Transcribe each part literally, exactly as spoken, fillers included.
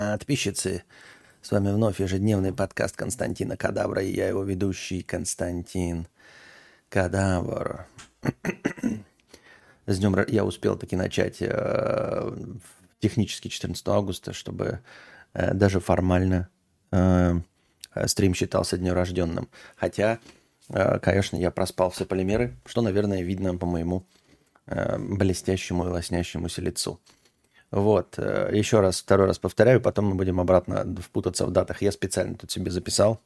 Подписчицы, с вами вновь ежедневный подкаст Константина Кадавра, и я его ведущий Константин Кадавр. С днем ра- я успел таки начать э, технически четырнадцатого августа, чтобы э, даже формально э, стрим считался днем рожденным. Хотя, э, конечно, я проспал все полимеры, что, наверное, видно по моему э, блестящему и лоснящемуся лицу. Вот, э, еще раз, второй раз повторяю, потом мы будем обратно впутаться в датах. Я специально тут себе записал.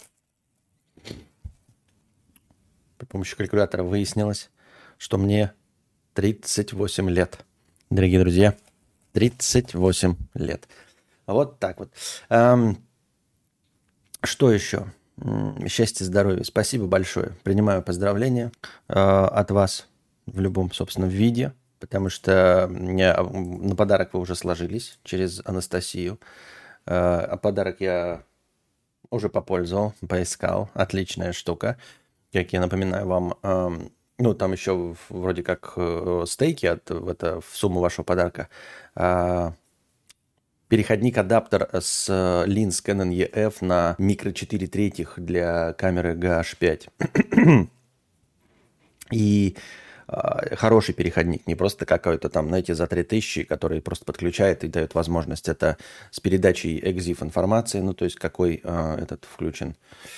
При помощи калькулятора выяснилось, что мне тридцать восемь лет. Дорогие друзья, тридцать восемь лет. Вот так вот. Эм, что еще? М, Счастья, здоровья. Спасибо большое. Принимаю поздравления э, от вас в любом, собственно, виде, потому что мне, а, на подарок вы уже сложились через Анастасию. Э, А подарок я уже попользовал, поискал. Отличная штука. Как я напоминаю вам, эм, ну, там еще в- вроде как э, стейки от, в, это, в сумму вашего подарка. А, Переходник-адаптер с э, линз Canon и эф на микро четыре третьих для камеры джи эйч пять. И а, хороший переходник, не просто какой-то там, знаете, за три тысячи, который просто подключает и дает возможность. Это с передачей экзиф информации, ну, то есть какой а, этот включен,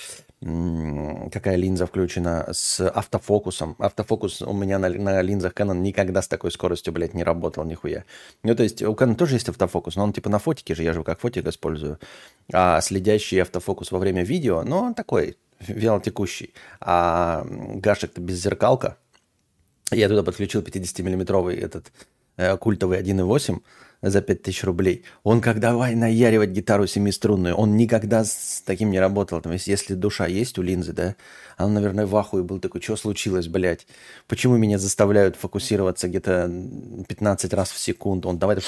м, какая линза включена, с автофокусом. Автофокус у меня на, на линзах Canon никогда с такой скоростью, блядь, не работал нихуя. Ну, то есть у Canon тоже есть автофокус, но он типа на фотике же, я же как фотик использую. А следящий автофокус во время видео, ну, он такой вялотекущий. А гашек-то беззеркалка. Я туда подключил пятидесятимиллиметровый этот э, культовый один и восемь за пять тысяч рублей. Он как давай наяривать гитару семиструнную, он никогда с таким не работал. То есть если душа есть у линзы, да, он, наверное, в ахуе был такой, что случилось, блядь? Почему меня заставляют фокусироваться где-то пятнадцать раз в секунду? Он давай...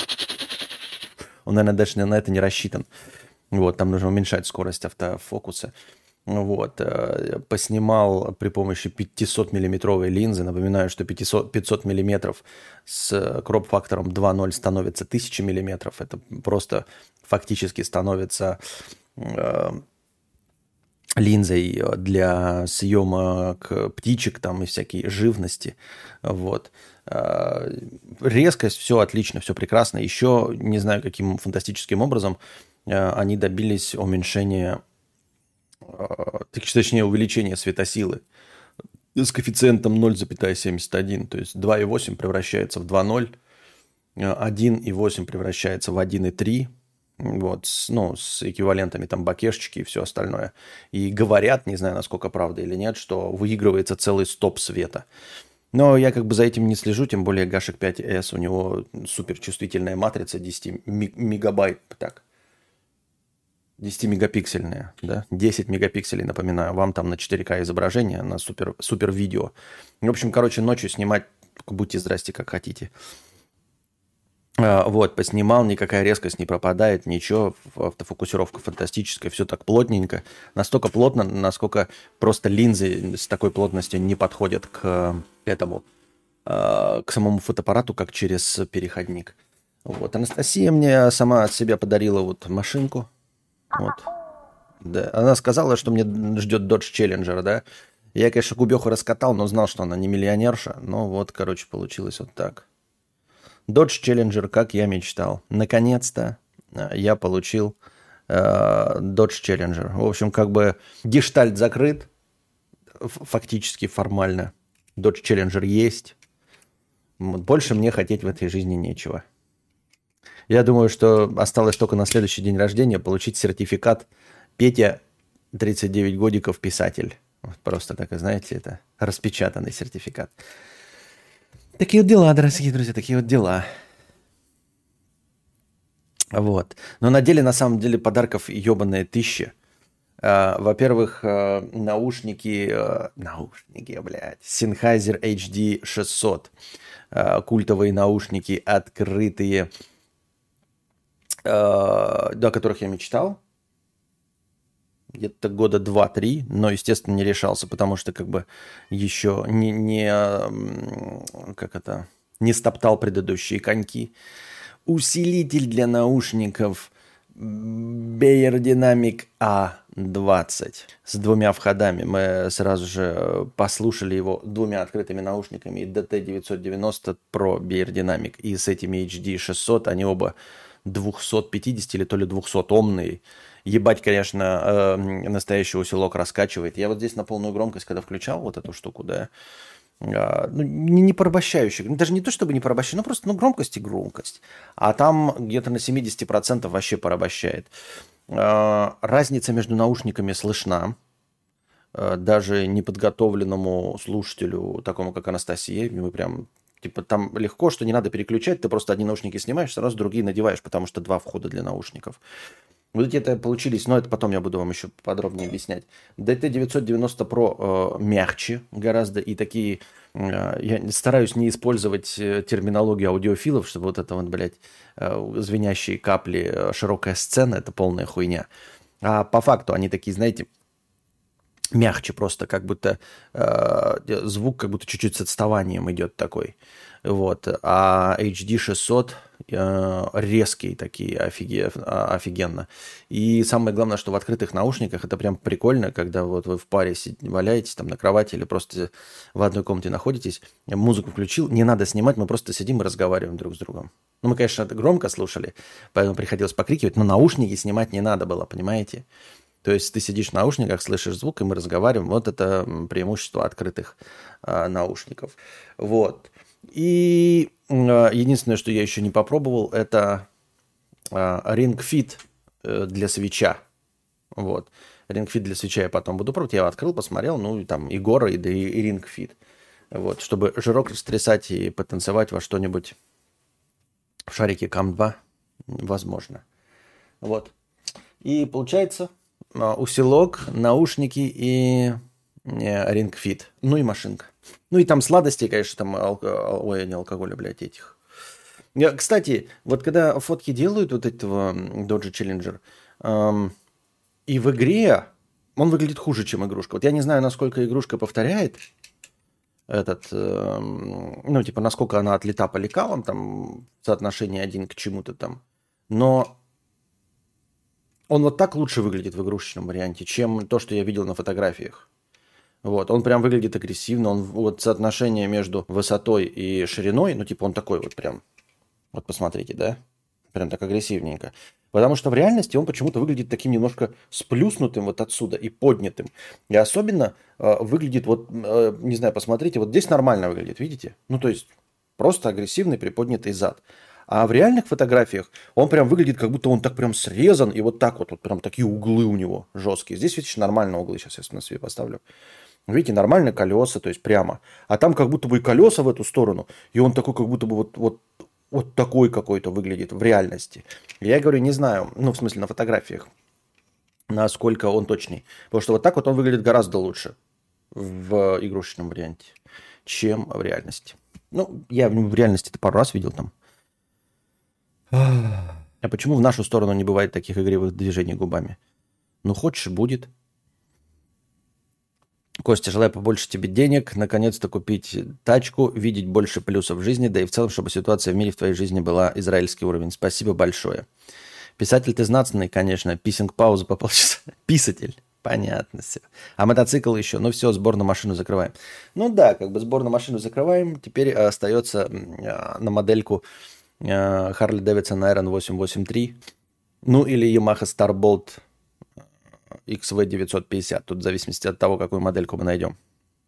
Он, наверное, даже на это не рассчитан. Вот, там нужно уменьшать скорость автофокуса. Вот, э, поснимал при помощи пятисотмиллиметровой линзы. Напоминаю, что пятьсот, пятьсот миллиметров с кроп-фактором два ноль становится тысяча миллиметров. Это просто фактически становится э, линзой для съемок птичек там и всякой живности. Вот. Э, Резкость, все отлично, все прекрасно. Еще не знаю, каким фантастическим образом э, они добились уменьшения, так, точнее, увеличение светосилы с коэффициентом ноль целых семьдесят один. То есть два и восемь превращается в два ноль, один и восемь превращается в один и три. Вот, с, ну, с эквивалентами там бакешечки и все остальное. И говорят, не знаю, насколько правда или нет, что выигрывается целый стоп света. Но я как бы за этим не слежу, тем более Гашек пять эс, у него суперчувствительная матрица десять ми- мегабайт, так, десятимегапиксельная, да, десять мегапикселей, напоминаю, вам там на четыре ка изображение, на супер, супер видео. В общем, короче, ночью снимать, будьте здрасте, как хотите. А, Вот, поснимал, никакая резкость не пропадает, ничего, автофокусировка фантастическая, все так плотненько. Настолько плотно, насколько просто линзы с такой плотностью не подходят к этому, а, к самому фотоаппарату, как через переходник. Вот, Анастасия мне сама от себя подарила вот машинку, вот. Да, она сказала, что мне ждет Dodge Challenger, да. Я, конечно, Кубеху раскатал, но знал, что она не миллионерша. Но вот, короче, получилось вот так. Dodge Challenger, как я мечтал. Наконец-то э, я получил э, Dodge Challenger. В общем, как бы гештальт закрыт, ф- фактически, формально. Dodge Challenger есть. Вот больше мне хотеть в этой жизни нечего. Я думаю, что осталось только на следующий день рождения получить сертификат Петя, тридцать девять годиков, писатель. Вот просто так, знаете, это распечатанный сертификат. Такие вот дела, дорогие друзья, такие вот дела. Вот. Но на деле, на самом деле, подарков ебаные тысячи. А, Во-первых, а, наушники, а, наушники, блядь, Sennheiser эйч ди шестьсот. А, Культовые наушники, открытые, а, до которых я мечтал. Где-то года два-три, но, естественно, не решался, потому что как бы еще не, не, м, как это, не стоптал предыдущие коньки. Усилитель для наушников Beyer Dynamic A двадцать с двумя входами. Мы сразу же послушали его двумя открытыми наушниками. И ди ти девятьсот девяносто Pro Beyer Dynamic. И с этими эйч ди шестьсот, они оба двести пятьдесят или то ли двухсот омные. Ебать, конечно, э, настоящий усилок раскачивает. Я вот здесь на полную громкость, когда включал вот эту штуку, да, э, ну, не, не порабощающий, даже не то чтобы не порабощающий, ну просто ну, громкость и громкость. А там где-то на семьдесят процентов вообще порабощает. Э, разница между наушниками слышна. Э, даже неподготовленному слушателю, такому как Анастасия, мы прям... Типа там легко, что не надо переключать, ты просто одни наушники снимаешь, сразу другие надеваешь, потому что два входа для наушников. Вот эти это получились, но это потом я буду вам еще подробнее объяснять. ди ти девятьсот девяносто Pro э, мягче гораздо, и такие... Э, я стараюсь не использовать э, терминологию аудиофилов, чтобы вот это вот, блядь, э, звенящие капли, э, широкая сцена, это полная хуйня. А по факту они такие, знаете... Мягче просто, как будто э, звук как будто чуть-чуть с отставанием идет такой. Вот. А эйч ди шестьсот э, резкие такие, офиге, офигенно. И самое главное, что в открытых наушниках это прям прикольно, когда вот вы в паре сидите, валяетесь там на кровати или просто в одной комнате находитесь, музыку включил, не надо снимать, мы просто сидим и разговариваем друг с другом. Ну, мы, конечно, это громко слушали, поэтому приходилось покрикивать, но наушники снимать не надо было, понимаете? То есть ты сидишь в наушниках, слышишь звук, и мы разговариваем. Вот это преимущество открытых а, наушников. Вот. И а, единственное, что я еще не попробовал, это а, Ring Fit для свитча. Вот. Ring Fit для свитча я потом буду пробовать. Я его открыл, посмотрел. Ну, и там и Гора, и, и, и Ring Fit. Вот. Чтобы жирок растрясать и потанцевать во что-нибудь в шарике кам два возможно. Вот. И получается... усилок, наушники и Ring Fit. Ну и машинка. Ну и там сладости, конечно, там алко... ой, не алкоголя, блядь, этих. Я, кстати, вот когда фотки делают вот этого Dodge Challenger, эм, и в игре он выглядит хуже, чем игрушка. Вот я не знаю, насколько игрушка повторяет этот, эм, ну, типа, насколько она отлита по лекалам, там, соотношение один к чему-то там. Но он вот так лучше выглядит в игрушечном варианте, чем то, что я видел на фотографиях. Вот, он прям выглядит агрессивно, он вот соотношение между высотой и шириной, ну, типа, он такой вот прям, вот посмотрите, да, прям так агрессивненько. Потому что в реальности он почему-то выглядит таким немножко сплюснутым вот отсюда и поднятым. И особенно э, выглядит вот, э, не знаю, посмотрите, вот здесь нормально выглядит, видите? Ну, то есть просто агрессивный приподнятый зад. А в реальных фотографиях он прям выглядит, как будто он так прям срезан, и вот так вот, вот прям такие углы у него жесткие. Здесь, видишь, нормальные углы, сейчас я на себе поставлю. Видите, нормальные колеса, то есть прямо. А там как будто бы и колеса в эту сторону, и он такой, как будто бы вот, вот, вот такой какой-то выглядит в реальности. Я говорю, не знаю, ну, в смысле, на фотографиях, насколько он точный. Потому что вот так вот он выглядит гораздо лучше в игрушечном варианте, чем в реальности. Ну, я в реальности это пару раз видел там. А почему в нашу сторону не бывает таких игривых движений губами? Ну, хочешь, будет. Костя, желаю побольше тебе денег, наконец-то купить тачку, видеть больше плюсов в жизни, да и в целом, чтобы ситуация в мире в твоей жизни была израильский уровень. Спасибо большое. Писатель ты знатный, конечно. Писинг-пауза по полчаса. Писатель. Понятно все. А мотоцикл еще. Ну все, сбор на машину закрываем. Ну да, как бы сбор на машину закрываем. Теперь остается на модельку Harley Davidson Iron восемьсот восемьдесят три. Ну или Yamaha Starbolt икс ви девятьсот пятьдесят. Тут в зависимости от того, какую модельку мы найдем.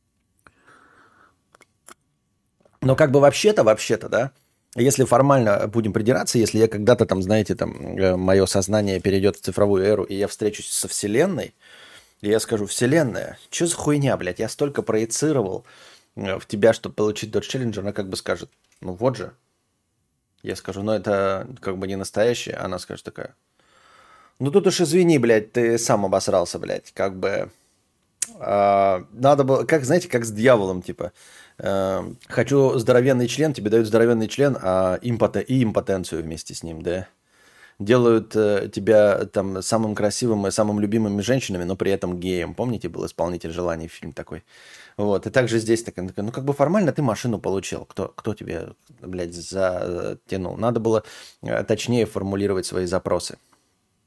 Но как бы вообще-то, вообще-то, да, если формально будем придираться, если я когда-то там, знаете, там, мое сознание перейдет в цифровую эру, и я встречусь со Вселенной, и я скажу, Вселенная, что за хуйня, блядь, я столько проецировал в тебя, чтобы получить Dodge Challenger, она как бы скажет, ну вот же. Я скажу, ну это как бы не настоящее, она скажет такая, ну тут уж извини, блядь, ты сам обосрался, блядь, как бы, э, надо было, как, знаете, как с дьяволом, типа, э, хочу здоровенный член, тебе дают здоровенный член, а импоте, и импотенцию вместе с ним, да, делают э, тебя там самым красивым и самым любимыми женщинами, но при этом геем, помните, был «Исполнитель желаний», фильм такой, вот, и также здесь, так, ну как бы формально ты машину получил, кто, кто тебе, блядь, затянул, надо было э, точнее формулировать свои запросы.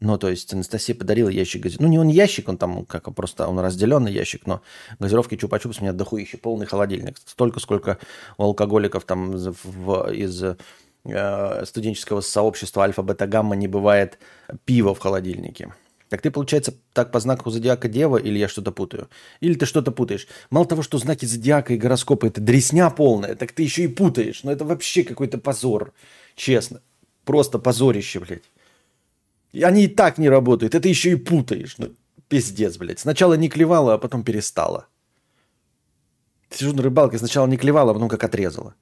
Ну, то есть Анастасия подарила ящик газировки. Ну, не он ящик, он там как просто он разделенный ящик, но газировки Чупа-Чупс у меня дохуище, полный холодильник. Столько, сколько у алкоголиков там в, в- из э, студенческого сообщества Альфа-Бета-Гамма не бывает пива в холодильнике. Так ты, получается, так по знаку зодиака Дева, или я что-то путаю? Или ты что-то путаешь? Мало того, что знаки зодиака и гороскопа это дресня полная, так ты еще и путаешь. Ну это вообще какой-то позор. Честно. Просто позорище, блядь. И они и так не работают, это еще и путаешь. Ну, пиздец, блядь. Сначала не клевала, а потом перестала. Сижу на рыбалке, сначала не клевала, а потом как отрезала.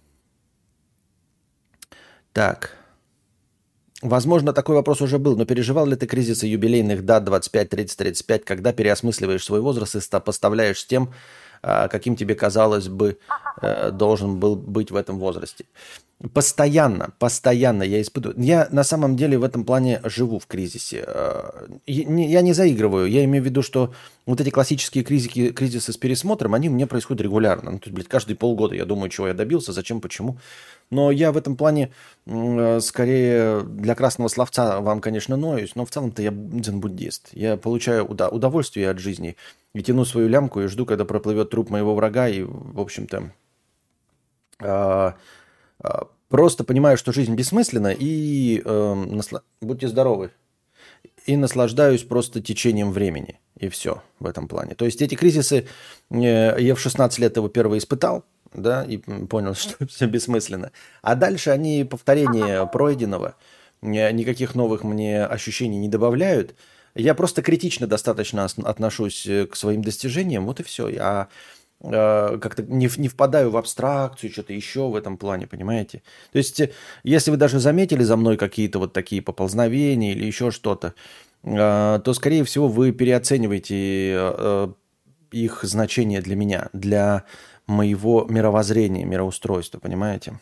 Так. Возможно, такой вопрос уже был, но переживал ли ты кризисы юбилейных дат двадцать пять, тридцать, тридцать пять, когда переосмысливаешь свой возраст и поставляешь с тем, а, каким тебе казалось бы э, должен был быть в этом возрасте? Постоянно, постоянно я испытываю. Я на самом деле в этом плане живу в кризисе. Э, и не- Я не заигрываю. Я имею в виду, что вот эти классические кризики, кризисы с пересмотром, они у меня происходят регулярно. Ну, то есть, блядь, каждые полгода я думаю, чего я добился, зачем, почему. Но я в этом плане м, э, скорее для красного словца вам, конечно, ноюсь, но в целом-то я дзен-буддист. Я получаю уда- удовольствие от жизни и тяну свою лямку и жду, когда проплывет труп моего врага. И, в общем-то, а, а, просто понимаю, что жизнь бессмысленна и эм, насла- будьте здоровы. И наслаждаюсь просто течением времени. И все в этом плане. То есть эти кризисы, э, я в шестнадцать лет его первый испытал, да, и м, понял, что все бессмысленно. А дальше они повторение пройденного, э, никаких новых мне ощущений не добавляют. Я просто критично достаточно ос- отношусь э, к своим достижениям, вот и все. Я э, как-то не, в- не впадаю в абстракцию, что-то еще в этом плане, понимаете? То есть, э, если вы даже заметили за мной какие-то вот такие поползновения или еще что-то, э, то, скорее всего, вы переоцениваете э, их значение для меня, для моего мировоззрения, мироустройства, понимаете?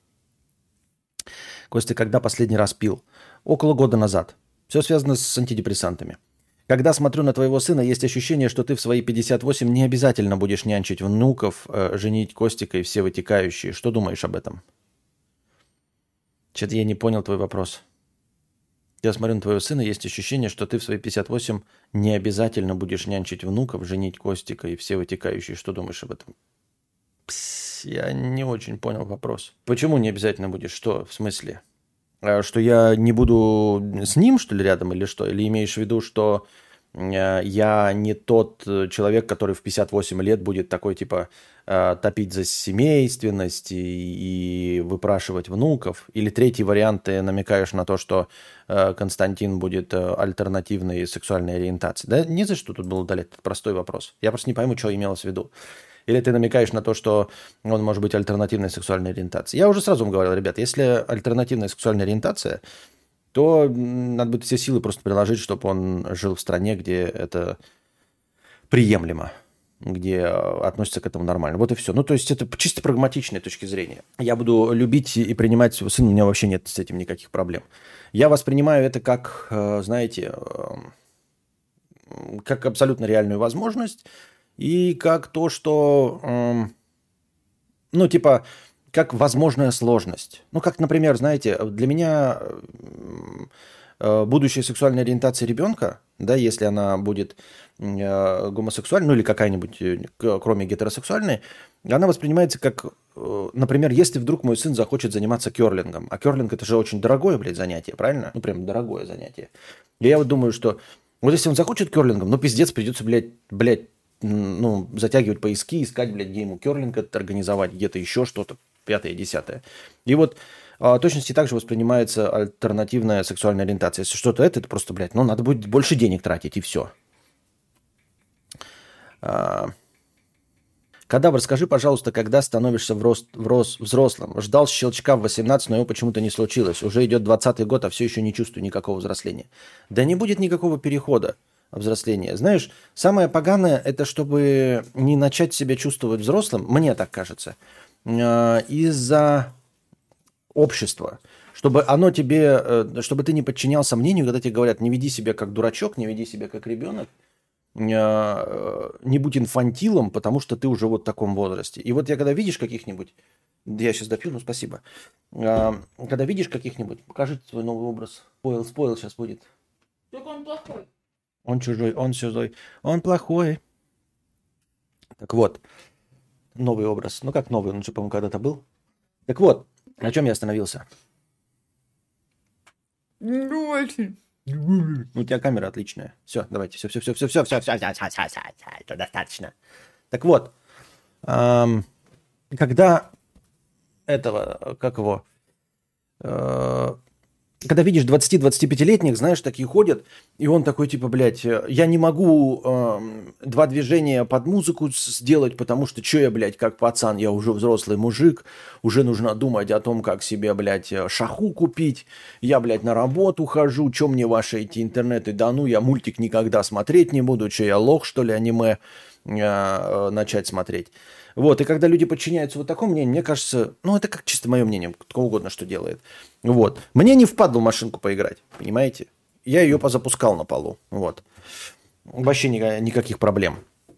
Костя, когда последний раз пил? Около года назад. Все связано с антидепрессантами. Когда смотрю на твоего сына, есть ощущение, что ты в свои пятьдесят восемь не обязательно будешь нянчить внуков, э, женить Костика и все вытекающие. Что думаешь об этом? Что-то я не понял твой вопрос. Я смотрю на твоего сына, есть ощущение, что ты в свои пятьдесят восемь не обязательно будешь нянчить внуков, женить Костика и все вытекающие. Что думаешь об этом? Пс, я не очень понял вопрос. Почему не обязательно будешь? Что в смысле? А, Что я не буду с ним, что ли, рядом или что? Или имеешь в виду, что э, я не тот э, человек, который в пятьдесят восемь лет будет такой, типа, э, топить за семейственность и, и выпрашивать внуков? Или третий вариант, ты намекаешь на то, что э, Константин будет э, альтернативной сексуальной ориентации? Да не за что тут был удалять, это простой вопрос. Я просто не пойму, что имелось в виду. Или ты намекаешь на то, что он может быть альтернативной сексуальной ориентации? Я уже сразу вам говорил, ребят, если альтернативная сексуальная ориентация, то м, надо будет все силы просто приложить, чтобы он жил в стране, где это приемлемо, где э, относятся к этому нормально. Вот и все. Ну, то есть это чисто прагматичной точки зрения. Я буду любить и принимать своего сына, у меня вообще нет с этим никаких проблем. Я воспринимаю это как, э, знаете, э, как абсолютно реальную возможность и как то, что эм, ну, типа, как возможная сложность. Ну, как, например, знаете, для меня м, э, будущая сексуальная ориентация ребенка, да, если она будет э, гомосексуальной, ну или какая-нибудь, э, к- кроме гетеросексуальной, она воспринимается как, э, например, если вдруг мой сын захочет заниматься керлингом, а керлинг это же очень дорогое, блядь, занятие, правильно? Ну, прям дорогое занятие. И я вот думаю, что вот если он захочет керлингом, ну, пиздец, придется, блядь, блядь, м, ну, затягивать поиски, искать, блядь, где ему керлинг этот организовать, где-то еще что-то, пятое, десятое. И вот а, точности также воспринимается альтернативная сексуальная ориентация. Если что-то это, это просто, блядь, ну, надо будет больше денег тратить, и все. Кадавр, скажи, пожалуйста, когда становишься в рост, в рост, взрослым? Ждал щелчка в восемнадцать, но его почему-то не случилось. Уже идет двадцатый год, а все еще не чувствую никакого взросления. Да не будет никакого перехода взросления. Знаешь, самое поганое, это чтобы не начать себя чувствовать взрослым, мне так кажется, э, из-за общества. Чтобы оно тебе, э, чтобы ты не подчинялся мнению, когда тебе говорят, не веди себя как дурачок, не веди себя как ребенок, э, не будь инфантилом, потому что ты уже вот в таком возрасте. И вот я когда видишь каких-нибудь, да я сейчас допью, ну спасибо, А, когда видишь каких-нибудь, покажите свой новый образ. Спойл, спойл сейчас будет. Так он плохой. Он чужой, он чужой, он плохой. Так вот, новый образ. Ну как новый, он же, по-моему, когда-то был. Так вот, на чем я остановился? Ну, очень. Ну, у тебя камера отличная. Все, давайте, все, все, все, все, все, все, все, все, все, все, все, это достаточно. Так вот, ам, когда этого, как его, э, когда видишь двадцати-двадцатипятилетних, знаешь, такие ходят, и он такой, типа, блядь, э, я не могу эм, два движения под музыку с- сделать, потому что что я, блядь, как пацан, я уже взрослый мужик, уже нужно думать о том, как себе, блядь, э, шаху купить, я, блядь, на работу хожу, что мне ваши эти интернеты, да ну, я мультик никогда смотреть не буду, что я лох, что ли, аниме э, э, начать смотреть. Вот, и когда люди подчиняются вот такому мнению, мне кажется, ну, это как чисто мое мнение, кто угодно что делает. Вот. Мне не впадло машинку поиграть, понимаете? Я ее позапускал на полу, вот. Вообще ни- никаких проблем.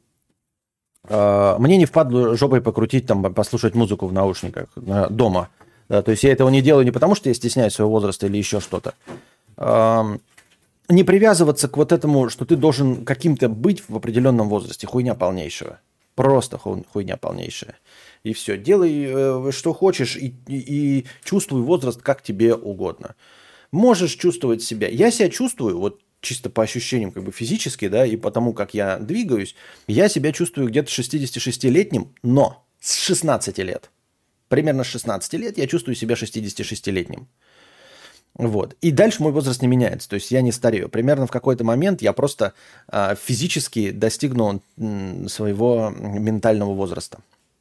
А, Мне не впадло жопой покрутить, там, послушать музыку в наушниках э, дома. Да, то есть я этого не делаю не потому, что я стесняюсь своего возраста или еще что-то. Ам, Не привязываться к вот этому, что ты должен каким-то быть в определенном возрасте. Хуйня полнейшего. Просто ху- хуйня полнейшая. И все. Делай, э, что хочешь, и, и- и чувствуй возраст как тебе угодно. Можешь чувствовать себя. Я себя чувствую, вот чисто по ощущениям как бы физически, да, и потому как я двигаюсь, я себя чувствую где-то шестидесятишестилетним, но с шестнадцати лет. Примерно с шестнадцати лет я чувствую себя шестидесятишестилетним. Вот. И дальше мой возраст не меняется, то есть я не старею. Примерно в какой-то момент я просто а, физически достигну м, своего ментального возраста.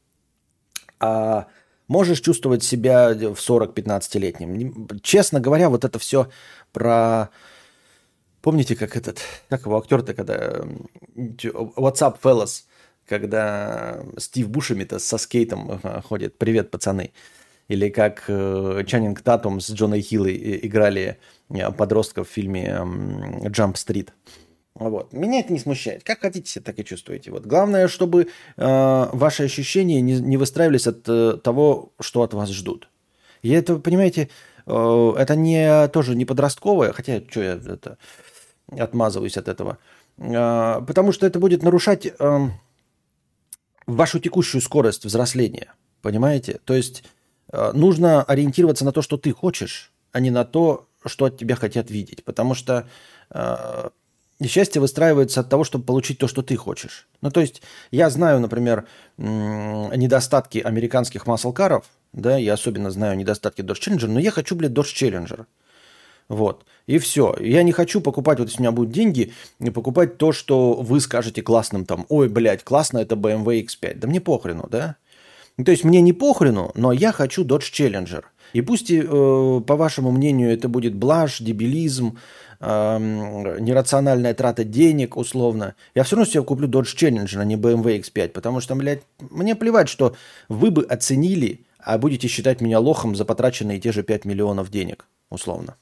А можешь чувствовать себя в сорок-пятнадцатилетним. Честно говоря, вот это все про... Помните, как этот, как его актер-то, когда м, чё, What's up, fellas, когда Стив Бушеми-то со скейтом э, ходит, привет, пацаны. Или как э, Чаннинг Татум с Джоной Хиллой и- играли э, подростков в фильме м, Jump Street. Вот. Меня это не смущает. Как хотите, себя так и чувствуете. Вот. Главное, чтобы э, ваши ощущения не, не выстраивались от э, того, что от вас ждут. И это, понимаете, э, это не тоже не подростковое, хотя что я это отмазываюсь от этого. Э, потому что это будет нарушать э, вашу текущую скорость взросления. Понимаете? То есть э, нужно ориентироваться на то, что ты хочешь, а не на то, что от тебя хотят видеть. Потому что э, счастье выстраивается от того, чтобы получить то, что ты хочешь. Ну, то есть я знаю, например, м, недостатки американских маслкаров, да, я особенно знаю недостатки Dodge Challenger, но я хочу, блядь, Dodge Challenger. Вот. И все. Я не хочу покупать, вот если у меня будут деньги, не покупать то, что вы скажете классным там, ой, блядь, классно, это бэ эм вэ икс пять. Да мне похрену, да? Ну, то есть мне не похрену, но я хочу Dodge Challenger. И пусть, э, по вашему мнению, это будет блажь, дебилизм, эм, нерациональная трата денег, условно. Я все равно себе куплю Dodge Challenger, а не бэ эм вэ икс пять, потому что, блядь, мне плевать, что вы бы оценили, а будете считать меня лохом за потраченные те же пять миллионов денег, условно.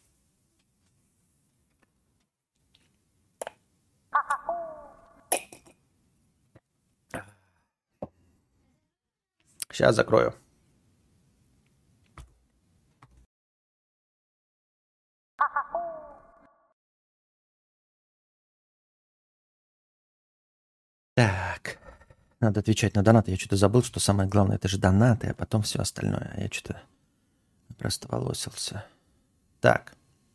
Сейчас закрою. Так, надо отвечать на донаты. Я что-то забыл, что самое главное это же донаты, а потом все остальное. Я что-то просто волосился. Так.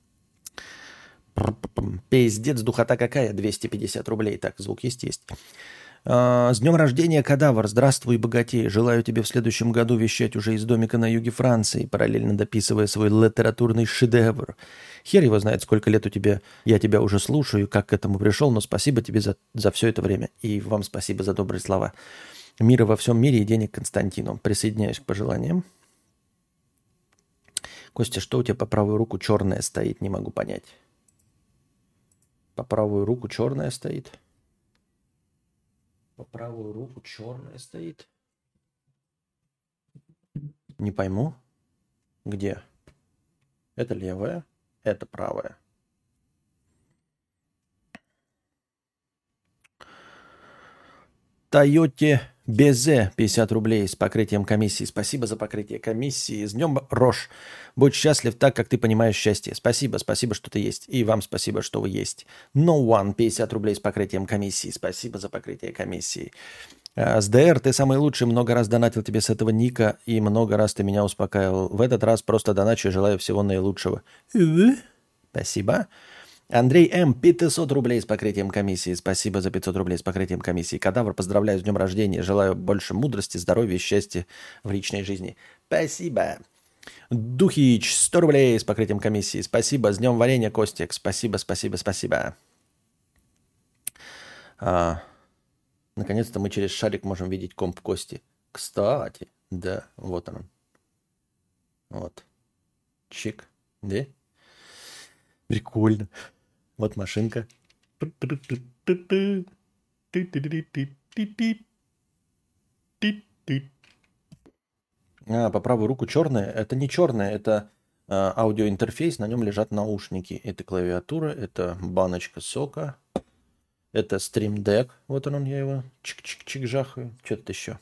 Пиздец, духота какая? двести пятьдесят рублей. Так, звук есть, есть. А, С днем рождения, кадавр. Здравствуй, богатей. Желаю тебе в следующем году вещать уже из домика на юге Франции, параллельно дописывая свой литературный шедевр. Хер его знает, сколько лет у тебя, я тебя уже слушаю, как к этому пришел, но спасибо тебе за, за все это время. И вам спасибо за добрые слова. Мира во всем мире и денег Константину. Присоединяюсь к пожеланиям. Костя, что у тебя по правую руку черное стоит? Не могу понять. По правую руку черное стоит? По правую руку черное стоит? Не пойму. Где? Это левая, это правая. Тойоте Безе пятьдесят рублей с покрытием комиссии. Спасибо за покрытие комиссии. С днем Рожь. Будь счастлив так, как ты понимаешь счастье. Спасибо, спасибо, что ты есть. И вам спасибо, что вы есть. No One пятьдесят рублей с покрытием комиссии. Спасибо за покрытие комиссии. А, С ДР ты самый лучший. Много раз донатил тебе с этого ника. И много раз ты меня успокаивал. В этот раз просто доначу и желаю всего наилучшего. Спасибо. Андрей М. пятьсот рублей с покрытием комиссии. Спасибо за пятьсот рублей с покрытием комиссии. Кадавр, поздравляю с днем рождения. Желаю больше мудрости, здоровья и счастья в личной жизни. Спасибо. Духич, сто рублей с покрытием комиссии. Спасибо. С днем варенья, Костик. Спасибо, спасибо, спасибо. А, наконец-то мы через шарик можем видеть комп Кости. Кстати, да, вот он. Вот. Чик. Да? Прикольно. Вот машинка. А, по правую руку черная. Это не черная, это а, аудиоинтерфейс. На нем лежат наушники. Это клавиатура, это баночка сока. Это Stream Deck. Вот он, я его чик-чик-чик жахаю. Что тут еще?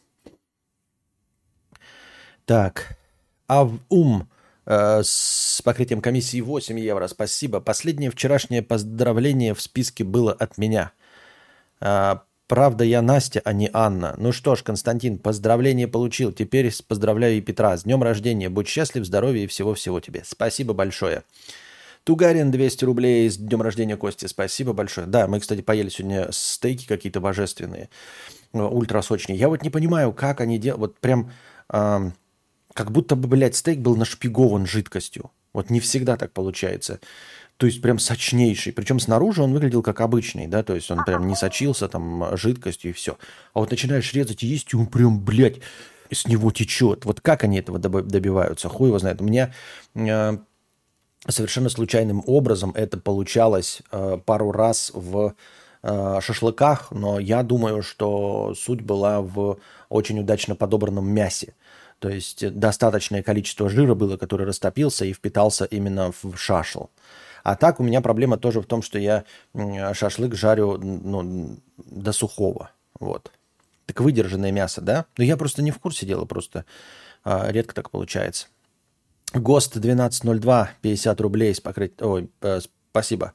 Так. Авум. С покрытием комиссии восемь евро. Спасибо. Последнее вчерашнее поздравление в списке было от меня. А, правда, я Настя, а не Анна. Ну что ж, Константин, поздравление получил. Теперь поздравляю и Петра. С днем рождения. Будь счастлив, здоровья и всего-всего тебе. Спасибо большое. Тугарин, двести рублей. С днем рождения, Кости. Спасибо большое. Да, мы, кстати, поели сегодня стейки какие-то божественные. Ультрасочные. Я вот не понимаю, как они делают. Вот прям... А, как будто бы, блядь, стейк был нашпигован жидкостью. Вот не всегда так получается. То есть прям сочнейший. Причем снаружи он выглядел как обычный, да, то есть он прям не сочился там жидкостью и все. А вот начинаешь резать и есть, и он прям, блядь, с него течет. Вот как они этого добиваются? Хуй его знает. У меня э, совершенно случайным образом это получалось э, пару раз в э, шашлыках, но я думаю, что суть была в очень удачно подобранном мясе. То есть достаточное количество жира было, который растопился и впитался именно в шашл. А так у меня проблема тоже в том, что я шашлык жарю ну, до сухого. Вот. Так выдержанное мясо, да? Но я просто не в курсе дела, просто а, редко так получается. ГОСТ двенадцать ноль два, пятьдесят рублей с покрытием... Ой, э, спасибо.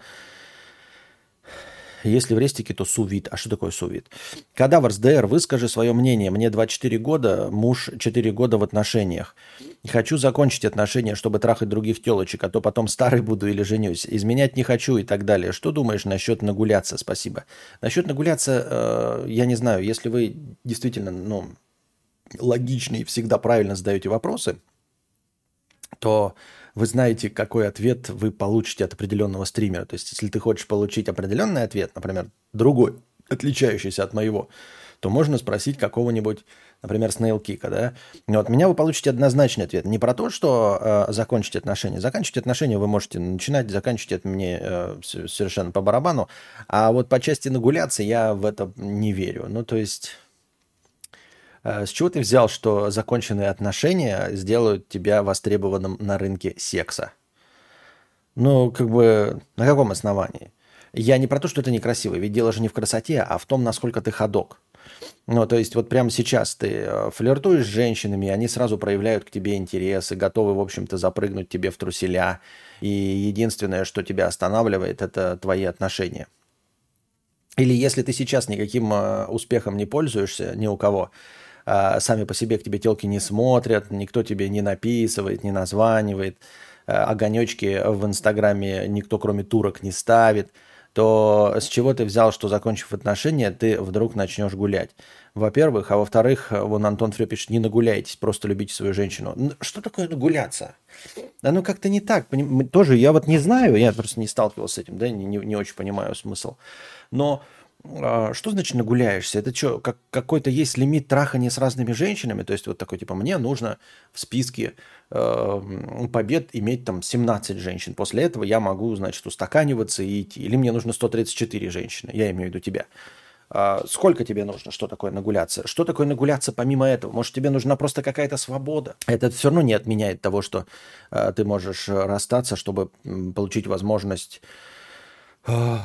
Если в рестике, то сувид. А что такое сувид? Кадавр с ДР, выскажи свое мнение. Мне двадцать четыре года, муж четыре года в отношениях. Хочу закончить отношения, чтобы трахать других телочек, а то потом старый буду или женюсь. Изменять не хочу и так далее. Что думаешь насчет нагуляться? Спасибо. Насчет нагуляться, э, я не знаю. Если вы действительно ну, логичны и всегда правильно задаете вопросы, то вы знаете, какой ответ вы получите от определенного стримера. То есть, если ты хочешь получить определенный ответ, например, другой, отличающийся от моего, то можно спросить какого-нибудь, например, Снейлкика, да? Но от меня вы получите однозначный ответ. Не про то, что э, закончить отношения. Заканчивать отношения вы можете начинать, заканчивать это мне э, совершенно по барабану. А вот по части нагуляться я в это не верю. Ну, то есть... С чего ты взял, что законченные отношения сделают тебя востребованным на рынке секса? Ну, как бы, на каком основании? Я не про то, что это некрасиво, ведь дело же не в красоте, а в том, насколько ты ходок. Ну, то есть вот прямо сейчас ты флиртуешь с женщинами, они сразу проявляют к тебе интерес и готовы, в общем-то, запрыгнуть тебе в труселя. И единственное, что тебя останавливает, это твои отношения. Или если ты сейчас никаким успехом не пользуешься ни у кого, сами по себе к тебе телки не смотрят, никто тебе не написывает, не названивает, огонечки в Инстаграме никто, кроме турок, не ставит, то с чего ты взял, что, закончив отношения, ты вдруг начнешь гулять? Во-первых, а во-вторых, вон Антон Фрё пишет, не нагуляйтесь, просто любите свою женщину. Что такое нагуляться? Да ну как-то не так. Тоже я вот не знаю, я просто не сталкивался с этим, да, не, не очень понимаю смысл. Но что значит нагуляешься? Это что, как, какой-то есть лимит трахания с разными женщинами? То есть вот такой, типа, мне нужно в списке э, побед иметь там семнадцать женщин. После этого я могу, значит, устаканиваться и идти. Или мне нужно сто тридцать четыре женщины, я имею в виду тебя. А сколько тебе нужно? Что такое нагуляться? Что такое нагуляться помимо этого? Может, тебе нужна просто какая-то свобода? Это все равно не отменяет того, что э, ты можешь расстаться, чтобы получить возможность...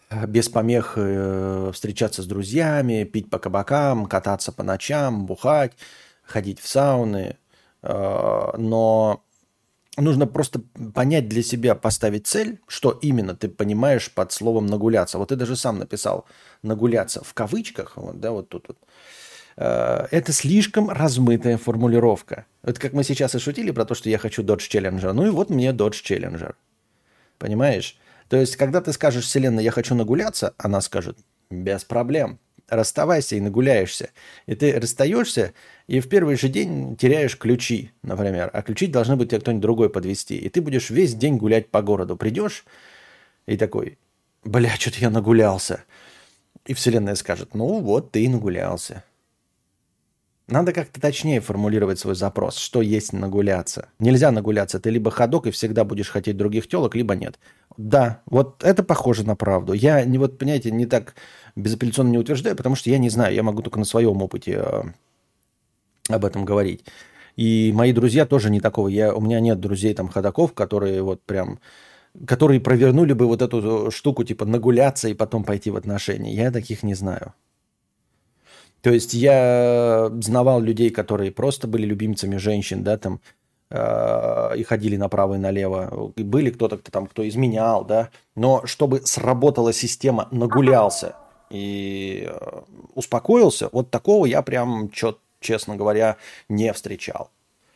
без помех э, встречаться с друзьями, пить по кабакам, кататься по ночам, бухать, ходить в сауны. Э, но нужно просто понять для себя, поставить цель, что именно ты понимаешь под словом «нагуляться». Вот ты даже сам написал «нагуляться» в кавычках, вот, да, вот тут вот. Э, Это слишком размытая формулировка. Это как мы сейчас и шутили про то, что я хочу Dodge Challenger. Ну и вот мне Dodge Challenger. Понимаешь? То есть, когда ты скажешь Вселенной, я хочу нагуляться, она скажет, без проблем. Расставайся и нагуляешься. И ты расстаешься, и в первый же день теряешь ключи, например. А ключи должны быть тебе кто-нибудь другой подвести. И ты будешь весь день гулять по городу. Придешь и такой, бля, что-то я нагулялся. И Вселенная скажет, ну вот ты и нагулялся. Надо как-то точнее формулировать свой запрос, что есть нагуляться. Нельзя нагуляться. Ты либо ходок и всегда будешь хотеть других телок, либо нет. Да, вот это похоже на правду. Я, не вот, понимаете, не так безапелляционно не утверждаю, потому что я не знаю. Я могу только на своем опыте э, об этом говорить. И мои друзья тоже не такого. Я, у меня нет друзей там ходоков, которые вот прям... которые провернули бы вот эту штуку, типа нагуляться и потом пойти в отношения. Я таких не знаю. То есть я знавал людей, которые просто были любимцами женщин, да, там, э, и ходили направо и налево. И были кто-то, кто там, кто изменял, да. Но чтобы сработала система «нагулялся» и э, успокоился, вот такого я прям, чё, честно говоря, не встречал.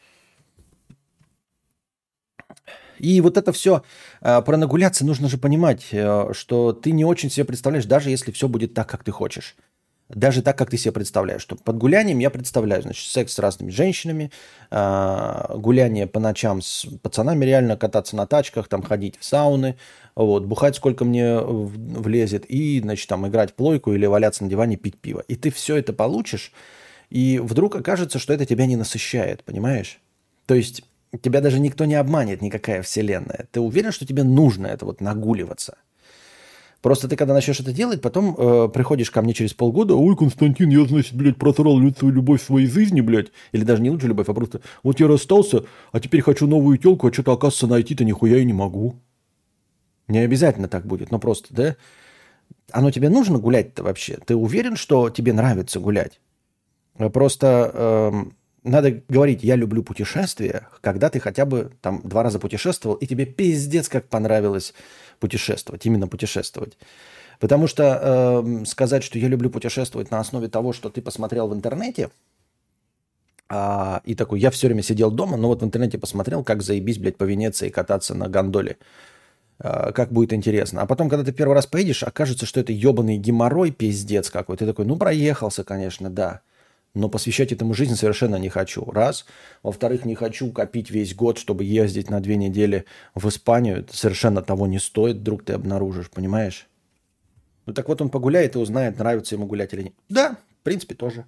И вот это все э, про нагуляться нужно же понимать, э, что ты не очень себе представляешь, даже если все будет так, как ты хочешь. Даже так, как ты себе представляешь. Что под гулянием я представляю, значит, секс с разными женщинами, э, гуляние по ночам с пацанами, реально кататься на тачках, там ходить в сауны, вот, бухать сколько мне в- влезет, и, значит, там играть в плойку или валяться на диване, пить пиво. И ты все это получишь, и вдруг окажется, что это тебя не насыщает, понимаешь? То есть тебя даже никто не обманет, никакая вселенная. Ты уверен, что тебе нужно это вот нагуливаться? Просто ты, когда начнешь это делать, потом э, приходишь ко мне через полгода, ой, Константин, я, значит, блядь, просрал лучшую любовь в своей жизни, блядь. Или даже не лучшую любовь, а просто вот я расстался, а теперь хочу новую телку, а что-то, оказывается, найти-то нихуя и не могу. Не обязательно так будет, но просто, да? Оно тебе нужно гулять-то вообще? Ты уверен, что тебе нравится гулять? Э, Просто эм, надо говорить, я люблю путешествия, когда ты хотя бы там два раза путешествовал, и тебе пиздец как понравилось путешествовать, именно путешествовать. Потому что эм, сказать, что я люблю путешествовать на основе того, что ты посмотрел в интернете, а, и такой, я все время сидел дома, но вот в интернете посмотрел, как заебись, блядь, по Венеции кататься на гондоле. А, как будет интересно. А потом, когда ты первый раз поедешь, окажется, что это ебаный геморрой, пиздец какой. Ты такой, ну, проехался, конечно, да. Но посвящать этому жизнь совершенно не хочу. Раз. Во-вторых, не хочу копить весь год, чтобы ездить на две недели в Испанию. Это совершенно того не стоит, вдруг ты обнаружишь, понимаешь? Ну так вот он погуляет и узнает, нравится ему гулять или нет. Да, в принципе, тоже.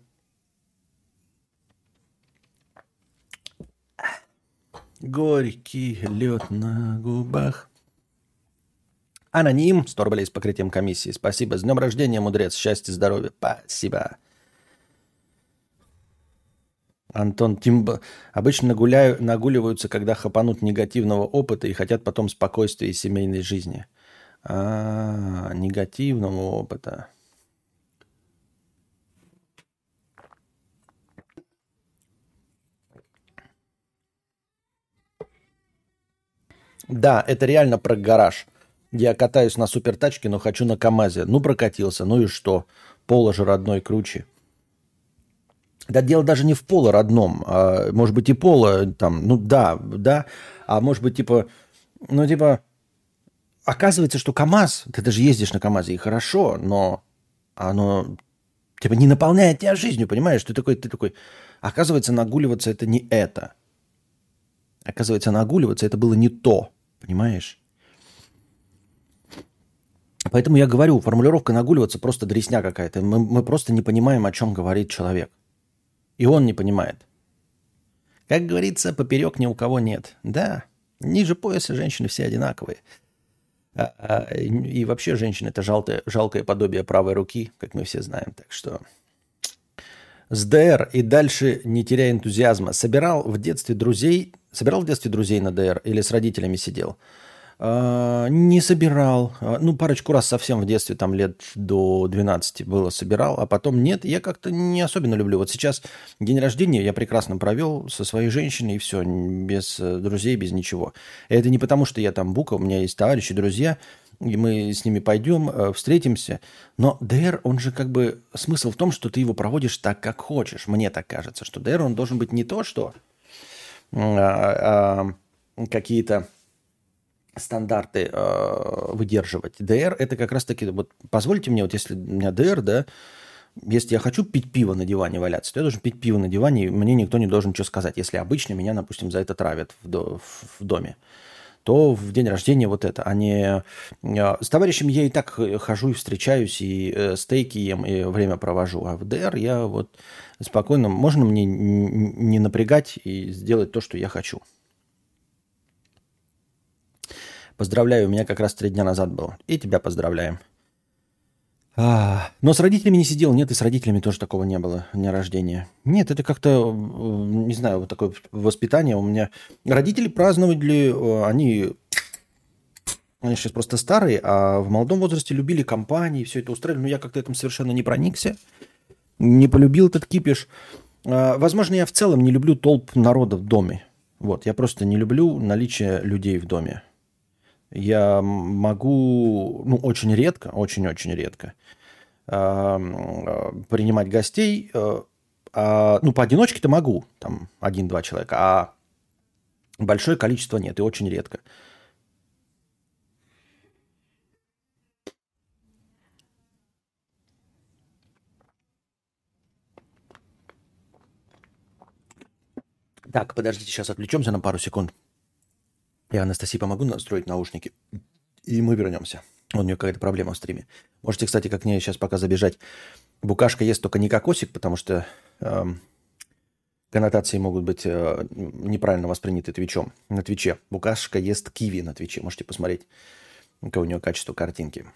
Горький лед на губах. Аноним, сто рублей с покрытием комиссии. Спасибо. С днем рождения, мудрец. Счастья, здоровья. Спасибо. Антон, Тимба обычно гуляю, нагуливаются, когда хапанут негативного опыта и хотят потом спокойствия и семейной жизни. А, негативного опыта. Да, это реально про гараж. Я катаюсь на супертачке, но хочу на КамАЗе. Ну, прокатился, ну и что? Поло же родной круче. Да дело даже не в поло родном. А, может быть, и поло там, ну да, да. А может быть, типа, ну, типа, оказывается, что КамАЗ, ты даже ездишь на КамАЗе, и хорошо, но оно, типа, не наполняет тебя жизнью, понимаешь? Ты такой, ты такой, оказывается, нагуливаться это не это. Оказывается, нагуливаться это было не то, понимаешь? Поэтому я говорю, формулировка нагуливаться просто дресня какая-то. Мы, мы просто не понимаем, о чем говорит человек. И он не понимает. Как говорится, поперек ни у кого нет. Да, ниже пояса женщины все одинаковые. А, а, и и вообще женщина – это жалкое, жалкое подобие правой руки, как мы все знаем. Так что с ДР и дальше не теряя энтузиазма. Собирал в детстве друзей, собирал в детстве друзей на ДР или с родителями сидел? А, не собирал. А, Ну, парочку раз совсем в детстве, там лет до двенадцати было, собирал, а потом нет. Я как-то не особенно люблю. Вот сейчас день рождения я прекрасно провел со своей женщиной, и все, без э, друзей, без ничего. И это не потому, что я там бука, у меня есть товарищи, друзья, и мы с ними пойдем, э, встретимся. Но ДР, он же как бы... Смысл в том, что ты его проводишь так, как хочешь. Мне так кажется, что ДР, он должен быть не то, что м, а, а, какие-то стандарты э, выдерживать. ДР это как раз-таки, вот позвольте мне, вот если у меня ДР, да, если я хочу пить пиво на диване валяться, то я должен пить пиво на диване, и мне никто не должен ничего сказать. Если обычно меня, допустим, за это травят в, до, в, в доме, то в день рождения вот это, а не... э, С товарищем я и так э, хожу и встречаюсь, и э, стейки ем, и время провожу. А в ДР я вот спокойно... Можно мне н- не напрягать и сделать то, что я хочу. Поздравляю, у меня как раз три дня назад было. И тебя поздравляем. А, но с родителями не сидел. Нет, и с родителями тоже такого не было, дня рождения. Нет, это как-то, э, не знаю, вот такое воспитание у меня. Родители праздновали, э, они, они сейчас просто старые, а в молодом возрасте любили компании, все это устраивали. Но я как-то этим совершенно не проникся, не полюбил этот кипиш. А, возможно, я в целом не люблю толп народа в доме. Вот, я просто не люблю наличие людей в доме. Я могу, ну, очень редко, очень-очень редко а, м, принимать гостей. э, а, ну, поодиночке-то могу, там, один-два человека, а большое количество нет, и очень редко. Так, подождите, сейчас отвлечемся на пару секунд. Я Анастасии помогу настроить наушники, и мы вернемся. У нее какая-то проблема в стриме. Можете, кстати, как мне сейчас пока забежать. Букашка ест только не кокосик, потому что эм, коннотации могут быть э, неправильно восприняты Твичом. На Твиче. Букашка ест киви на Твиче. Можете посмотреть, какое у нее качество картинки.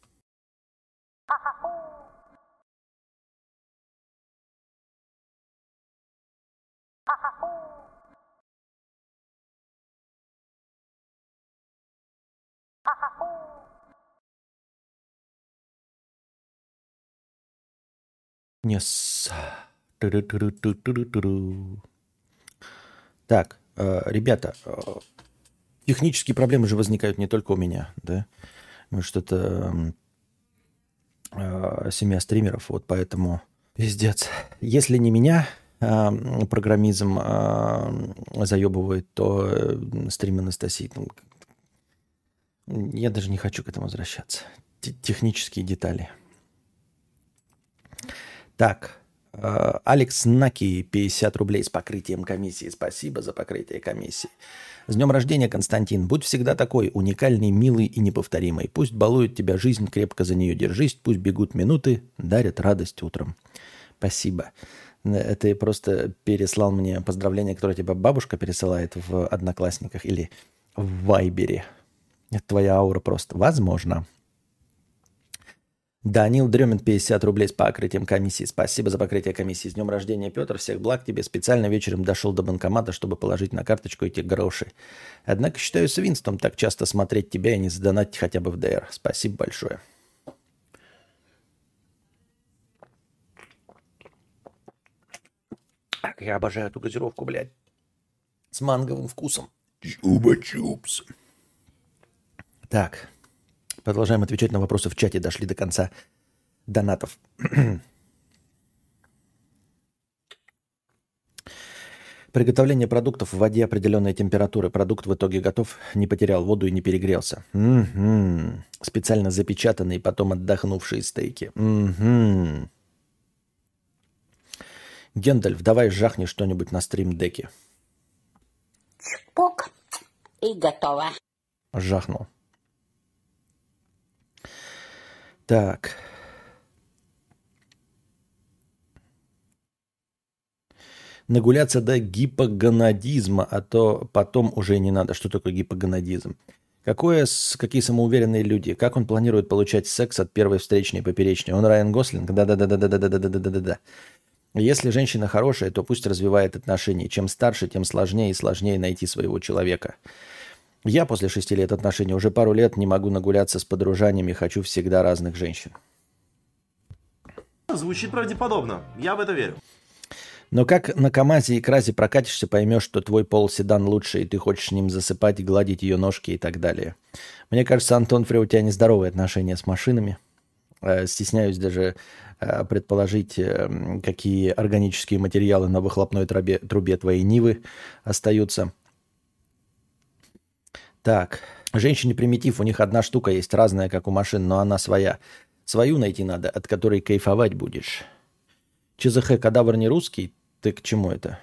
Нес. Ту-ду-ту-ду-ту-ду-ту-ду. Так, э, ребята, э, технические проблемы же возникают не только у меня, да? Ну, что-то э, семья стримеров, вот поэтому пиздец. Если не меня э, программизм э, заебывает, то э, стрим Анастасии. Там, я даже не хочу к этому возвращаться. Т- технические детали. Так, э, Алекс Наки, пятьдесят рублей с покрытием комиссии. Спасибо за покрытие комиссии. С днем рождения, Константин. Будь всегда такой, уникальный, милый и неповторимый. Пусть балует тебя жизнь, крепко за нее держись. Пусть бегут минуты, дарят радость утром. Спасибо. Э, Ты просто переслал мне поздравление, которое тебе бабушка пересылает в Одноклассниках или в Вайбере. Это твоя аура просто. Возможно. Данил Дремин, пятьдесят рублей с покрытием комиссии. Спасибо за покрытие комиссии. С днем рождения, Петр. Всех благ тебе. Специально вечером дошел до банкомата, чтобы положить на карточку эти гроши. Однако считаю свинством так часто смотреть тебя и не задонатить хотя бы в ДР. Спасибо большое. Ах, я обожаю эту газировку, блядь. С манговым вкусом. Чуба-чупс. Так, продолжаем отвечать на вопросы в чате. Дошли до конца донатов. Приготовление продуктов в воде определенной температуры. Продукт в итоге готов, не потерял воду и не перегрелся. Мгм. Специально запечатанные, потом отдохнувшие стейки. Мгм. Гендальф, давай жахни что-нибудь на стрим-деке. Пук. И готово. Жахнул. Так. Нагуляться до гипогонадизма, а то потом уже не надо. Что такое гипогонадизм? Какое, с- какие самоуверенные люди? Как он планирует получать секс от первой встречной поперечной? Он Райан Гослинг? Да-да-да-да-да-да-да-да-да-да. Если женщина хорошая, то пусть развивает отношения. Чем старше, тем сложнее и сложнее найти своего человека. Я после шести лет отношений уже пару лет не могу нагуляться с подружаниями, хочу всегда разных женщин. Звучит правдеподобно. Я в это верю. Но как на КамАЗе и КРАЗе прокатишься, поймешь, что твой полседан лучше, и ты хочешь с ним засыпать, гладить ее ножки и так далее. Мне кажется, Антон Фрей, у тебя нездоровые отношения с машинами. Э, Стесняюсь даже э, предположить, э, какие органические материалы на выхлопной трубе, трубе твоей Нивы остаются. Так, женщины-примитив, у них одна штука есть, разная, как у машин, но она своя. Свою найти надо, от которой кайфовать будешь. ЧЗХ кадавр не русский? Ты к чему это?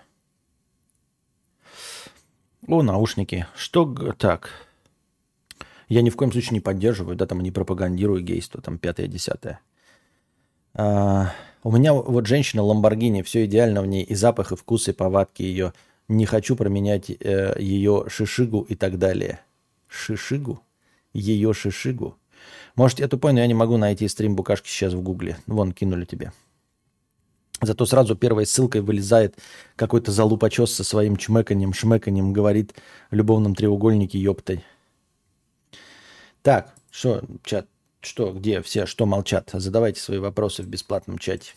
О, наушники. Что... г- Так. Я ни в коем случае не поддерживаю, да, там не пропагандирую гейство, там пятое-десятое. А, у меня вот женщина Ламборгини, все идеально в ней, и запах, и вкус, и повадки ее. Не хочу променять э, ее шишигу и так далее. Шишигу? Ее шишигу? Может, я тупой, но я не могу найти стрим букашки сейчас в гугле. Вон, кинули тебе. Зато сразу первой ссылкой вылезает какой-то залупачес со своим чмеканьем, шмеканьем, говорит о любовном треугольнике, ёптой. Так, что, чат, что, где все, что молчат? Задавайте свои вопросы в бесплатном чате.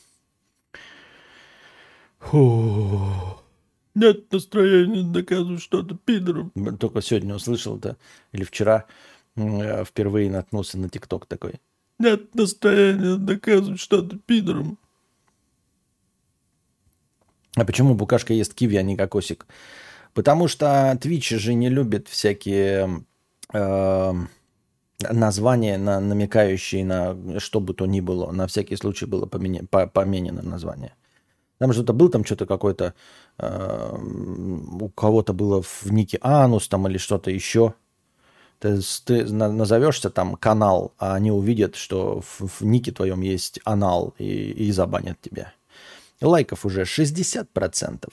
Фу. Нет настроения доказывать что-то пидором. Только сегодня услышал это, или вчера м, э, впервые наткнулся на ТикТок такой. Нет настроения доказывать что-то пидором. А почему букашка ест киви, а не кокосик? Потому что Twitch же не любит всякие э, названия, на, намекающие на что бы то ни было. На всякий случай было помене, по, поменено название. Там что-то был, там что-то какой-то, э, у кого-то было в нике анус там или что-то еще. Ты, ты на- назовешься там канал, а они увидят, что в, в нике твоем есть анал и, и забанят тебя. Лайков уже шестьдесят процентов.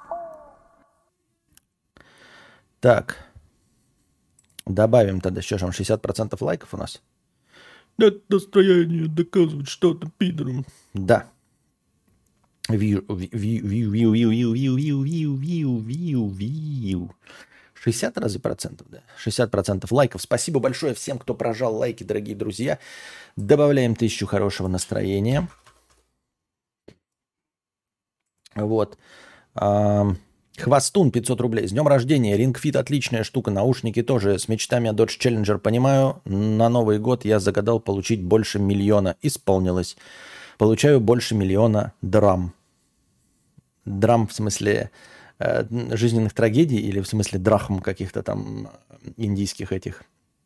Так. Добавим тогда, что же, шестьдесят процентов лайков у нас? Нет настроения доказывать что-то пидором. Да. Вью, вью, вью, вью, вью, вью, вью, вью, вью, вью, вью, вью. шестьдесят разве процентов, да? шестьдесят процентов лайков. Спасибо большое всем, кто прожал лайки, дорогие друзья. Добавляем тысячу хорошего настроения. Вот. Ам, Хвостун пятьсот рублей. С днем рождения. Рингфит отличная штука. Наушники тоже. С мечтами о Dodge Challenger понимаю. На Новый год я загадал получить больше миллиона. Исполнилось. Получаю больше миллиона драм. Драм в смысле э, жизненных трагедий или в смысле драхм каких-то там индийских этих.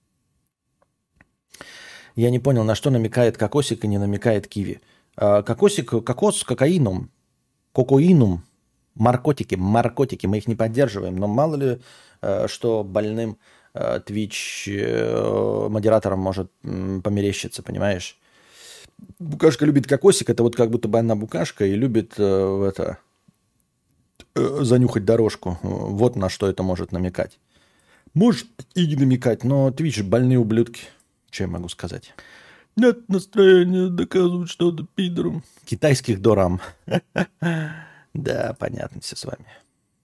Я не понял, на что намекает кокосик и не намекает киви. А, кокосик, кокос с кокаином. Кокоинум, наркотики, наркотики, мы их не поддерживаем, но мало ли, э, что больным э, Twitch э, модератором может м, померещиться, понимаешь? Букашка любит кокосик, это вот как будто бы она букашка и любит э, это, э, занюхать дорожку. Вот на что это может намекать. Может и не намекать, но Twitch больные ублюдки. Что я могу сказать? Нет настроения доказывать что-то пидором. Китайских дорам. Да, понятно все с вами.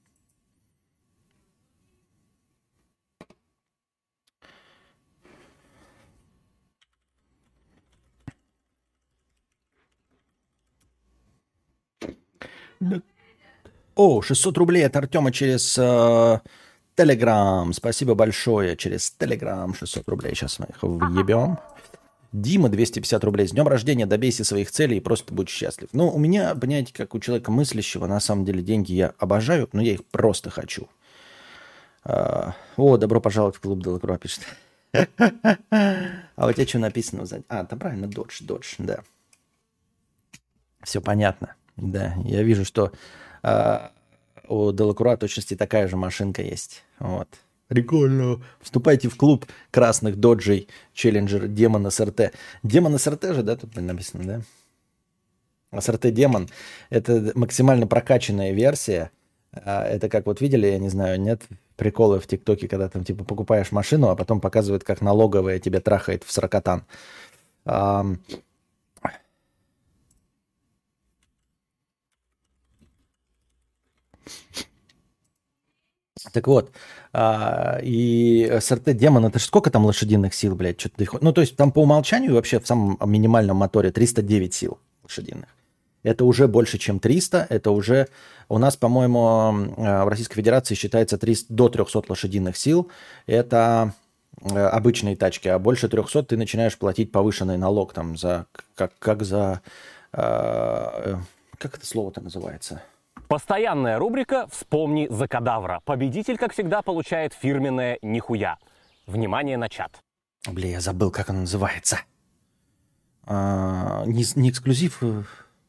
Нет. О, шестьсот рублей от Артема через Телеграм. Спасибо большое. Через Телеграм шестьсот рублей. Сейчас мы их въебем. Дима, двести пятьдесят рублей. С днем рождения, добейся своих целей и просто будь счастлив. Ну, у меня, понимаете, как у человека мыслящего, на самом деле деньги я обожаю, но я их просто хочу. А, о, добро пожаловать в клуб Делакруа, пишет. А у тебя что написано сзади? А, там правильно, Dodge, Dodge, да. Все понятно. Да, я вижу, что а, у Делакруа точности такая же машинка есть. Вот. Прикольно. Вступайте в клуб красных доджей Челленджер Демон СРТ. Демон СРТ же, да, тут написано, да? СРТ Демон. Это максимально прокачанная версия. А, Это как вот видели, я не знаю, нет приколы в ТикТоке, когда там типа покупаешь машину, а потом показывают, как налоговая тебя трахает в сорокатан. Ам, Так вот, а, и СРТ Демон, это ж сколько там лошадиных сил, блядь? Что-то ты... хо- Ну, то есть там по умолчанию вообще в самом минимальном моторе триста девять сил лошадиных. Это уже больше, чем триста. Это уже... У нас, по-моему, э, в Российской Федерации считается триста до трехсот лошадиных сил. Это э, обычные тачки. А больше трехсот ты начинаешь платить повышенный налог там за... Как, как за... э, э, как это слово-то называется? Постоянная рубрика «Вспомни за кадавра». Победитель, как всегда, получает фирменное нихуя. Внимание на чат. Бля, я забыл, как оно называется. А, не, не эксклюзив. э,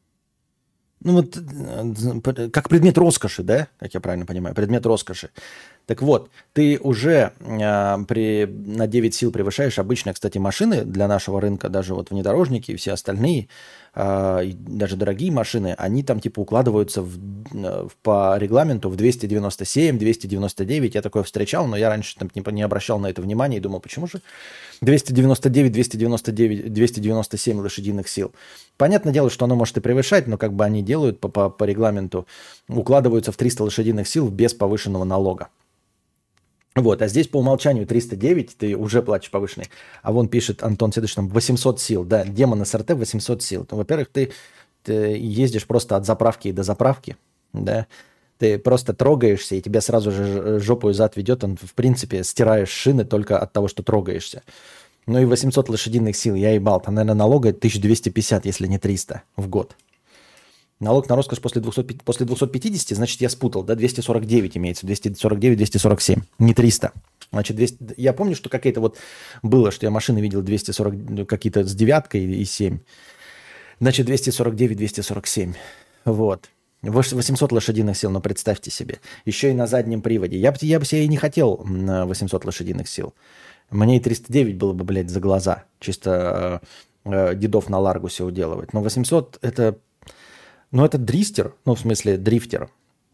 Ну вот, э, как предмет роскоши, да? Как я правильно понимаю, предмет роскоши. Так вот, ты уже э, при, на девять сил превышаешь обычные, кстати, машины для нашего рынка, даже вот внедорожники и все остальные, э, и даже дорогие машины, они там типа укладываются в, э, в- по регламенту в двести девяносто семь, двести девяносто девять. Я такое встречал, но я раньше там не, не обращал на это внимания и думал, почему же двести девяносто девять, двести девяносто девять, двести девяносто семь лошадиных сил. Понятное дело, что оно может и превышать, но как бы они делают по, по, по регламенту, укладываются в триста лошадиных сил без повышенного налога. Вот, а здесь по умолчанию триста девять, ты уже платишь повышенный. А вон пишет Антон Седыч, там восемьсот сил, да, демон СРТ восемьсот сил. Ну, во-первых, ты, ты ездишь просто от заправки до заправки, да, ты просто трогаешься, и тебя сразу же ж- жопу и зад ведет, он, в принципе, стираешь шины только от того, что трогаешься. Ну и восемьсот лошадиных сил, я ебал, там, наверное, налога тысяча двести пятьдесят, если не триста в год. Налог на роскошь после двухсот, пяти- после двухсот пятидесяти, значит, я спутал, да, двести сорок девять имеется, двести сорок девять, двести сорок семь, не триста. Значит, двести... я помню, что какие-то вот было, что я машины видел двести сорок, ну, какие-то с девяткой и семь. Значит, двести сорок девять, двести сорок семь. Вот. Вось- восемьсот лошадиных сил, но представьте себе. Еще и на заднем приводе. Я бы я бы себе и не хотел м, восемьсот лошадиных сил. Мне и триста девять было бы, блядь, за глаза. Чисто э, э, дедов на Ларгусе уделывать. Но восемьсот это... Ну, это дристер, ну, в смысле, дрифтер.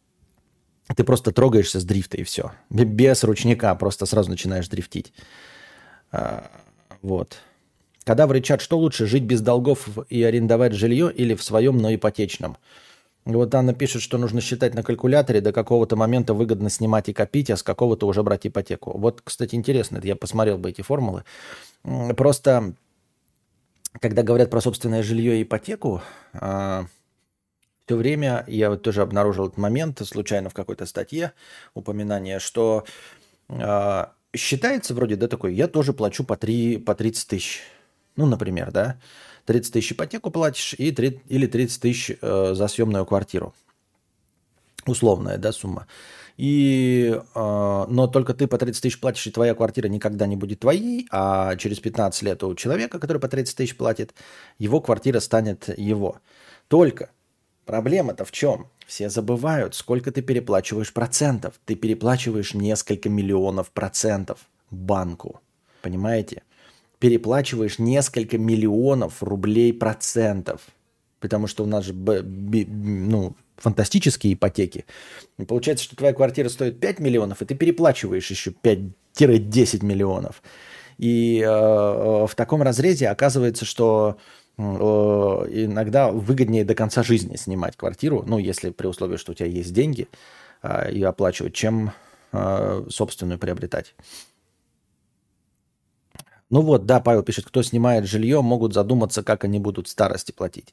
Ты просто трогаешься с дрифта и все. Без ручника просто сразу начинаешь дрифтить. А, вот. Кадавр и чат, что лучше, жить без долгов и арендовать жилье или в своем, но ипотечном? И вот Анна пишет, что нужно считать на калькуляторе, до какого-то момента выгодно снимать и копить, а с какого-то уже брать ипотеку. Вот, кстати, интересно, это я посмотрел бы эти формулы. М, Просто, когда говорят про собственное жилье и ипотеку, а, все время я вот тоже обнаружил этот момент случайно в какой-то статье, упоминание, что а, считается вроде, да, такой, я тоже плачу по, три, по тридцать тысяч. Ну, например, да, тридцать тысяч ипотеку платишь и три, или тридцать тысяч э, за съемную квартиру. Условная, да, сумма. И, э, но только ты по тридцать тысяч платишь, и твоя квартира никогда не будет твоей, а через пятнадцать лет у человека, который по тридцать тысяч платит, его квартира станет его. Только проблема-то в чем? Все забывают, сколько ты переплачиваешь процентов. Ты переплачиваешь несколько миллионов процентов банку. Понимаете? Переплачиваешь несколько миллионов рублей процентов. Потому что у нас же б- би- ну, фантастические ипотеки. И получается, что твоя квартира стоит пять миллионов, и ты переплачиваешь еще пять-десять миллионов. И э, в таком разрезе оказывается, что э, иногда выгоднее до конца жизни снимать квартиру, ну, если при условии, что у тебя есть деньги, э, и оплачивать, чем э, собственную приобретать. Ну вот, да, Павел пишет, кто снимает жилье, могут задуматься, как они будут в старости платить.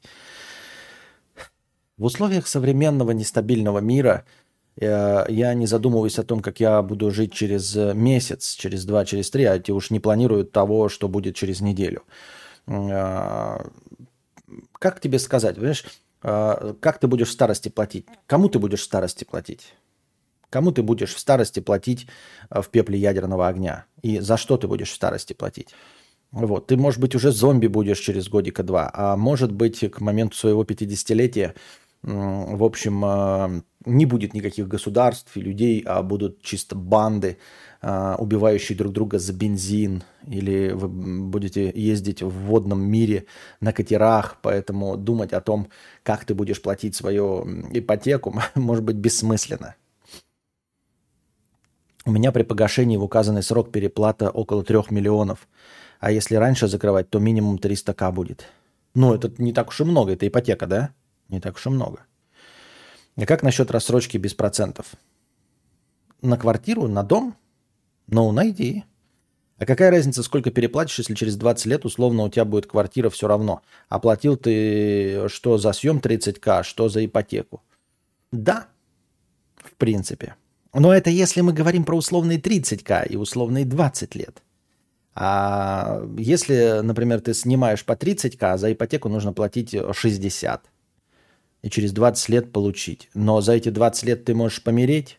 В условиях современного нестабильного мира э, я не задумываюсь о том, как я буду жить через э, месяц, через два, через три, а эти уж не планируют того, что будет через неделю. Э, Как тебе сказать, понимаешь, э, как ты будешь в старости платить? Кому ты будешь в старости платить? Кому ты будешь в старости платить э, в пепле ядерного огня? И за что ты будешь в старости платить? Вот. Ты, может быть, уже зомби будешь через годика два, а может быть, к моменту своего пятидесятилетия, м, в общем, э, не будет никаких государств и людей, а будут чисто банды, э, убивающие друг друга за бензин, или вы будете ездить в водном мире на катерах, поэтому думать о том, как ты будешь платить свою м, ипотеку, может быть бессмысленно. У меня при погашении в указанный срок переплата около трех миллионов. А если раньше закрывать, то минимум триста тысяч будет. Ну, это не так уж и много. Это ипотека, да? Не так уж и много. А как насчет рассрочки без процентов? на квартиру, на дом? Ну, найди. А какая разница, сколько переплатишь, если через двадцать лет условно у тебя будет квартира все равно? Оплатил ты что за съем тридцать тысяч, что за ипотеку? Да, в принципе. Но это если мы говорим про условные тридцать тысяч и условные двадцать лет. А если, например, ты снимаешь по тридцать тысяч, а за ипотеку нужно платить шестьдесят. И через двадцать лет получить. Но за эти двадцать лет ты можешь помереть,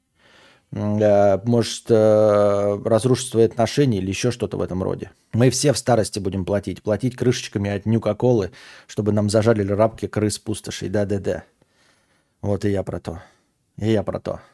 может разрушить свои отношения или еще что-то в этом роде. Мы все в старости будем платить. Платить крышечками от Нюка-Колы, чтобы нам зажалили рабки крыс пустошей. Да-да-да. Вот и я про то. И я про то.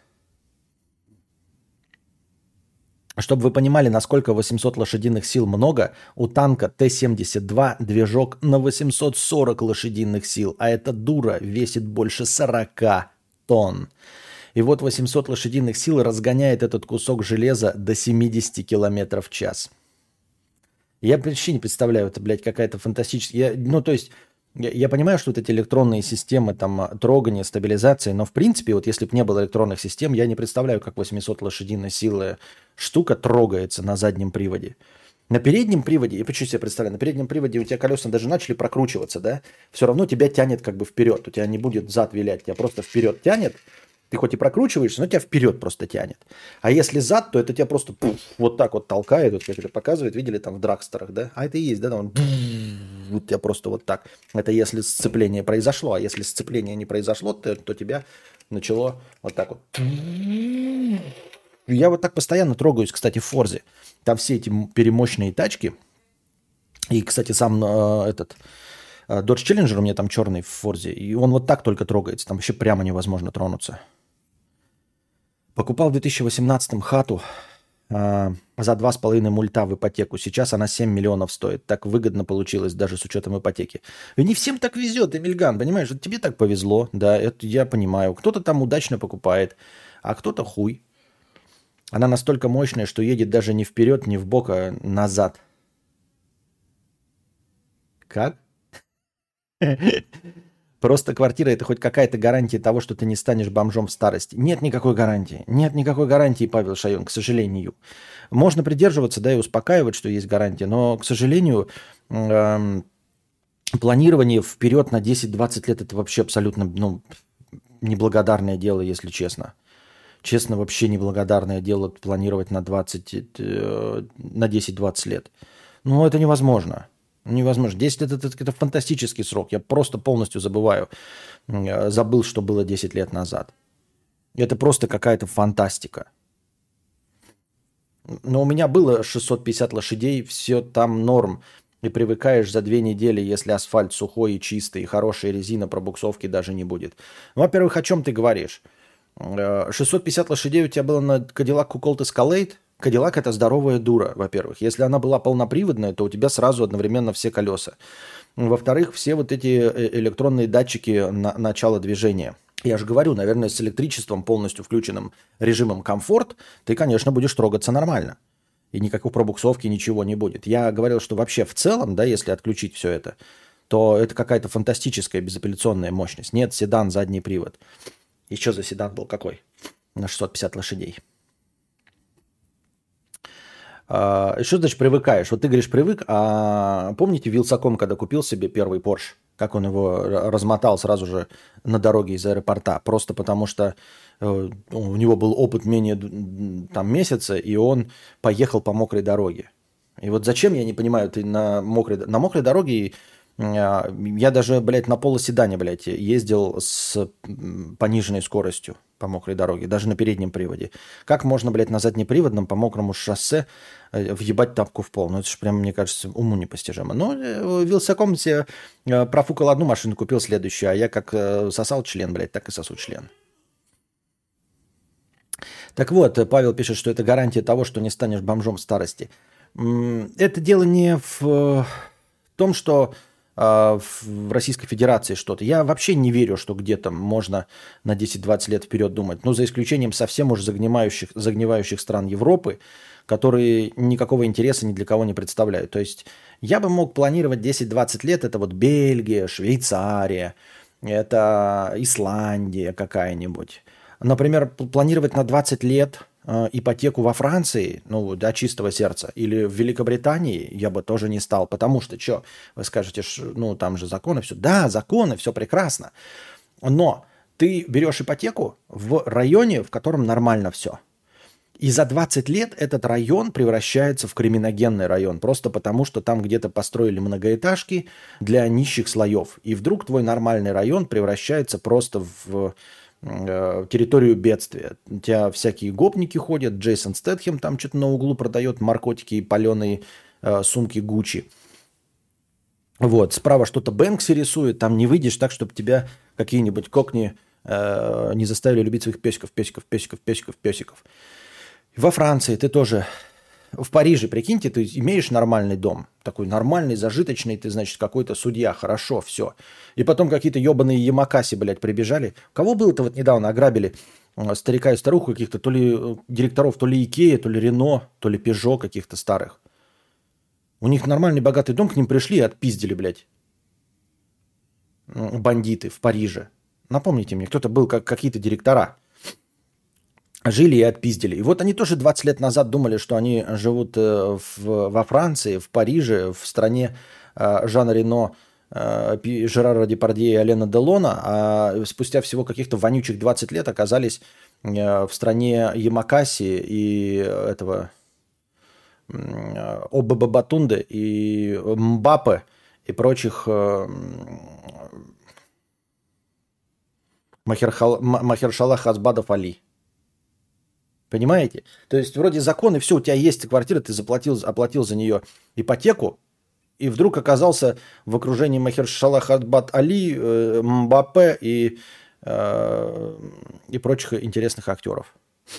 Чтобы вы понимали, насколько восемьсот лошадиных сил много, у танка Т семьдесят два движок на восемьсот сорок лошадиных сил, а эта дура весит больше сорок тонн. И вот восемьсот лошадиных сил разгоняет этот кусок железа до семьдесят километров в час. Я вообще не представляю, это, блядь, какая-то фантастическая... Я, ну, то есть, я, я понимаю, что вот эти электронные системы, там, трогания, стабилизации, но, в принципе, вот если бы не было электронных систем, я не представляю, как восемьсот лошадиной силы штука трогается на заднем приводе. На переднем приводе, я почему себе представляю, на переднем приводе у тебя колеса даже начали прокручиваться, да? Все равно тебя тянет как бы вперед, у тебя не будет зад вилять, тебя просто вперед тянет. Ты хоть и прокручиваешься, но тебя вперед просто тянет. А если зад, то это тебя просто пуф, вот так вот толкает, вот как это показывает, видели там в драгстерах, да? А это и есть, да? Там, вот тебя просто вот так. Это если сцепление произошло, а если сцепление не произошло, то, то тебя начало вот так вот. Я вот так постоянно трогаюсь, кстати, в Форзе. Там все эти перемощные тачки. И, кстати, сам э, этот... Dodge Challenger у меня там черный в Форзе, и он вот так только трогается, там вообще прямо невозможно тронуться. Покупал в две тысячи восемнадцатом хату э, за два с половиной мульта в ипотеку. Сейчас она семь миллионов стоит. Так выгодно получилось даже с учетом ипотеки. И не всем так везет, Эмильган, понимаешь? Вот тебе так повезло, да, это я понимаю. Кто-то там удачно покупает, а кто-то хуй. Она настолько мощная, что едет даже не вперед, не вбок, а назад. Как? Просто квартира – это хоть какая-то гарантия того, что ты не станешь бомжом в старости. Нет никакой гарантии. Нет никакой гарантии, Павел Шайон, к сожалению. Можно придерживаться, да, и успокаивать, что есть гарантия, но, к сожалению, эм, планирование вперед на десять-двадцать лет – это вообще абсолютно, ну, неблагодарное дело, если честно. Честно, вообще неблагодарное дело планировать на, двадцать, э, на десять-двадцать лет. Ну, это невозможно. Невозможно. десять лет это, это, это фантастический срок. Я просто полностью забываю, забыл, что было десять лет назад. Это просто какая-то фантастика. Но у меня было шестьсот пятьдесят лошадей, все там норм. И привыкаешь за две недели, если асфальт сухой и чистый, и хорошая резина, пробуксовки даже не будет. Ну, во-первых, о чем ты говоришь? шестьсот пятьдесят лошадей у тебя было на Cadillac Colt Escalade? Кадиллак – это здоровая дура, во-первых. Если она была полноприводная, то у тебя сразу одновременно все колеса. Во-вторых, все вот эти электронные датчики на начала движения. Я же говорю, наверное, с электричеством, полностью включенным режимом комфорт, ты, конечно, будешь трогаться нормально. И никакой пробуксовки, ничего не будет. Я говорил, что вообще в целом, да, если отключить все это, то это какая-то фантастическая безапелляционная мощность. Нет, седан, задний привод. Еще за седан был какой? На шестьсот пятьдесят лошадей. Uh, что значит привыкаешь? Вот ты говоришь привык, а помните Вилсаком, когда купил себе первый Porsche, как он его размотал сразу же на дороге из аэропорта, просто потому что uh, у него был опыт менее там, месяца, и он поехал по мокрой дороге. И вот зачем, я не понимаю, ты на мокрой, на мокрой дороге, uh, я даже, блядь, на полоседане, блядь, ездил с пониженной скоростью по мокрой дороге, даже на переднем приводе. Как можно, блядь, на заднеприводном по мокрому шоссе въебать тапку в пол? Ну, это же прям, мне кажется, уму непостижимо. Но Вилсаком себе профукал одну машину, купил следующую, а я как сосал член, блядь, так и сосу член. Так вот, Павел пишет, что это гарантия того, что не станешь бомжом в старости. Это дело не в том, что в Российской Федерации что-то. Я вообще не верю, что где-то можно на десять-двадцать лет вперед думать. Ну, за исключением совсем уж загнивающих, загнивающих стран Европы, которые никакого интереса ни для кого не представляют. То есть я бы мог планировать десять-двадцать лет. Это вот Бельгия, Швейцария, это Исландия какая-нибудь. например, п- планировать на двадцать лет э, ипотеку во Франции, ну, до чистого сердца, или в Великобритании я бы тоже не стал, потому что, что, вы скажете, ш- ну, там же законы, все. Да, законы, все прекрасно, но ты берешь ипотеку в районе, в котором нормально все. И за двадцать лет этот район превращается в криминогенный район, просто потому что там где-то построили многоэтажки для нищих слоев. И вдруг твой нормальный район превращается просто в э, территорию бедствия. У тебя всякие гопники ходят, Джейсон Стэтхэм там что-то на углу продает наркотики и паленые э, сумки Гуччи. Вот, справа что-то Бэнкси рисует, там не выйдешь так, чтобы тебя какие-нибудь кокни э, не заставили любить своих песиков, песиков, песиков, песиков, песиков. Во Франции ты тоже, в Париже, прикиньте, ты имеешь нормальный дом, такой нормальный, зажиточный, ты, значит, какой-то судья, хорошо, все. И потом какие-то ебаные ямакаси, блядь, прибежали. Кого было-то вот недавно ограбили? э, Старика и старуху каких-то, то ли э, директоров, то ли Икея, то ли Рено, то ли Пежо каких-то старых. У них нормальный богатый дом, к ним пришли и отпиздили, блядь, м, бандиты в Париже. Напомните мне, кто-то был, как какие-то директора. Жили и отпиздили. И вот они тоже двадцать лет назад думали, что они живут э, в- во Франции, в Париже, в стране э, Жана Рено, э, Пи- Жерара Депардье и Алена Делона, а спустя всего каких-то вонючих двадцать лет оказались э, в стране Ямакаси и этого м, э, Обба Батунды и Мбаппе и прочих э, м, Махерхал- М- Махершала Хазбадов Али. Понимаете? То есть вроде закон, и все, у тебя есть квартира, ты заплатил, оплатил за нее ипотеку, и вдруг оказался в окружении Махершала Хадбат Али, э, Мбаппе и, э, и прочих интересных актеров.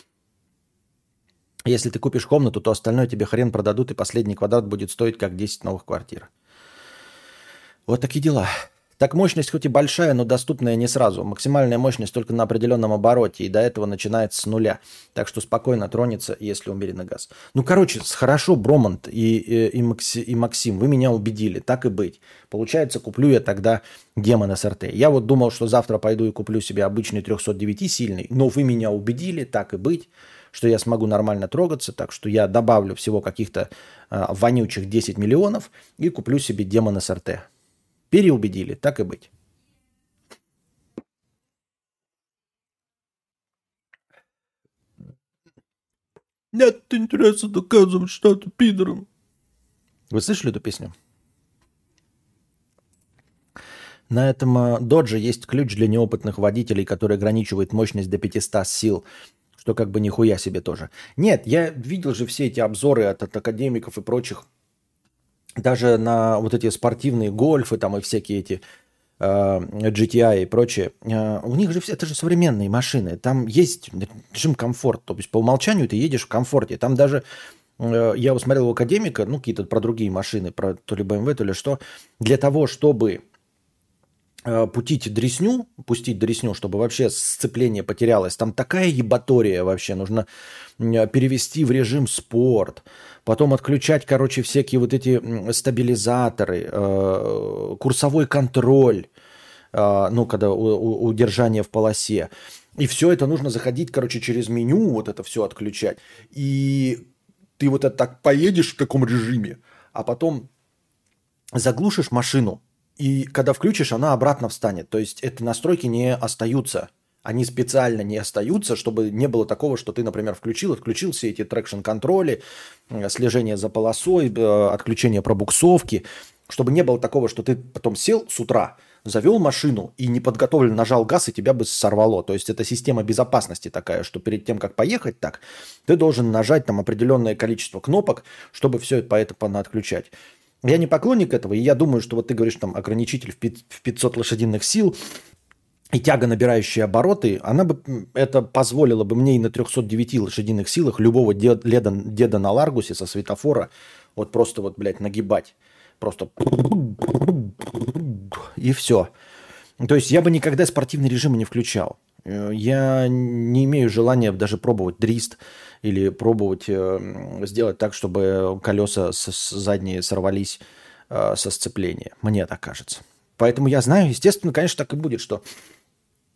Если ты купишь комнату, то остальное тебе хрен продадут, и последний квадрат будет стоить как десять новых квартир. Вот такие дела. Так мощность хоть и большая, но доступная не сразу. Максимальная мощность только на определенном обороте, и до этого начинается с нуля. Так что спокойно тронется, если умеренный газ. Ну, короче, с- хорошо, Бромант и, и, и Макси- и Максим, вы меня убедили, так и быть. Получается, куплю я тогда Демон СРТ. Я вот думал, что завтра пойду и куплю себе обычный трёхсот девять сильный, но вы меня убедили, так и быть, что я смогу нормально трогаться, так что я добавлю всего каких-то а, вонючих десять миллионов и куплю себе Демон СРТ. Переубедили, так и быть. Нет интереса доказывать, что ты пидором. Вы слышали эту песню? На этом э, додже есть ключ для неопытных водителей, который ограничивает мощность до пятисот сил, что как бы нихуя себе тоже. Нет, я видел же все эти обзоры от, от академиков и прочих, даже на вот эти спортивные гольфы там и всякие эти э, джи ти ай и прочее. Э, у них же все, это же современные машины, там есть режим комфорт, то есть по умолчанию ты едешь в комфорте. Там даже, э, я усмотрел у академика, ну какие-то про другие машины, про то ли бэ эм вэ, то ли что, для того, чтобы э, путить дресню, пустить дресню, чтобы вообще сцепление потерялось. Там такая ебатория вообще. Нужно э, перевести в режим спорт, потом отключать, короче, всякие вот эти м, стабилизаторы, э, курсовой контроль, э, ну, когда у- у- удержание в полосе. И все это нужно заходить, короче, через меню, вот это все отключать. И ты вот это так поедешь в таком режиме, а потом заглушишь машину, и когда включишь, она обратно встанет. То есть эти настройки не остаются. Они специально не остаются, чтобы не было такого, что ты, например, включил, отключил все эти трекшн-контроли, э, слежение за полосой, э, отключение пробуксовки, чтобы не было такого, что ты потом сел с утра, завел машину и неподготовленно нажал газ, и тебя бы сорвало. То есть это система безопасности такая, что перед тем, как поехать так, ты должен нажать там определенное количество кнопок, чтобы все это поэтому отключать. Я не поклонник этого, и я думаю, что вот ты говоришь, там, ограничитель в пи- в пятьсот лошадиных сил и тяга, набирающая обороты, она бы, м, это позволило бы мне и на трёхсот девяти лошадиных силах любого де- деда, деда на Ларгусе со светофора вот просто вот, блядь, нагибать. Просто и все. То есть я бы никогда спортивный режим не включал. Э, Я не имею желания даже пробовать дрист или пробовать э, сделать так, чтобы колеса с- с- задние сорвались э, со сцепления. Мне так кажется. Поэтому я знаю, естественно, конечно, так и будет, что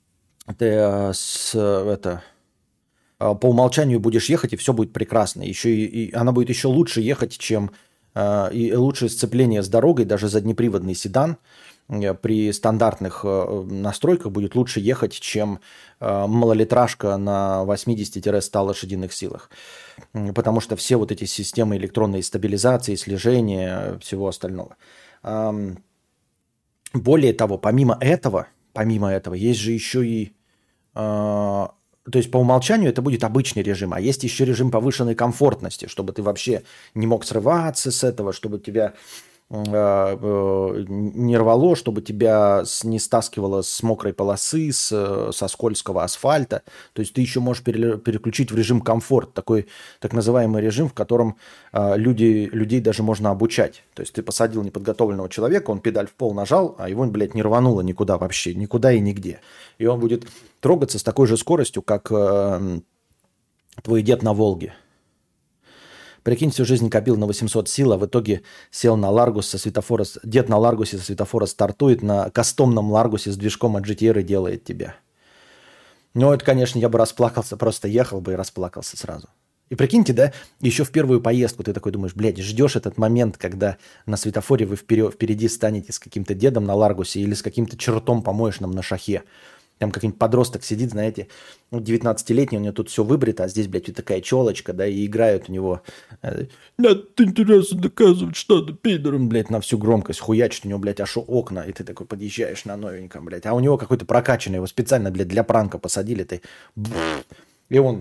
ты э, с, э, это, э, по умолчанию будешь ехать, и все будет прекрасно. Еще и, и она будет еще лучше ехать, чем э, и лучшее сцепление с дорогой, даже заднеприводный седан э, при стандартных э, настройках будет лучше ехать, чем э, малолитражка на восемьдесят-ста лошадиных силах. М, Потому что все вот эти системы электронной стабилизации, слежения, всего остального. Ам, Более того, помимо этого, помимо этого, есть же еще и, а, то есть по умолчанию это будет обычный режим, а есть еще режим повышенной комфортности, чтобы ты вообще не мог срываться с этого, чтобы тебя а, э, не рвало, чтобы тебя с- не стаскивало с мокрой полосы, с, э, со скользкого асфальта. То есть ты еще можешь переле- переключить в режим комфорт, такой так называемый режим, в котором а, люди, людей даже можно обучать. То есть ты посадил неподготовленного человека, он педаль в пол нажал, а его, блядь, не рвануло никуда вообще, никуда и нигде. И он будет трогаться с такой же скоростью, как э, твой дед на Волге. Прикинь, всю жизнь копил на восемьсот сил, а в итоге сел на Ларгус со светофора. с- Дед на Ларгусе со светофора стартует, на кастомном Ларгусе с движком от джи ти ар и делает тебя. Ну, это, конечно, я бы расплакался, просто ехал бы и расплакался сразу. И прикиньте, да, еще в первую поездку ты такой думаешь, блядь, ждешь этот момент, когда на светофоре вы вперед, впереди станете с каким-то дедом на Ларгусе или с каким-то чертом помоечным на шахе. Там какой-нибудь подросток сидит, знаете, ну, девятнадцатилетний, у него тут все выбрито, а здесь, блядь, вот такая челочка, да, и играют у него. э, Надо интересно доказывать, что ты пидором, блядь, на всю громкость хуячит, у него, блядь, аж окна, и ты такой подъезжаешь на новеньком, блядь. А у него какой-то прокачанный, его специально, блядь, для пранка посадили, ты... И он...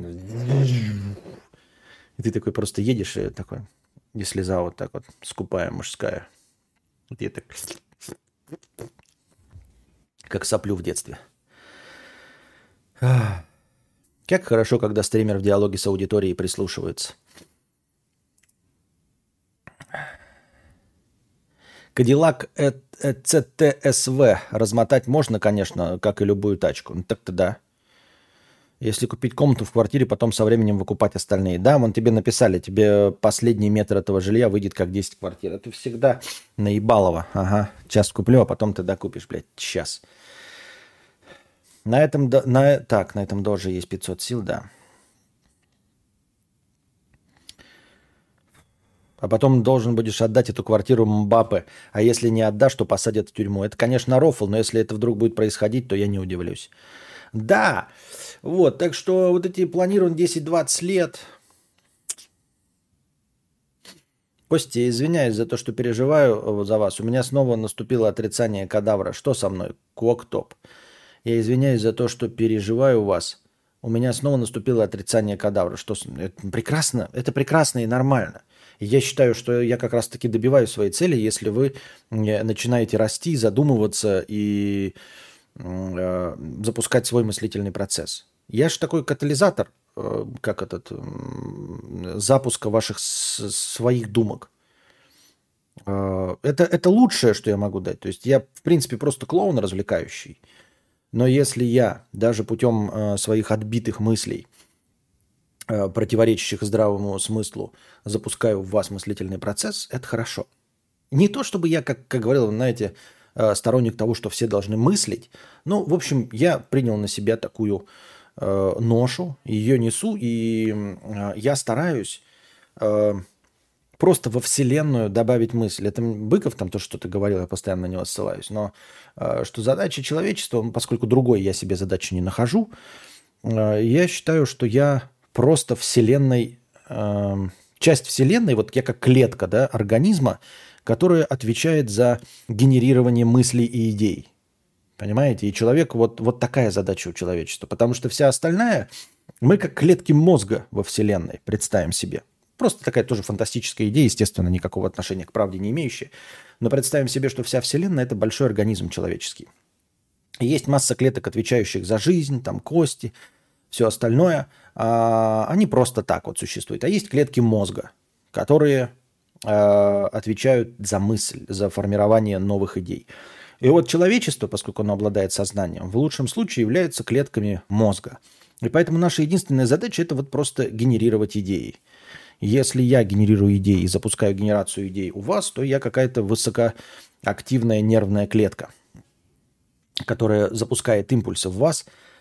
И ты такой просто едешь, и такой, и слеза вот так вот, скупая, мужская. Вот я так... Как соплю в детстве. Как хорошо, когда стример в диалоге с аудиторией прислушивается. Кадиллак си ти эс ви размотать можно, конечно, как и любую тачку. Ну так-то да. Если купить комнату в квартире, потом со временем выкупать остальные. Да, вон тебе написали, тебе последний метр этого жилья выйдет как десять квартир. Это всегда наебалово. Ага, сейчас куплю, а потом ты докупишь, блядь, сейчас. На этом, до- на, так, на этом тоже есть пятьсот сил, да. А потом должен будешь отдать эту квартиру Мбаппе. А если не отдашь, то посадят в тюрьму. Это, конечно, рофл, но если это вдруг будет происходить, то я не удивлюсь. Да, вот, так что вот эти планированы десять-двадцать лет. Костя, извиняюсь за то, что переживаю э, за вас. У меня снова наступило отрицание кадавра. Что со мной? Квоктоп. Я извиняюсь за то, что переживаю вас. У меня снова наступило отрицание кадавра. Что с- это прекрасно, это прекрасно и нормально. И я считаю, что я как раз-таки добиваю своей цели, если вы э, начинаете расти, задумываться и м, э, запускать свой мыслительный процесс. Я же такой катализатор, э, как этот, м, запуска ваших с- своих думок. Э, Это, это лучшее, что я могу дать. То есть я, в принципе, просто клоун развлекающий. Но если я даже путем э, своих отбитых мыслей, э, противоречащих здравому смыслу, запускаю в вас мыслительный процесс, это хорошо. Не то, чтобы я, как, как говорил, знаете, э, сторонник того, что все должны мыслить. Ну, в общем, я принял на себя такую э, ношу, ее несу, и э, я стараюсь э, просто во Вселенную добавить мысль. Это Быков там то, что ты говорил, я постоянно на него ссылаюсь, но э, что задача человечества, ну, поскольку другой я себе задачи не нахожу, э, я считаю, что я просто Вселенной, э, часть Вселенной, вот я как клетка, да, организма, которая отвечает за генерирование мыслей и идей. Понимаете? И человек, вот, вот такая задача у человечества. Потому что вся остальная, мы как клетки мозга во Вселенной, представим себе. Просто такая тоже фантастическая идея, естественно, никакого отношения к правде не имеющая. Но представим себе, что вся Вселенная – это большой организм человеческий. И есть масса клеток, отвечающих за жизнь, там кости, все остальное. А, они просто так вот существуют. А есть клетки мозга, которые а, отвечают за мысль, за формирование новых идей. И вот человечество, поскольку оно обладает сознанием, в лучшем случае является клетками мозга. И поэтому наша единственная задача – это вот просто генерировать идеи. Если я генерирую идеи и запускаю генерацию идей у вас, то я какая-то высокоактивная нервная клетка, которая запускает импульсы в вас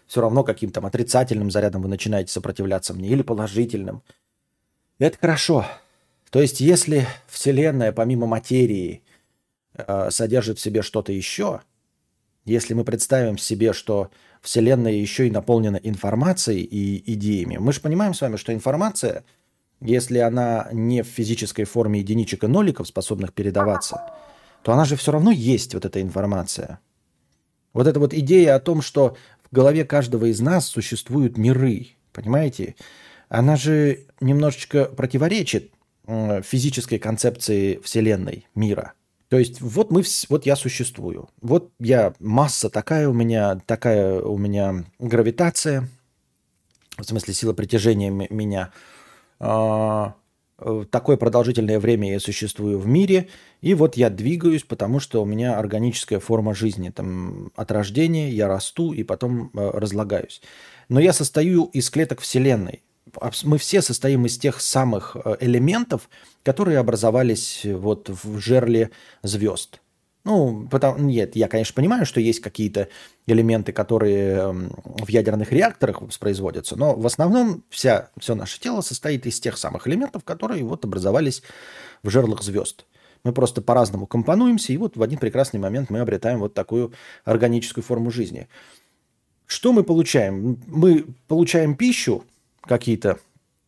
Все равно каким там отрицательным зарядом вы начинаете сопротивляться мне или положительным. Это хорошо. То есть если Вселенная помимо материи э, содержит в себе что-то еще, если мы представим себе, что Вселенная еще и наполнена информацией и идеями, мы же понимаем с вами, что информация, если она не в физической форме единичек и ноликов, способных передаваться, то она же все равно есть, вот эта информация. Вот эта вот идея о том, что в голове каждого из нас существуют миры, понимаете? Она же немножечко противоречит э, физической концепции Вселенной, мира. То есть вот мы, вс- вот я существую, вот я масса такая у меня, такая у меня гравитация, в смысле сила притяжения м- меня. А, э, такое продолжительное время я существую в мире, и вот я двигаюсь, потому что у меня органическая форма жизни. Там, от рождения я расту и потом э, разлагаюсь. Но я состою из клеток Вселенной. Абс- Мы все состоим из тех самых э, элементов, которые образовались вот в жерле звезд. Ну, потому, нет, я, конечно, понимаю, что есть какие-то элементы, которые эм, в ядерных реакторах воспроизводятся, но в основном вся, все наше тело состоит из тех самых элементов, которые вот образовались в жерлах звезд. Мы просто по-разному компонуемся, и вот в один прекрасный момент мы обретаем вот такую органическую форму жизни. Что мы получаем? Мы получаем пищу, какие-то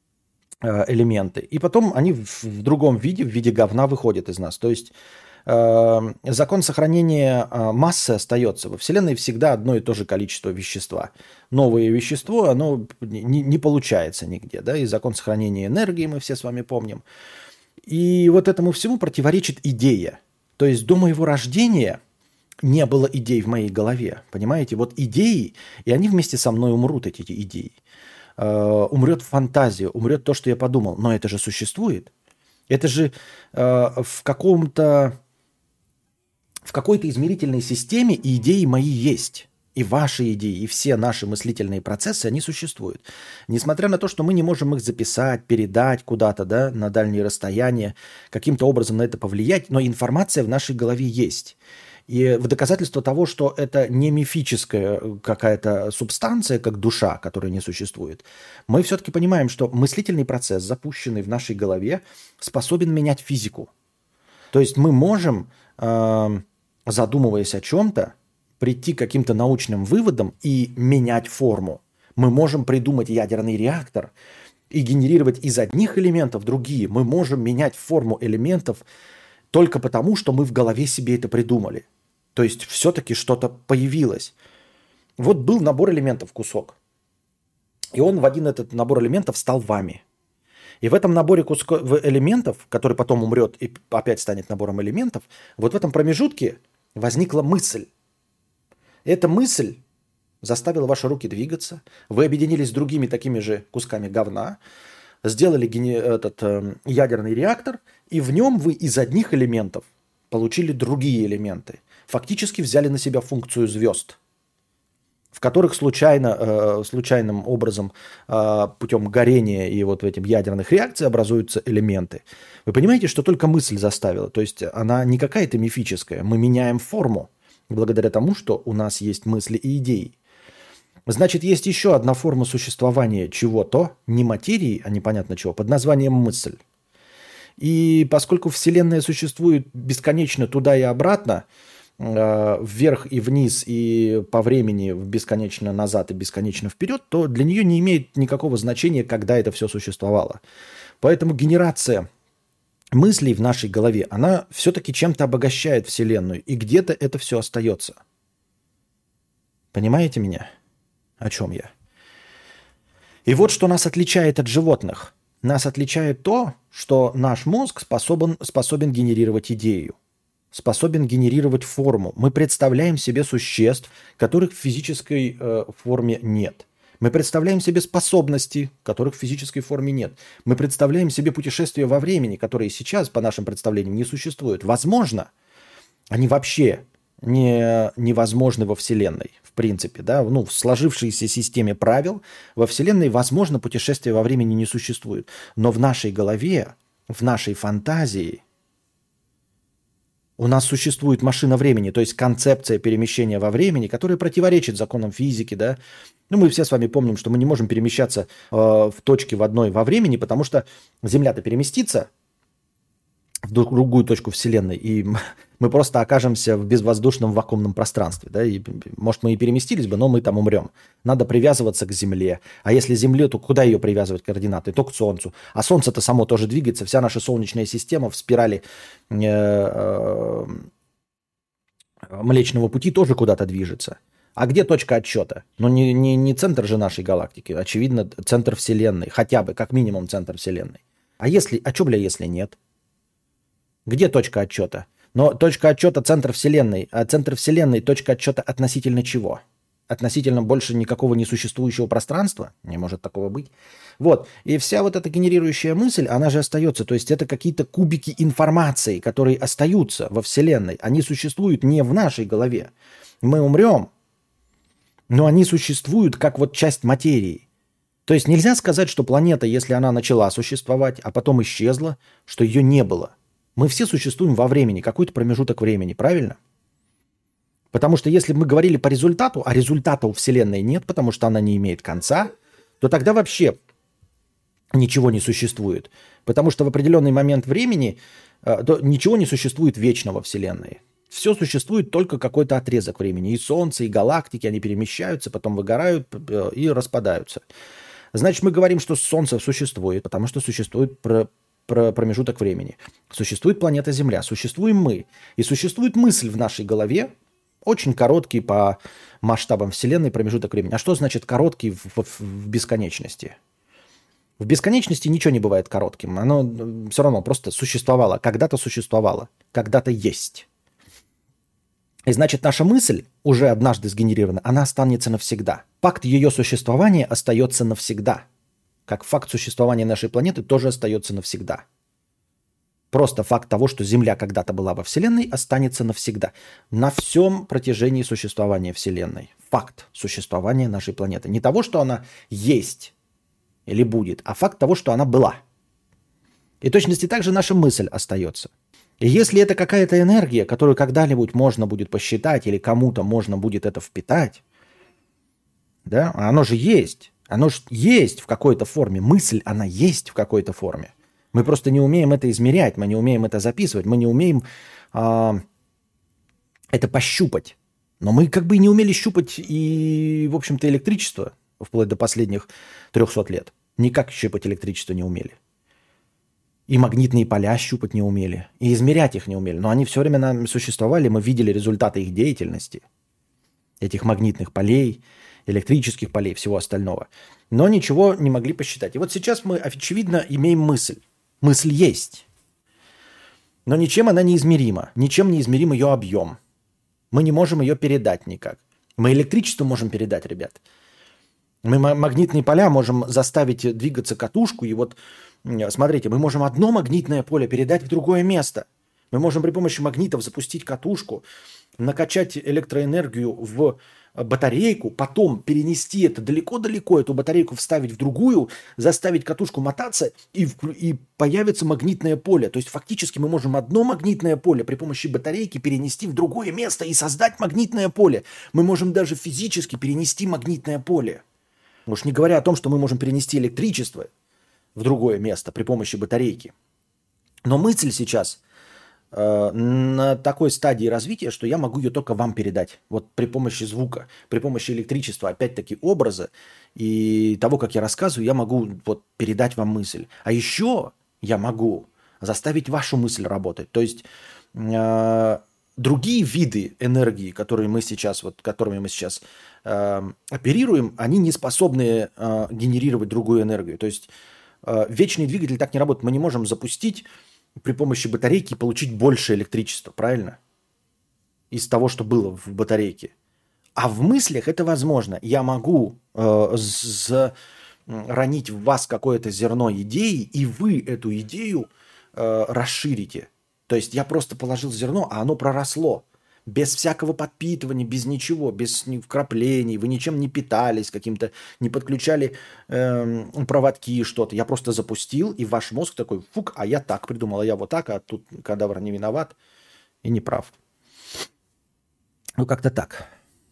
э, элементы, и потом они в, в другом виде, в виде говна выходят из нас. То есть э, закон сохранения э, массы остается. Во Вселенной всегда одно и то же количество вещества. Новое вещество, оно не, не получается нигде. Да? И закон сохранения энергии мы все с вами помним. И вот этому всему противоречит идея. То есть до моего рождения не было идей в моей голове. Понимаете? Вот идеи, и они вместе со мной умрут, эти идеи. Э, умрет фантазия, умрет то, что я подумал. Но это же существует. Это же э, в каком-то, в какой-то измерительной системе и идеи мои есть. И ваши идеи, и все наши мыслительные процессы, они существуют. Несмотря на то, что мы не можем их записать, передать куда-то, да, на дальние расстояния, каким-то образом на это повлиять, но информация в нашей голове есть. И в доказательство того, что это не мифическая какая-то субстанция, как душа, которая не существует, мы все-таки понимаем, что мыслительный процесс, запущенный в нашей голове, способен менять физику. То есть мы можем, э, задумываясь о чем-то, прийти к каким-то научным выводам и менять форму. Мы можем придумать ядерный реактор и генерировать из одних элементов другие. Мы можем менять форму элементов только потому, что мы в голове себе это придумали. То есть все-таки что-то появилось. Вот был набор элементов, кусок. И он в один этот набор элементов стал вами. И в этом наборе куско- в элементов, который потом умрет и опять станет набором элементов, вот в этом промежутке возникла мысль. Эта мысль заставила ваши руки двигаться. Вы объединились с другими такими же кусками говна, сделали гене- этот э, ядерный реактор, и в нем вы из одних элементов получили другие элементы. Фактически взяли на себя функцию звезд, в которых случайно, э, случайным образом э, путем горения и вот этих ядерных реакций образуются элементы. Вы понимаете, что только мысль заставила? То есть она не какая-то мифическая. Мы меняем форму благодаря тому, что у нас есть мысли и идеи. Значит, есть еще одна форма существования чего-то, не материи, а непонятно чего, под названием мысль. И поскольку Вселенная существует бесконечно туда и обратно, э, вверх и вниз, и по времени бесконечно назад и бесконечно вперед, то для нее не имеет никакого значения, когда это все существовало. Поэтому генерация мыслей в нашей голове, она все-таки чем-то обогащает Вселенную, и где-то это все остается. Понимаете меня? О чем я? И вот что нас отличает от животных. Нас отличает то, что наш мозг способен, способен генерировать идею, способен генерировать форму. Мы представляем себе существ, которых в физической э, форме нет. Мы представляем себе способности, которых в физической форме нет. Мы представляем себе путешествия во времени, которые сейчас, по нашим представлениям, не существуют. Возможно, они вообще не, невозможны во Вселенной, в принципе. Да? Ну, в сложившейся системе правил во Вселенной, возможно, путешествия во времени не существует. Но в нашей голове, в нашей фантазии У нас существует машина времени, то есть концепция перемещения во времени, которая противоречит законам физики, да. Ну, мы все с вами помним, что мы не можем перемещаться э, в точке в одной во времени, потому что Земля-то переместится в другую точку Вселенной, и мы просто окажемся в безвоздушном вакуумном пространстве. Да? И, может, мы и переместились бы, но мы там умрем. Надо привязываться к Земле. А если Земле, то куда ее привязывать координаты? То к Солнцу. А Солнце-то само тоже двигается. Вся наша Солнечная система в спирали э, э, Млечного Пути тоже куда-то движется. А где точка отсчета? Ну, не, не, не центр же нашей галактики. Очевидно, центр Вселенной. Хотя бы, как минимум, центр Вселенной. А если, а что, бля, если нет? Где точка отсчета? Но точка отсчета центр Вселенной. А центр Вселенной точка отсчета относительно чего? Относительно больше никакого несуществующего пространства? Не может такого быть. Вот. И вся вот эта генерирующая мысль, она же остается. То есть это какие-то кубики информации, которые остаются во Вселенной. Они существуют не в нашей голове. Мы умрем, но они существуют как вот часть материи. То есть нельзя сказать, что планета, если она начала существовать, а потом исчезла, что ее не было. Мы все существуем во времени, какой-то промежуток времени, правильно? Потому что если бы мы говорили по результату, а результата у Вселенной нет, потому что она не имеет конца, то тогда вообще ничего не существует. Потому что в определенный момент времени э, ничего не существует вечно во Вселенной. Все существует только какой-то отрезок времени. И Солнце, и галактики, они перемещаются, потом выгорают э, и распадаются. Значит, мы говорим, что Солнце существует, потому что существует про, про промежуток времени. Существует планета Земля, существуем мы. И существует мысль в нашей голове, очень короткий по масштабам Вселенной промежуток времени. А что значит короткий в, в, в бесконечности? В бесконечности ничего не бывает коротким. Оно все равно просто существовало. Когда-то существовало. Когда-то есть. И значит, наша мысль, уже однажды сгенерирована, она останется навсегда. Факт ее существования остается навсегда. Как факт существования нашей планеты тоже остается навсегда. Просто факт того, что Земля когда-то была во Вселенной, останется навсегда. На всем протяжении существования Вселенной. Факт существования нашей планеты. Не того, что она есть или будет, а факт того, что она была. И точности также наша мысль остается. И если это какая-то энергия, которую когда-нибудь можно будет посчитать или кому-то можно будет это впитать, да, оно же есть. Оно же есть в какой-то форме. Мысль, она есть в какой-то форме. Мы просто не умеем это измерять, мы не умеем это записывать, мы не умеем а, это пощупать. Но мы как бы и не умели щупать и, в общем-то, электричество вплоть до последних трехсот лет. Никак щупать электричество не умели. И магнитные поля щупать не умели, и измерять их не умели. Но они все время нам существовали, мы видели результаты их деятельности, этих магнитных полей, электрических полей, всего остального. Но ничего не могли посчитать. И вот сейчас мы, очевидно, имеем мысль. Мысль есть. Но ничем она неизмерима. Ничем не измерим ее объем. Мы не можем ее передать никак. Мы электричество можем передать, ребят. Мы магнитные поля можем заставить двигаться катушку. И вот, смотрите, мы можем одно магнитное поле передать в другое место. Мы можем при помощи магнитов запустить катушку, накачать электроэнергию в батарейку, потом перенести это далеко-далеко, эту батарейку вставить в другую, заставить катушку мотаться, и, и появится магнитное поле. То есть фактически мы можем одно магнитное поле при помощи батарейки перенести в другое место и создать магнитное поле. Мы можем даже физически перенести магнитное поле. Уж не говоря о том, что мы можем перенести электричество в другое место при помощи батарейки. Но мысль сейчас э, на такой стадии развития, что я могу ее только вам передать. Вот при помощи звука, при помощи электричества, опять-таки образа и того, как я рассказываю, я могу вот передать вам мысль. А еще я могу заставить вашу мысль работать. То есть э, другие виды энергии, которые мы сейчас, вот, которыми мы сейчас э, оперируем, они не способны э, генерировать другую энергию. То есть э, вечный двигатель так не работает. Мы не можем запустить при помощи батарейки и получить больше электричества, правильно? Из того, что было в батарейке. А в мыслях это возможно. Я могу э, заронить в вас какое-то зерно идеи, и вы эту идею э, расширите. То есть я просто положил зерно, а оно проросло. Без всякого подпитывания, без ничего, без вкраплений. Вы ничем не питались, каким-то не подключали э, проводки, что-то. Я просто запустил, и ваш мозг такой, фук, а я так придумал, а я вот так, а тут кадавр не виноват. и не прав. Ну, как-то так.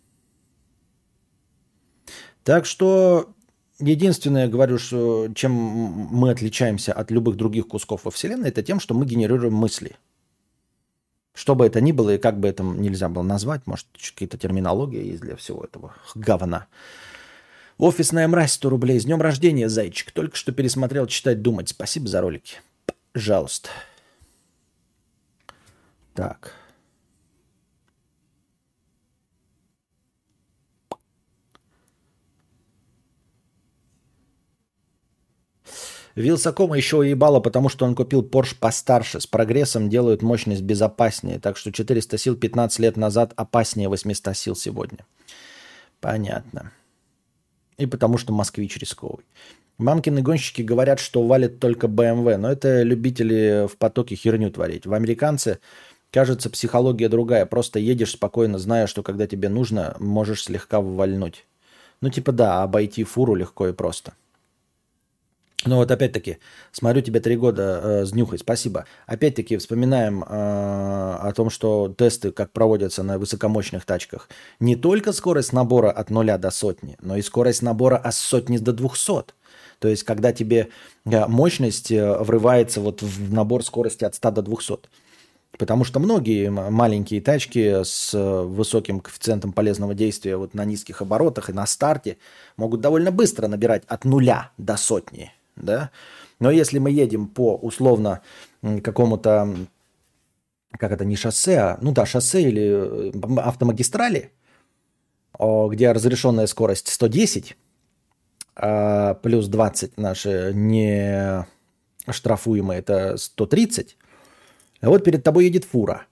Так что единственное, говорю, что чем мы отличаемся от любых других кусков во Вселенной, это тем, что мы генерируем мысли. Что бы это ни было и как бы это нельзя было назвать, может, какие-то терминологии есть для всего этого говна. Офисная мразь, сто рублей. С днем рождения, зайчик. Только что пересмотрел «Читать, думать». Спасибо за ролики. Пожалуйста. Так. Вилсакома еще уебало, потому что он купил Porsche постарше. С прогрессом делают мощность безопаснее. Так что четыреста сил пятнадцать лет назад опаснее восемьсот сил сегодня. Понятно. И потому что москвич рисковый. Мамкины гонщики говорят, что валит только бэ эм вэ, но это любители в потоке херню творить. В американце, кажется, психология другая. Просто едешь спокойно, зная, что когда тебе нужно, можешь слегка ввальнуть. Ну типа да, обойти фуру легко и просто. Ну вот опять-таки, смотрю, тебе три года э, снюхай, спасибо. Опять-таки вспоминаем э, о том, что тесты, как проводятся на высокомощных тачках. Не только скорость набора от нуля до сотни, но и скорость набора от сотни до двухсот. То есть, когда тебе э, мощность э, врывается вот в набор скорости от ста до двухсот. Потому что многие маленькие тачки с высоким коэффициентом полезного действия вот на низких оборотах и на старте могут довольно быстро набирать от нуля до сотни. Да? Но если мы едем по условно какому-то, как это, не шоссе, а, ну да, шоссе или автомагистрали, где разрешенная скорость сто десять, а плюс двадцать наши не штрафуемые, это сто тридцать, а вот перед тобой едет фура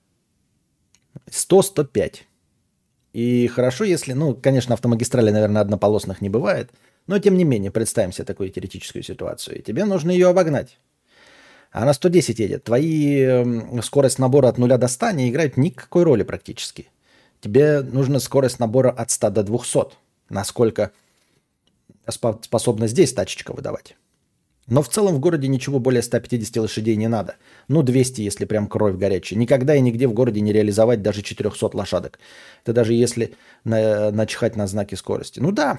сто — сто пять. И хорошо, если, ну, конечно, автомагистрали, наверное, однополосных не бывает, но, тем не менее, представим себе такую теоретическую ситуацию. И тебе нужно ее обогнать. А на сто десять едет. Твои скорость набора от нуля до ста не играют никакой роли практически. Тебе нужна скорость набора от ста до двухсот. Насколько способна здесь тачечка выдавать. Но в целом в городе ничего более ста пятидесяти лошадей не надо. Ну, двести, если прям кровь горячая. Никогда и нигде в городе не реализовать даже четырехсот лошадок. Это даже если на, начихать на знаки скорости. Ну да.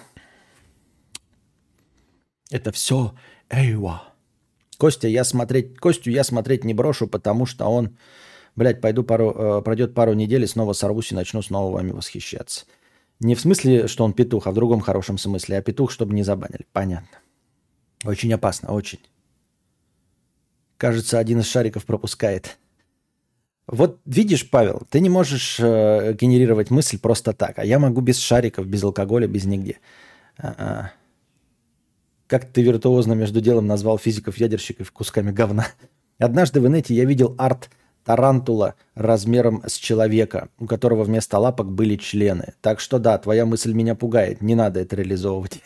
Это все эйва. Костя, я смотреть, Костю я смотреть не брошу, потому что он, блядь, пойду пару, э, пройдет пару недель, и снова сорвусь и начну снова вами восхищаться. Не в смысле, что он петух, а в другом хорошем смысле. А петух, чтобы не забанили. Понятно. Очень опасно, очень. Кажется, один из шариков пропускает. Вот видишь, Павел, ты не можешь э, генерировать мысль просто так. А я могу без шариков, без алкоголя, без нигде. А-а. Как ты виртуозно между делом назвал физиков-ядерщиков кусками говна. Однажды в инете я видел арт тарантула размером с человека, у которого вместо лапок были члены. Так что да, твоя мысль меня пугает. Не надо это реализовывать.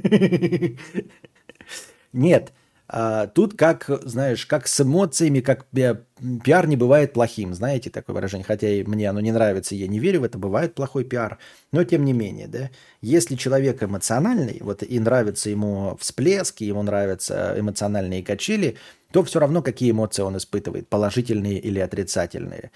Нет. Тут как, знаешь, как с эмоциями, как пиар не бывает плохим. Знаете такое выражение? Хотя и мне оно не нравится, я не верю в это, бывает плохой пиар. Но тем не менее, да, если человек эмоциональный, вот и нравятся ему всплески, ему нравятся эмоциональные качели, то все равно какие эмоции он испытывает, положительные или отрицательные.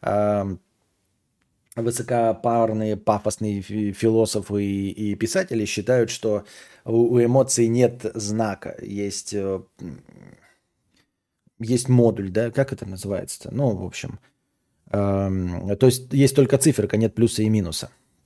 Высокопарные, пафосные философы и, и писатели считают, что у, у эмоций нет знака, есть, есть модуль, да, как это называется-то? Ну, в общем, э, то есть есть только циферка, нет плюса и минуса.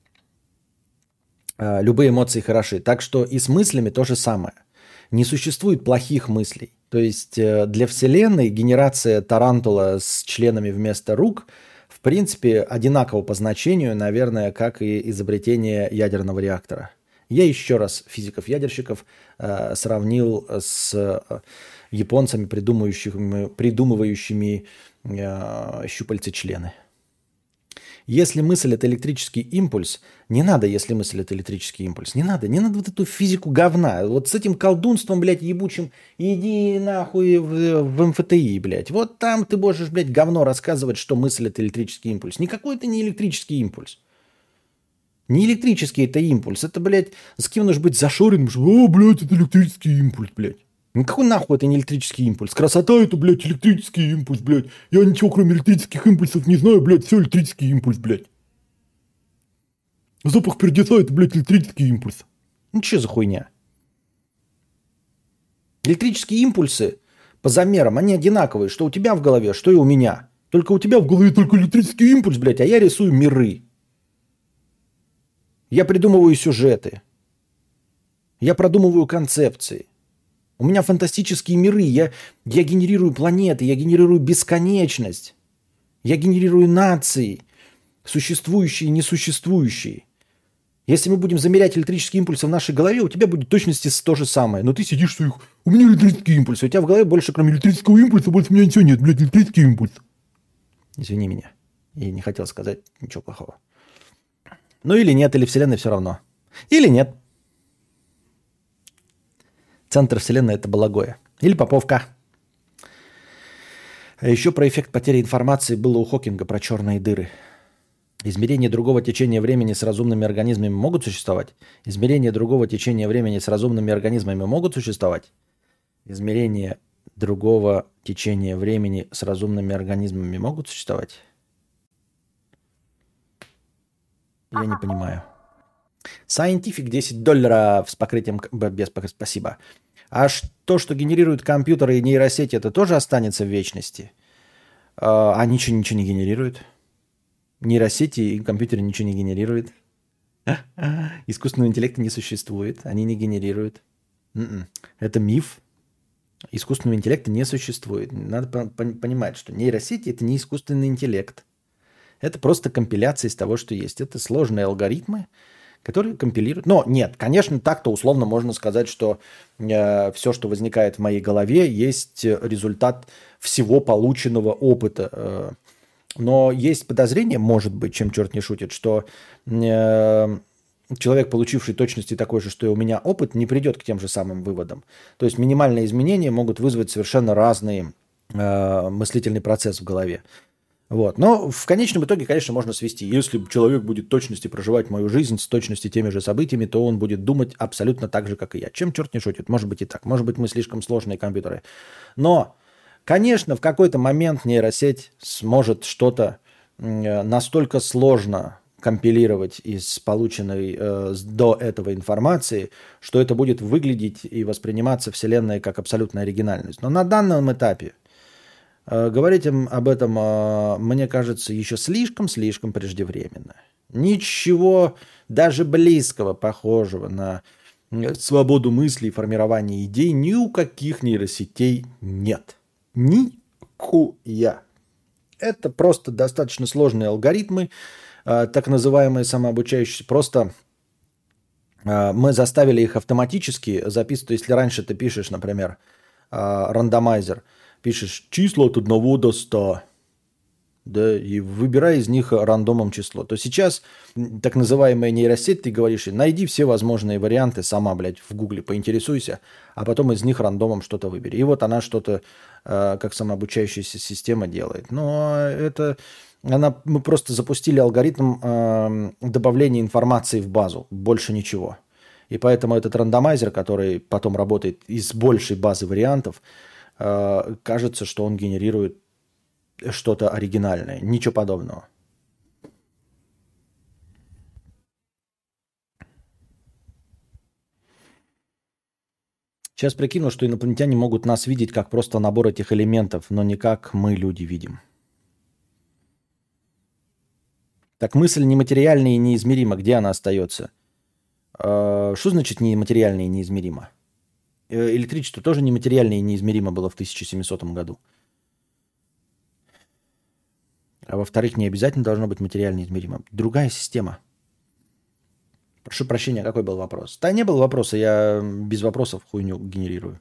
Э, любые эмоции хороши, так что и с мыслями то же самое. Не существует плохих мыслей. То есть э, для Вселенной генерация тарантула с членами вместо рук – в принципе, одинаково по значению, наверное, как и изобретение ядерного реактора. Я еще раз физиков-ядерщиков э, сравнил с э, японцами, придумывающими, придумывающими э, щупальцы-члены. Если мысль – это электрический импульс, не надо, если мысль – это электрический импульс, не надо, не надо вот эту физику говна. Вот с этим колдунством, блядь, ебучим, иди нахуй в, в эм эф тэ и, блядь. Вот там ты можешь, блядь, говно рассказывать, что мысль – это электрический импульс. Никакой это не электрический импульс. Не электрический это импульс. Это, блядь, с кем нужно быть зашоренным, что, о, блядь, это электрический импульс, блядь. Никакой нахуй это не электрический импульс. Красота это, блядь, электрический импульс, блядь. Я ничего кроме электрических импульсов не знаю, блядь, все электрический импульс, блядь. Запах пердеца это, блядь, электрический импульс. Ну что за хуйня? Электрические импульсы по замерам, они одинаковые, что у тебя в голове, что и у меня. Только у тебя в голове только электрический импульс, блядь, а я рисую миры. Я придумываю сюжеты. Я продумываю концепции. У меня фантастические миры. Я, я генерирую планеты, я генерирую бесконечность. Я генерирую нации, существующие и несуществующие. Если мы будем замерять электрические импульсы в нашей голове, у тебя будет в точности то же самое. Но ты сидишь, что их... У меня электрические импульсы. У тебя в голове больше, кроме электрического импульса, больше у меня ничего нет. Блядь, электрический импульс. Извини меня. Я не хотел сказать ничего плохого. Ну или нет, или Вселенной все равно. Или нет. Центр Вселенной – это Балагоя. Или Поповка. А еще про эффект потери информации было у Хокинга про черные дыры. Измерения другого течения времени с разумными организмами могут существовать? Измерения другого течения времени с разумными организмами могут существовать? Измерения другого течения времени с разумными организмами могут существовать? Я не понимаю. Scientific десять долларов с покрытием... Без покрытия. Спасибо. А то, что генерируют компьютеры и нейросети, это тоже останется в вечности? А ничего, ничего не генерируют? Нейросети и компьютеры ничего не генерируют? Искусственного интеллекта не существует. Они не генерируют. м-м. Это миф. Искусственного интеллекта не существует. Надо понимать, что нейросети – это не искусственный интеллект. Это просто компиляция из того, что есть. Это сложные алгоритмы, которые компилируют. Но нет, конечно, так-то условно можно сказать, что э, все, что возникает в моей голове, есть результат всего полученного опыта. Э, но есть подозрение, может быть, чем черт не шутит, что э, человек, получивший точности такой же, что и у меня опыт, не придет к тем же самым выводам. То есть минимальные изменения могут вызвать совершенно разный э, мыслительный процесс в голове. Вот. Но в конечном итоге, конечно, можно свести. Если человек будет в точности проживать мою жизнь с точностью теми же событиями, то он будет думать абсолютно так же, как и я. Чем черт не шутит. Может быть и так. Может быть, мы слишком сложные компьютеры. Но, конечно, в какой-то момент нейросеть сможет что-то настолько сложно компилировать из полученной э, до этого информации, что это будет выглядеть и восприниматься Вселенной как абсолютная оригинальность. Но на данном этапе говорить об этом, мне кажется, еще слишком-слишком преждевременно. Ничего даже близкого похожего на свободу мысли и формирование идей ни у каких нейросетей нет. Нихуя. Это просто достаточно сложные алгоритмы, так называемые самообучающиеся. Просто мы заставили их автоматически записывать. Если раньше ты пишешь, например, рандомайзер, пишешь числа от одного до ста, да, и выбирай из них рандомом число, то сейчас так называемая нейросеть, ты говоришь, найди все возможные варианты сама, блядь, в гугле, поинтересуйся, а потом из них рандомом что-то выбери. И вот она что-то, э, как самообучающаяся система, делает. Но это... Она, мы просто запустили алгоритм э, добавления информации в базу, больше ничего. И поэтому этот рандомайзер, который потом работает из большей базы вариантов, кажется, что он генерирует что-то оригинальное. Ничего подобного. Сейчас прикину, что инопланетяне могут нас видеть как просто набор этих элементов, но не как мы, люди, видим. Так мысль нематериальная и неизмерима. Где она остается? Что значит нематериальная и неизмерима? Электричество тоже нематериально и неизмеримо было в тысяча семисотом году. А во-вторых, не обязательно должно быть материально измеримо. Другая система. Прошу прощения, какой был вопрос? Да не было вопроса, я без вопросов хуйню генерирую.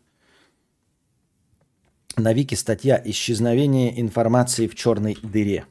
На Вики статья «Исчезновение информации в черной дыре».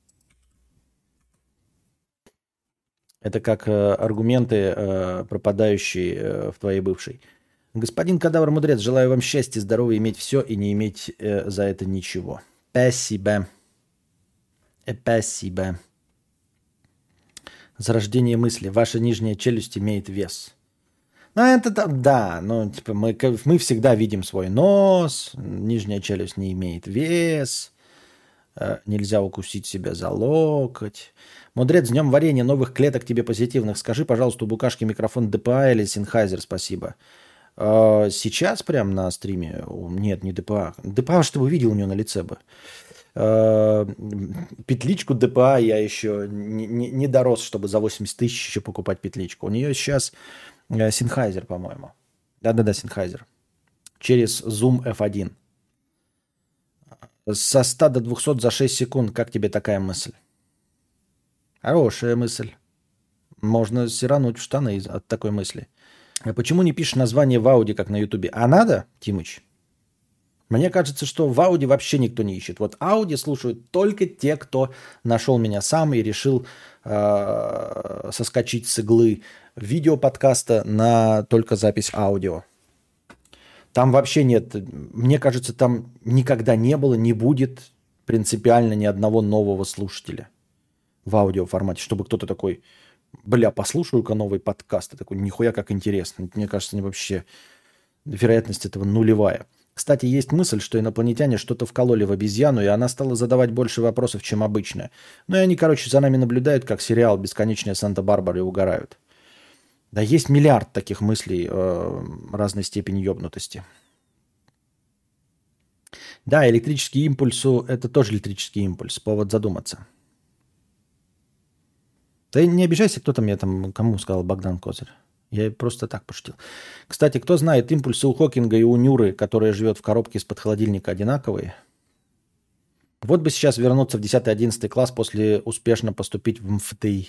Это как э, аргументы, э, пропадающие э, в твоей бывшей. Господин Кадавр-мудрец, желаю вам счастья, здоровья, иметь все и не иметь э, за это ничего. Спасибо. Спасибо. Зарождение мысли. Ваша нижняя челюсть имеет вес. Ну, это там, да, ну, типа, мы, к- мы всегда видим свой нос, нижняя челюсть не имеет вес, э, нельзя укусить себя за локоть. Мудрец, с днем варенья, новых клеток тебе позитивных. Скажи, пожалуйста, у Букашки микрофон ДПА или Sennheiser, спасибо. Э, сейчас прям на стриме? У- Нет, не ДПА. ДПА, чтобы увидел у него на лице бы. Э, Петличку ДПА я еще не, не- не дорос, чтобы за восемьдесят тысяч еще покупать петличку. У нее сейчас э, Sennheiser, по-моему. Да-да-да, Sennheiser. Через Zoom эф один. Со ста до двухсот за шесть секунд. Как тебе такая мысль? Хорошая мысль. Можно сирануть в штаны из- от такой мысли. А почему не пишешь название в ауди, как на Ютубе? А надо, Тимыч? Мне кажется, что в ауди вообще никто не ищет. Вот ауди слушают только те, кто нашел меня сам и решил э, соскочить с иглы видеоподкаста на только запись аудио. Там вообще нет, мне кажется, там никогда не было, не будет принципиально ни одного нового слушателя в аудиоформате, чтобы кто-то такой, бля, послушаю-ка новый подкаст, и такой, нихуя как интересно. Мне кажется, не вообще вероятность этого нулевая. Кстати, есть мысль, что инопланетяне что-то вкололи в обезьяну, и она стала задавать больше вопросов, чем обычно. Ну и они, короче, за нами наблюдают, как сериал «Бесконечная Санта-Барбара» и угорают. Да есть миллиард таких мыслей э, разной степени ёбнутости. Да, электрический импульсу – это тоже электрический импульс, повод задуматься. Да не обижайся, кто там мне там, кому сказал Богдан Козырь. Я просто так пошутил. Кстати, кто знает, импульсы у Хокинга и у Нюры, которая живет в коробке из-под холодильника, одинаковые? Вот бы сейчас вернуться в десятый-одиннадцатый класс после успешно поступить в эм эф тэ и.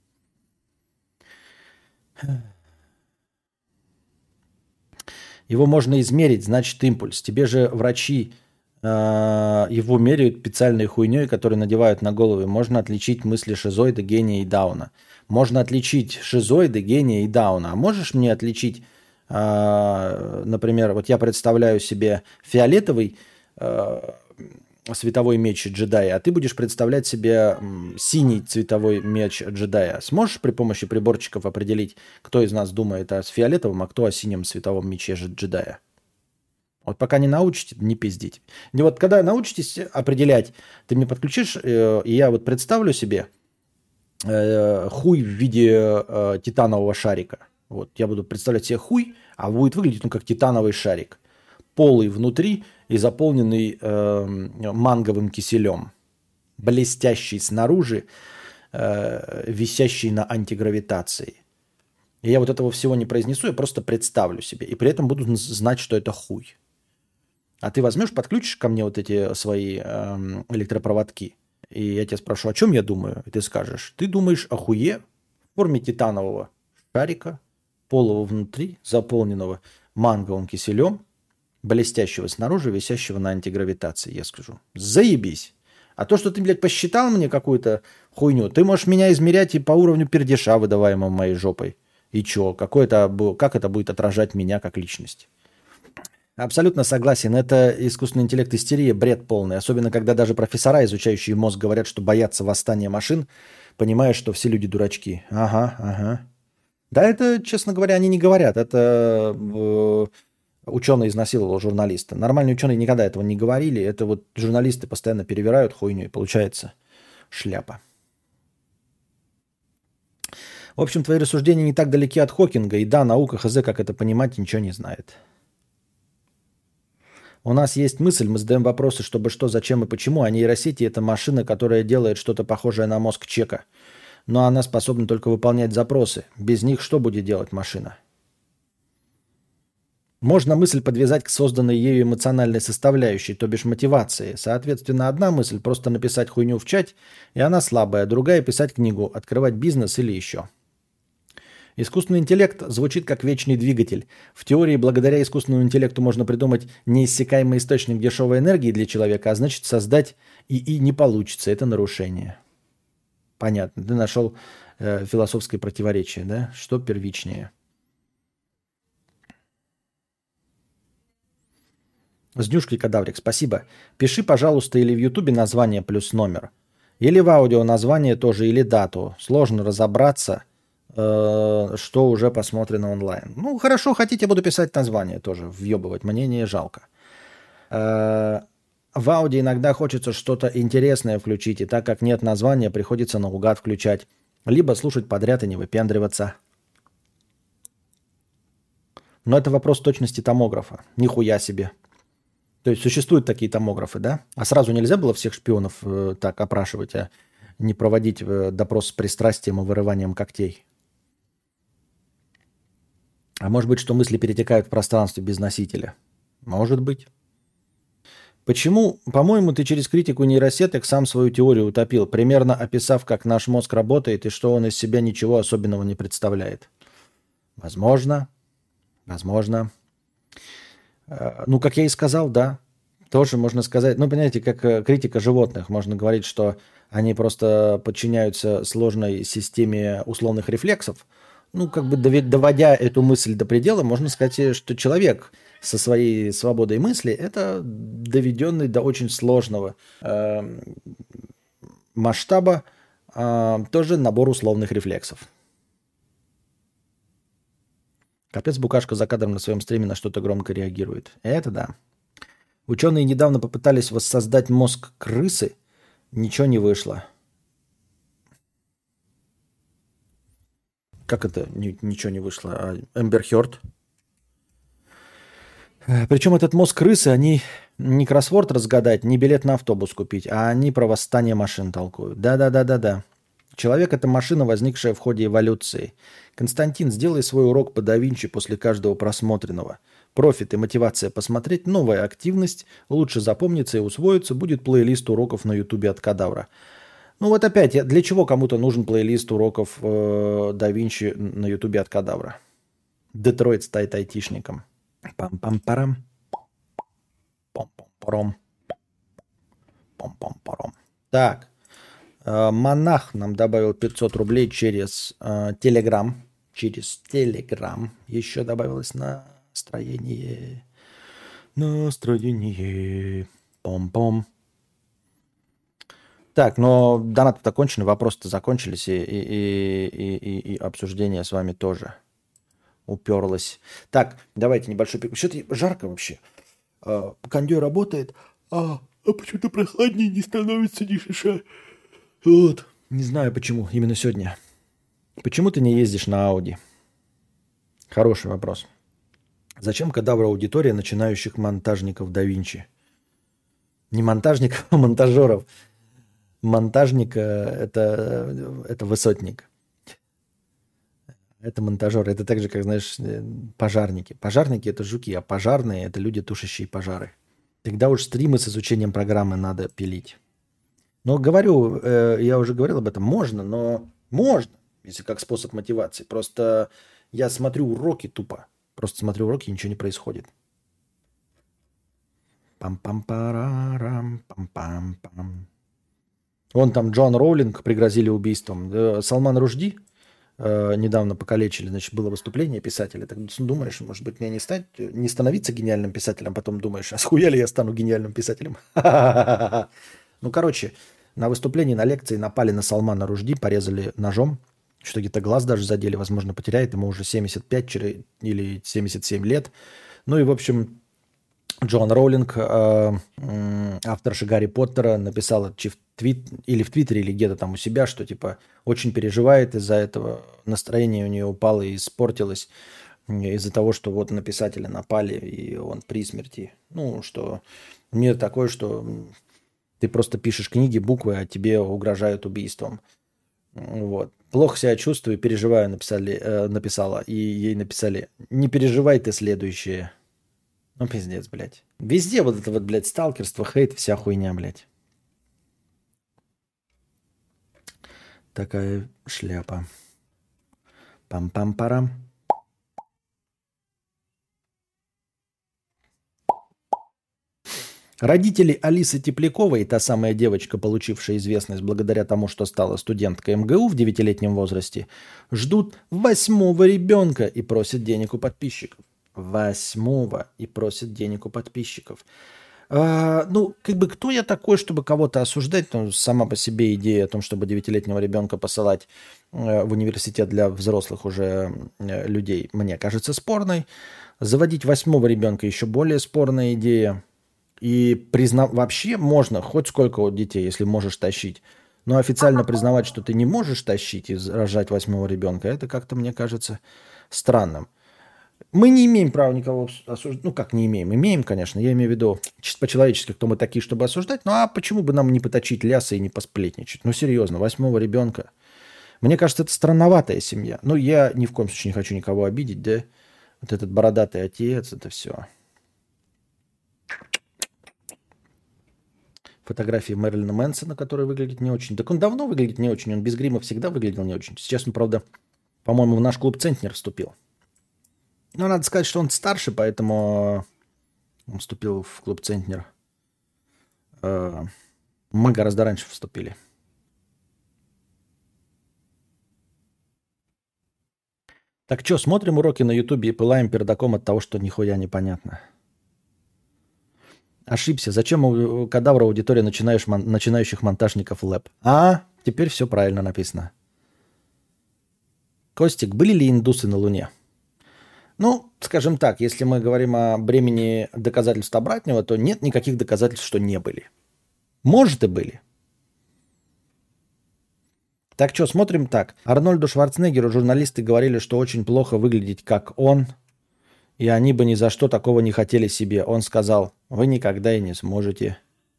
Его можно измерить, значит импульс. Тебе же врачи э, его меряют специальной хуйней, которую надевают на голову. Можно отличить мысли шизоида, гения и дауна. Можно отличить шизоида, гения и дауна. А можешь мне отличить, э, например, вот я представляю себе фиолетовый э, световой меч джедая, а ты будешь представлять себе м, синий цветовой меч джедая. Сможешь при помощи приборчиков определить, кто из нас думает о фиолетовом, а кто о синем световом мече же джедая? Вот пока не научите, не пиздите. И вот когда научитесь определять, ты мне подключишь, э, и я вот представлю себе э, хуй в виде э, титанового шарика. Вот я буду представлять себе хуй, а будет выглядеть ну, как титановый шарик. Полый внутри и заполненный э, манговым киселем. Блестящий снаружи, э, висящий на антигравитации. И я вот этого всего не произнесу, я просто представлю себе. И при этом буду знать, что это хуй. А ты возьмешь, подключишь ко мне вот эти свои э, электропроводки. И я тебя спрошу, о чем я думаю? И ты скажешь, ты думаешь о хуе в форме титанового шарика, полого внутри, заполненного манговым киселем, блестящего снаружи, висящего на антигравитации. Я скажу, заебись. А то, что ты, блядь, посчитал мне какую-то хуйню, ты можешь меня измерять и по уровню пердеша, выдаваемого моей жопой. И чё? Какое это, как это будет отражать меня как личность? Абсолютно согласен. Это искусственный интеллект истерия, бред полный. Особенно, когда даже профессора, изучающие мозг, говорят, что боятся восстания машин, понимая, что все люди дурачки. Ага, ага. Да это, честно говоря, они не говорят. Это э, ученый изнасиловал журналиста. Нормальные ученые никогда этого не говорили. Это вот журналисты постоянно перевирают хуйню, и получается шляпа. В общем, твои рассуждения не так далеки от Хокинга. И да, наука хз, как это понимать, ничего не знает. У нас есть мысль, мы задаем вопросы, чтобы что, зачем и почему, а нейросети – это машина, которая делает что-то похожее на мозг чека. Но она способна только выполнять запросы. Без них что будет делать машина? Можно мысль подвязать к созданной ею эмоциональной составляющей, то бишь мотивации. Соответственно, одна мысль – просто написать хуйню в чате, и она слабая, другая – писать книгу, открывать бизнес или еще. Искусственный интеллект звучит как вечный двигатель. В теории, благодаря искусственному интеллекту можно придумать неиссякаемый источник дешевой энергии для человека, а значит создать ИИ не получится. Это нарушение. Понятно. Ты нашел э, философское противоречие, да? Что первичнее? С днюшкой, кадаврик, спасибо. Пиши, пожалуйста, или в Ютубе название плюс номер. Или в аудио название тоже, или дату. Сложно разобраться э, что уже посмотрено онлайн. Ну, хорошо, хотите, буду писать название тоже, въебывать. Мнение жалко. Э, в Audi иногда хочется что-то интересное включить, и так как нет названия, приходится наугад включать. Либо слушать подряд и не выпендриваться. Но это вопрос точности томографа. Нихуя себе. То есть существуют такие томографы, да? А сразу нельзя было всех шпионов э, так опрашивать, а не проводить э, допрос с пристрастием и вырыванием когтей? А может быть, что мысли перетекают в пространстве без носителя? Может быть. Почему, по-моему, ты через критику нейросеток сам свою теорию утопил, примерно описав, как наш мозг работает и что он из себя ничего особенного не представляет? Возможно. Возможно. Ну, как я и сказал, да. Тоже можно сказать, ну, понимаете, как критика животных. Можно говорить, что они просто подчиняются сложной системе условных рефлексов. Ну, как бы доводя эту мысль до предела, можно сказать, что человек со своей свободой мысли – это доведенный до очень сложного э, масштаба э, тоже набор условных рефлексов. Капец, Букашка за кадром на своем стриме на что-то громко реагирует. Это да. Ученые недавно попытались воссоздать мозг крысы. Ничего не вышло. Как это ничего не вышло? А Эмбер Хёрд? Причем этот мозг крысы, они не кроссворд разгадать, не билет на автобус купить, а они про восстание машин толкуют. Да-да-да-да-да. Человек – это машина, возникшая в ходе эволюции. Константин, сделай свой урок по да Винчи после каждого просмотренного. Профит и мотивация посмотреть, новая активность, лучше запомнится и усвоится, будет плейлист уроков на ютубе от Кадавра. Ну вот опять, для чего кому-то нужен плейлист уроков э, да Винчи на ютубе от Кадавра? Детройт стает айтишником. Пам-пам-парам. Пам-пам-парам. Пам-пам-парам. Так. Э, монах нам добавил пятьсот рублей через э, Телеграм. Через Телеграм. Еще добавилось настроение. Настроение. Пом-пом. Так, но донаты-то кончены, вопросы-то закончились, и, и, и, и, и обсуждение с вами тоже уперлось. Так, давайте небольшой пик. Что-то жарко вообще. А, кондей работает, а, а почему-то прохладнее не становится ни шиша. Вот. Не знаю почему, именно сегодня. Почему ты не ездишь на Ауди? Хороший вопрос. Зачем кадавра аудитория начинающих монтажников да Винчи? Не монтажников, а монтажеров. Монтажник это, это высотник. Это монтажер. Это так же, как, знаешь, пожарники. Пожарники – это жуки, а пожарные – это люди, тушащие пожары. Тогда уж стримы с изучением программы надо пилить. Но говорю, я уже говорил об этом, можно, но можно, если как способ мотивации. Просто я смотрю уроки тупо. Просто смотрю уроки, и ничего не происходит. Пам-пам-парарам, пам-пам-пам. Вон там Джон Роулинг пригрозили убийством. Салман Рушди э, недавно покалечили. Значит, было выступление писателя. Так думаешь, может быть, мне не стать, не становиться гениальным писателем, а потом думаешь, а схуя ли я стану гениальным писателем? Ну, короче, на выступлении, на лекции напали на Салмана Рушди, порезали ножом. Что где-то глаз даже задели, возможно, потеряет. Ему уже семьдесят пять или семьдесят семь лет. Ну и, в общем... Джон Роулинг, авторша Гарри Поттера, написала в твит, или в Твиттере, или где-то там у себя, что типа очень переживает из-за этого. Настроение у нее упало и испортилось из-за того, что вот на писателя напали, и он при смерти. Ну, что мир такой, что ты просто пишешь книги, буквы, а тебе угрожают убийством. Вот. Плохо себя чувствую, переживаю, написали, э, написала. И ей написали, не переживай, ты следующее. Ну, пиздец, блядь. Везде вот это вот, блядь, сталкерство, хейт, вся хуйня, блядь. Такая шляпа. Пам-пам-парам. Родители Алисы Тепляковой, та самая девочка, получившая известность благодаря тому, что стала студенткой эм гэ у в девятилетнем возрасте, ждут восьмого ребенка и просят денег у подписчиков. Восьмого и просят денег у подписчиков. А, ну, как бы кто я такой, чтобы кого-то осуждать? Ну, сама по себе идея о том, чтобы девятилетнего ребенка посылать э, в университет для взрослых уже э, людей, мне кажется спорной. Заводить восьмого ребенка еще более спорная идея. И призна... вообще можно хоть сколько вот детей, если можешь тащить. Но официально признавать, что ты не можешь тащить и рожать восьмого ребенка, это как-то, мне кажется, странным. Мы не имеем права никого осуждать. Ну, как не имеем? Имеем, конечно. Я имею в виду чисто по-человечески, кто мы такие, чтобы осуждать. Ну, а почему бы нам не поточить лясы и не посплетничать? Ну, серьезно, восьмого ребенка. Мне кажется, это странноватая семья. Ну, я ни в коем случае не хочу никого обидеть, да? Вот этот бородатый отец, это все. Фотографии Мэрилина Мэнсона, который выглядит не очень. Так он давно выглядит не очень. Он без грима всегда выглядел не очень. Сейчас он, правда, по-моему, в наш клуб «Центнер» вступил. Но надо сказать, что он старше, поэтому он вступил в клуб «Центнер». Мы гораздо раньше вступили. Так что, смотрим уроки на Ютубе и пылаем пердаком от того, что нихуя непонятно. Ошибся. Зачем у кадавра аудитория начинаешь, мон, начинающих монтажников лэп? А, теперь все правильно написано. Костик, были ли индусы на Луне? Ну, скажем так, если мы говорим о бремени доказательств обратного, то нет никаких доказательств, что не были. Может и были. Так что, смотрим так. Арнольду Шварценеггеру журналисты говорили, что очень плохо выглядеть как он, и они бы ни за что такого не хотели себе. Он сказал, вы никогда и не сможете.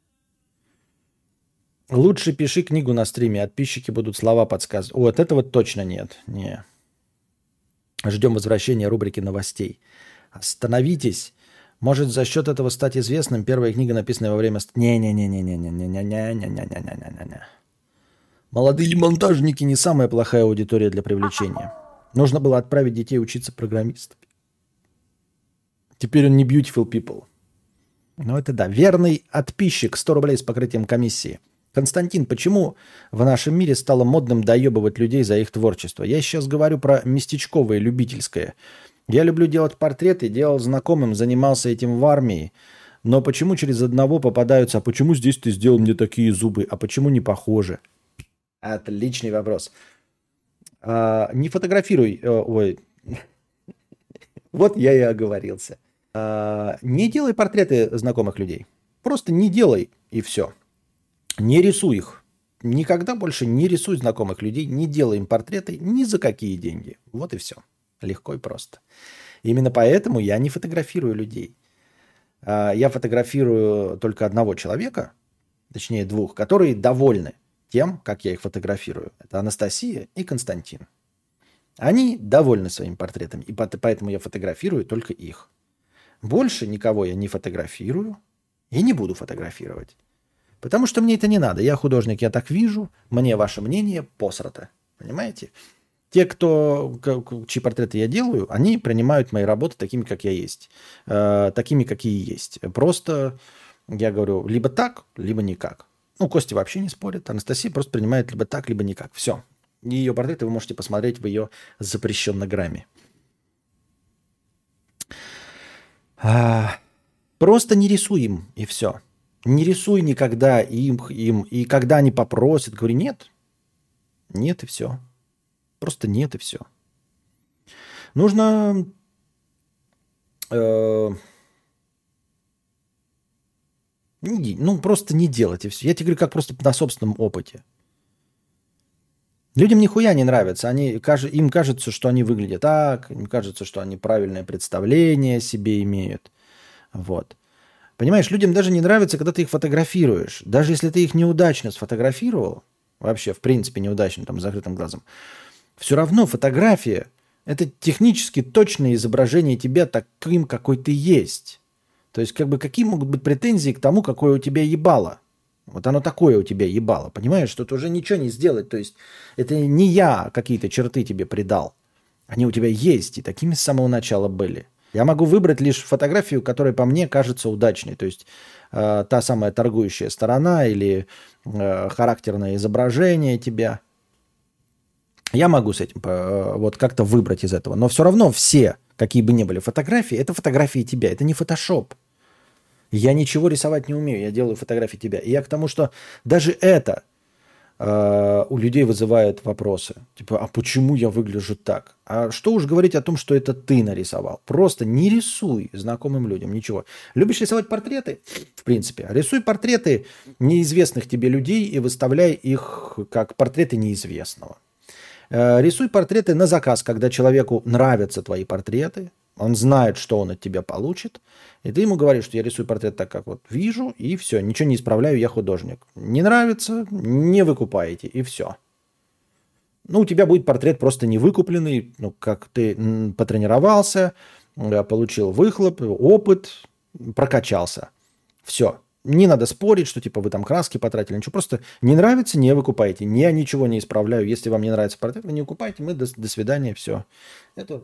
Лучше пиши книгу на стриме, подписчики будут слова подсказывать. О, вот этого точно нет. Не. Ждем возвращения рубрики новостей. Остановитесь. Может за счет этого стать известным. Первая книга, написанная во время... Не-не-не-не-не-не-не-не-не-не-не-не-не. Молодые монтажники не самая плохая аудитория для привлечения. Нужно было отправить детей учиться программистами. Теперь он не beautiful people. Ну это да. Верный подписчик. сто рублей с покрытием комиссии. Константин, почему в нашем мире стало модным доебывать людей за их творчество? Я сейчас говорю про местечковое, любительское. Я люблю делать портреты, делал знакомым, занимался этим в армии. Но почему через одного попадаются, а почему здесь ты сделал мне такие зубы, а почему не похожи? Отличный вопрос. А, не фотографируй. Ой. Вот я и оговорился. А, не делай портреты знакомых людей. Просто не делай, и все. Не рисуй их. Никогда больше не рисуй знакомых людей, не делай им портреты ни за какие деньги. Вот и все. Легко и просто. Именно поэтому я не фотографирую людей. Я фотографирую только одного человека, точнее двух, которые довольны тем, как я их фотографирую. Это Анастасия и Константин. Они довольны своими портретами, и поэтому я фотографирую только их. Больше никого я не фотографирую и не буду фотографировать. Потому что мне это не надо. Я художник, я так вижу. Мне ваше мнение посрато. Понимаете? Те, кто, чьи портреты я делаю, они принимают мои работы такими, как я есть. Э, такими, какие есть. Просто я говорю, либо так, либо никак. Ну, Костя вообще не спорит. Анастасия просто принимает либо так, либо никак. Все. Ее портреты вы можете посмотреть в ее запрещеннограмме. А, просто не рисуем, и все. Не рисуй никогда им, им. И когда они попросят, говорю, нет. Нет, и все. Просто нет, и все. Нужно... Э, не, ну, просто не делать, и все. Я тебе говорю, как просто на собственном опыте. Людям нихуя не нравится. Они, им кажется, что они выглядят так. Им кажется, что они правильное представление о себе имеют. Вот. Понимаешь, людям даже не нравится, когда ты их фотографируешь. Даже если ты их неудачно сфотографировал, вообще, в принципе, неудачно, там, с закрытым глазом, все равно фотография – это технически точное изображение тебя таким, какой ты есть. То есть, как бы, какие могут быть претензии к тому, какое у тебя ебало? Вот оно такое у тебя ебало, понимаешь? Тут уже ничего не сделать. То есть, это не я какие-то черты тебе придал. Они у тебя есть, и такими с самого начала были. Я могу выбрать лишь фотографию, которая по мне кажется удачной. То есть э, та самая торгующая сторона или э, характерное изображение тебя. Я могу с этим э, вот как-то выбрать из этого. Но все равно все, какие бы ни были фотографии, это фотографии тебя. Это не фотошоп. Я ничего рисовать не умею, я делаю фотографии тебя. И я к тому, что даже это э, у людей вызывает вопросы. Типа, а почему я выгляжу так? А что уж говорить о том, что это ты нарисовал? Просто не рисуй знакомым людям, ничего. Любишь рисовать портреты? В принципе. Рисуй портреты неизвестных тебе людей и выставляй их как портреты неизвестного. Э, рисуй портреты на заказ, когда человеку нравятся твои портреты. Он знает, что он от тебя получит. И ты ему говоришь, что я рисую портрет так, как вот вижу, и все. Ничего не исправляю, я художник. Не нравится, не выкупаете, и все. Ну, у тебя будет портрет просто невыкупленный, ну, как ты м, потренировался, э, получил выхлоп, опыт, прокачался. Все. Не надо спорить, что типа вы там краски потратили, ничего. Просто не нравится, не выкупаете. Я ничего не исправляю. Если вам не нравится портрет, вы не выкупаете, мы до, до свидания, все. Это...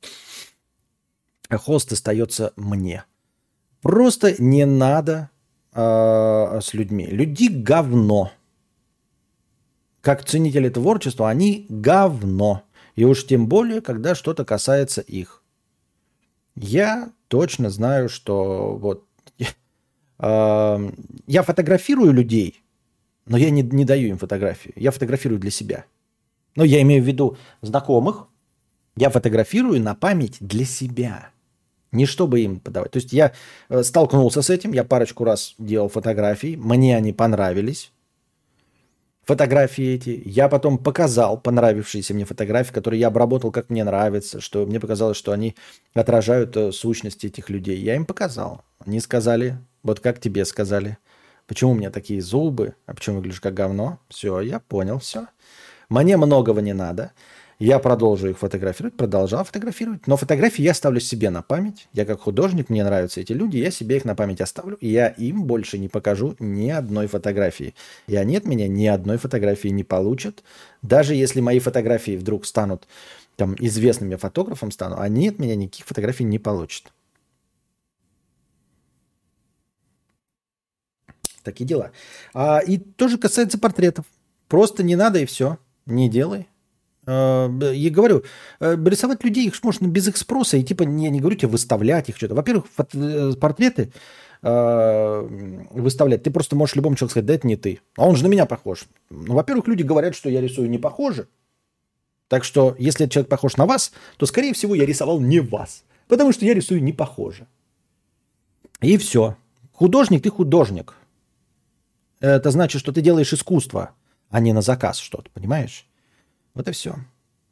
Хост остается мне. Просто не надо э, с людьми. Люди говно. Как ценители творчества, они говно. И уж тем более, когда что-то касается их. Я точно знаю, что вот э, я фотографирую людей, но я не, не даю им фотографию. Я фотографирую для себя. Но я имею в виду знакомых. Я фотографирую на память для себя. Не чтобы им подавать. То есть я столкнулся с этим, я парочку раз делал фотографии, мне они понравились, фотографии эти. Я потом показал понравившиеся мне фотографии, которые я обработал, как мне нравится, что мне показалось, что они отражают сущность этих людей. Я им показал. Они сказали, вот как тебе сказали, почему у меня такие зубы, а почему выглядишь как говно. Все, я понял, все. Мне многого не надо. Я продолжу их фотографировать, продолжал фотографировать. Но фотографии я оставлю себе на память. Я как художник, мне нравятся эти люди, я себе их на память оставлю. И я им больше не покажу ни одной фотографии. И они от меня ни одной фотографии не получат. Даже если мои фотографии вдруг станут там, известным я фотографом стану, они от меня никаких фотографий не получат. Такие дела. А, и тоже касается портретов. Просто не надо и все. Не делай. Я говорю, рисовать людей их можно без их спроса, и типа я не говорю тебе выставлять их что-то. Во-первых, портреты э, выставлять, ты просто можешь любому человеку сказать, да это не ты, а он же на меня похож. Ну, во-первых, люди говорят, что я рисую не похоже, так что если человек похож на вас, то скорее всего я рисовал не вас, потому что я рисую не похоже. И все. Художник, ты художник. Это значит, что ты делаешь искусство, а не на заказ что-то, понимаешь? Вот и все.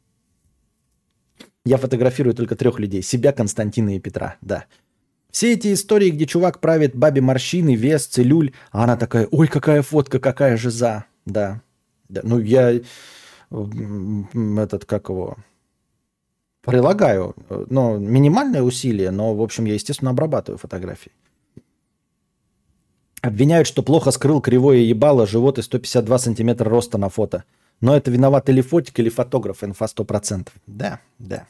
Я фотографирую только трех людей. Себя, Константина и Петра. Да. Все эти истории, где чувак правит бабе морщины, вес, целюль, а она такая, ой, какая фотка, какая жиза. Да. Да. Ну, я этот, как его, прилагаю. Ну, минимальное усилие, но, в общем, я, естественно, обрабатываю фотографии. Обвиняют, что плохо скрыл кривое ебало, живот и сто пятьдесят два сантиметра роста на фото. Но это виноват или фотик, или фотограф, инфа сто процентов. Да, да.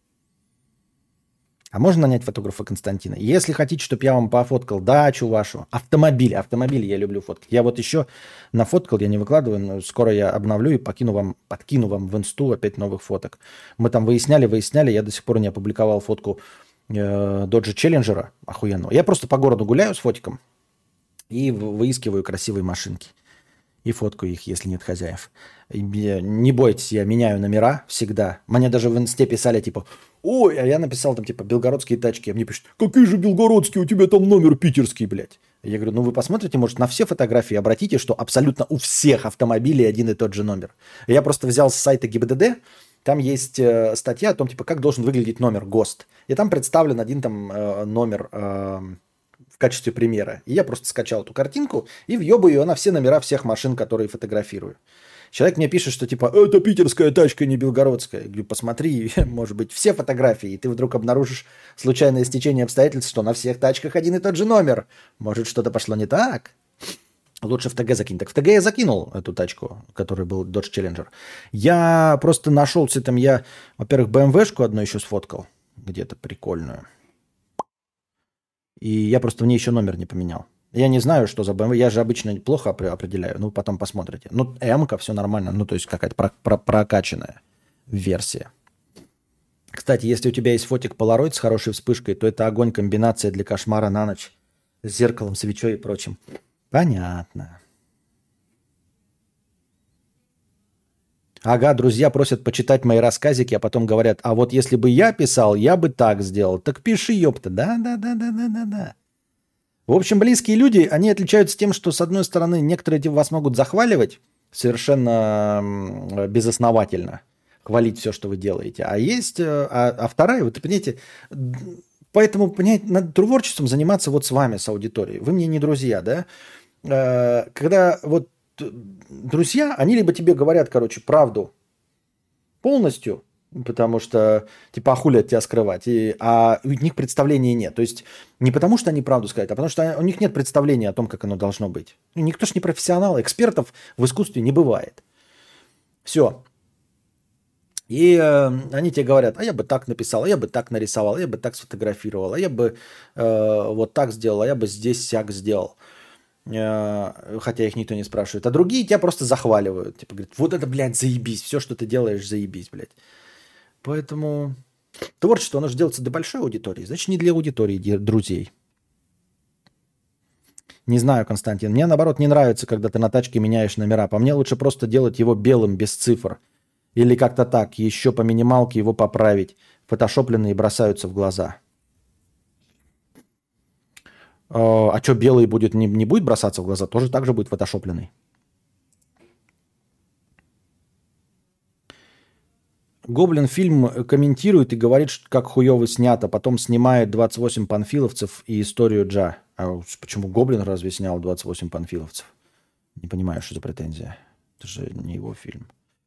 А можно нанять фотографа Константина? Если хотите, чтобы я вам пофоткал дачу вашу, автомобиль, автомобиль я люблю фоткать. Я вот еще нафоткал, я не выкладываю, но скоро я обновлю и покину вам, подкину вам в инсту опять новых фоток. Мы там выясняли, выясняли, я до сих пор не опубликовал фотку э, Dodge Challenger охуенного. Я просто по городу гуляю с фотиком и выискиваю красивые машинки. И фоткаю их, если нет хозяев. Не бойтесь, я меняю номера всегда. Мне даже в инсте писали, типа, ой, а я написал там, типа, белгородские тачки. А мне пишут, какие же белгородские, у тебя там номер питерский, блядь. Я говорю, ну вы посмотрите, может, на все фотографии, обратите, что абсолютно у всех автомобилей один и тот же номер. Я просто взял с сайта ГИБДД, там есть э, статья о том, типа, как должен выглядеть номер ГОСТ. И там представлен один там э, номер... Э, в качестве примера. И я просто скачал эту картинку и въебаю ее на все номера всех машин, которые фотографирую. Человек мне пишет, что типа, это питерская тачка, не белгородская. Я говорю, посмотри, может быть, все фотографии, и ты вдруг обнаружишь случайное стечение обстоятельств, что на всех тачках один и тот же номер. Может, что-то пошло не так? Лучше в ТГ закинь. Так в ТГ я закинул эту тачку, который был Dodge Challenger. Я просто нашел с этим, я, во-первых, бэ эм вэ-шку одну еще сфоткал, где-то прикольную. И я просто в ней еще номер не поменял. Я не знаю, что за бэ эм вэ. Я же обычно плохо определяю. Ну, потом посмотрите. Ну, М-ка, все нормально. Ну, то есть какая-то про- про- прокачанная версия. Кстати, если у тебя есть фотик Polaroid с хорошей вспышкой, то это огонь, комбинация для кошмара на ночь. С зеркалом, свечой и прочим. Понятно. Ага, друзья просят почитать мои рассказики, а потом говорят, а вот если бы я писал, я бы так сделал. Так пиши, ёпта. Да-да-да-да-да-да-да. В общем, близкие люди, они отличаются тем, что, с одной стороны, некоторые вас могут захваливать совершенно безосновательно, хвалить все, что вы делаете. А есть, а, а вторая, вот, понимаете, поэтому, понимаете, надо творчеством заниматься вот с вами, с аудиторией. Вы мне не друзья, да? Когда вот друзья, они либо тебе говорят, короче, правду полностью, потому что, типа, а хули от тебя скрывать, и, а у них представления нет. То есть не потому, что они правду сказать, а потому что у них нет представления о том, как оно должно быть. Ну, никто ж не профессионал, экспертов в искусстве не бывает. Все. И э, они тебе говорят, а я бы так написал, а я бы так нарисовал, а я бы так сфотографировал, а я бы э, вот так сделал, а я бы здесь сяк сделал. Хотя их никто не спрашивает. А другие тебя просто захваливают. Типа говорят, вот это, блядь, заебись. Все, что ты делаешь, заебись, блядь. Поэтому творчество, оно же делается для большой аудитории. Значит, не для аудитории друзей. Не знаю, Константин. Мне, наоборот, не нравится, когда ты на тачке меняешь номера. По мне лучше просто делать его белым, без цифр. Или как-то так. Еще по минималке его поправить. Фотошопленные бросаются в глаза. А что, белый будет, не, не будет бросаться в глаза? Тоже так же будет фотошопленный. Гоблин фильм комментирует и говорит, как хуёво снято. Потом снимает двадцать восемь панфиловцев и историю Джа. А почему Гоблин разве снял двадцать восемь панфиловцев? Не понимаю, что за претензия. Это же не его фильм.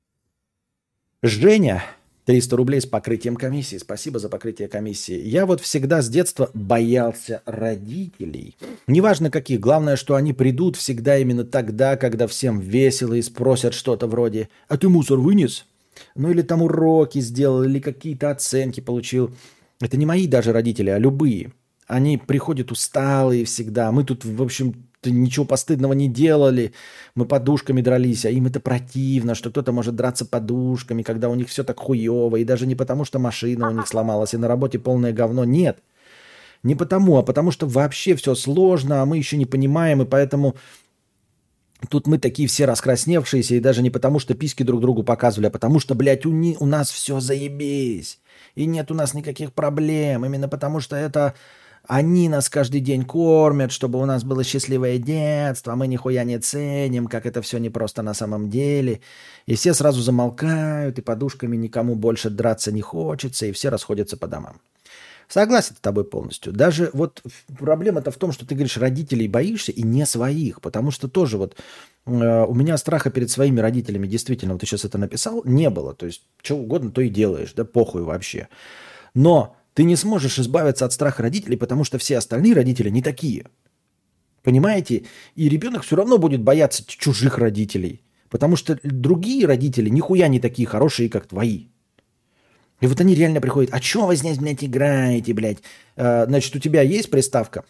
Женя... триста рублей с покрытием комиссии. Спасибо за покрытие комиссии. Я вот всегда с детства боялся родителей. Неважно каких. Главное, что они придут всегда именно тогда, когда всем весело и спросят что-то вроде «А ты мусор вынес?» Ну или там уроки сделал, или какие-то оценки получил. Это не мои даже родители, а любые. Они приходят усталые всегда. Мы тут, в общем, ничего постыдного не делали. Мы подушками дрались, а им это противно, что кто-то может драться подушками, когда у них все так хуево. И даже не потому, что машина у них сломалась, и на работе полное говно. Нет. Не потому, а потому что вообще все сложно, а мы еще не понимаем, и поэтому тут мы такие все раскрасневшиеся, и даже не потому, что письки друг другу показывали, а потому что, блядь, у, ни, у нас все заебись. И нет у нас никаких проблем. Именно потому что это... Они нас каждый день кормят, чтобы у нас было счастливое детство, а мы нихуя не ценим, как это все непросто на самом деле. И все сразу замолкают, и подушками никому больше драться не хочется, и все расходятся по домам. Согласен с тобой полностью. Даже вот проблема-то в том, что ты говоришь, родителей боишься и не своих, потому что тоже вот э, у меня страха перед своими родителями, действительно, вот ты сейчас это написал, не было. То есть, что угодно, то и делаешь, да похуй вообще. Но... ты не сможешь избавиться от страха родителей, потому что все остальные родители не такие. Понимаете? И ребенок все равно будет бояться чужих родителей. Потому что другие родители нихуя не такие хорошие, как твои. И вот они реально приходят, а что вы здесь, блядь, играете, блядь? А, значит, у тебя есть приставка?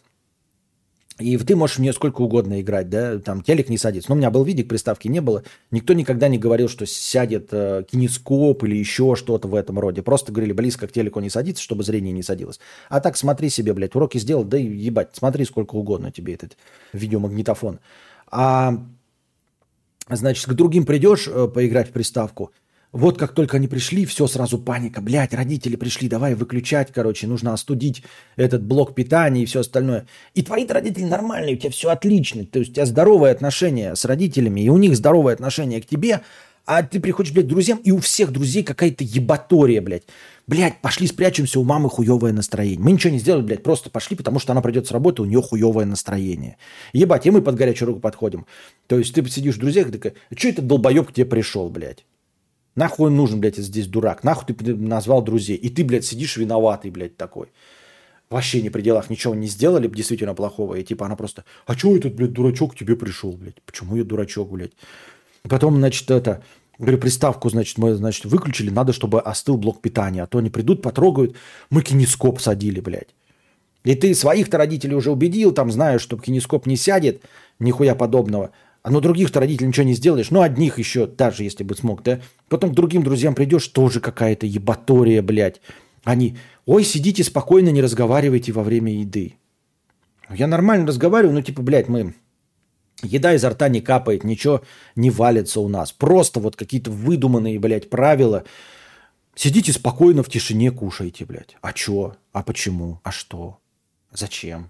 И ты можешь в нее сколько угодно играть, да, там телек не садится. Но у меня был видик, приставки не было. Никто никогда не говорил, что сядет э, кинескоп или еще что-то в этом роде. Просто говорили, близко к телеку не садиться, чтобы зрение не садилось. А так смотри себе, блядь, уроки сделал, да и ебать, смотри сколько угодно тебе этот видеомагнитофон. А, значит, к другим придешь э, поиграть в приставку. Вот как только они пришли, все, сразу паника. Блядь, родители пришли, давай выключать, короче, нужно остудить этот блок питания и все остальное. И твои-то родители нормальные, у тебя все отлично. То есть у тебя здоровые отношения с родителями, и у них здоровое отношение к тебе, а ты приходишь, блядь, к друзьям, и у всех друзей какая-то ебатория, блядь. Блядь, пошли спрячемся, у мамы хуевое настроение. Мы ничего не сделали, блядь, просто пошли, потому что она придет с работы, у нее хуевое настроение. Ебать, и мы под горячую руку подходим. То есть ты сидишь в друзьях и такая, что это долбоеб к тебе пришел, блядь? Нахуй он нужен, блядь, здесь дурак? Нахуй ты назвал друзей? И ты, блядь, сидишь виноватый, блядь, такой. Вообще не при делах ничего не сделали действительно плохого. И типа она просто, а чего этот, блядь, дурачок к тебе пришел, блядь? Почему я дурачок, блядь? Потом, значит, это, говорю, приставку, значит, мы, значит, выключили, надо, чтобы остыл блок питания. А то они придут, потрогают, мы кинескоп садили, блядь. И ты своих-то родителей уже убедил, там, знаешь, что кинескоп не сядет, нихуя подобного. А ну других-то родителей ничего не сделаешь. Ну, одних еще, даже если бы смог, да? Потом к другим друзьям придешь, тоже какая-то ебатория, блядь. Они, ой, сидите спокойно, не разговаривайте во время еды. Я нормально разговариваю, ну типа, блядь, мы... Еда изо рта не капает, ничего не валится у нас. Просто вот какие-то выдуманные, блядь, правила. Сидите спокойно в тишине, кушайте, блядь. А чё? А почему? А что? Зачем?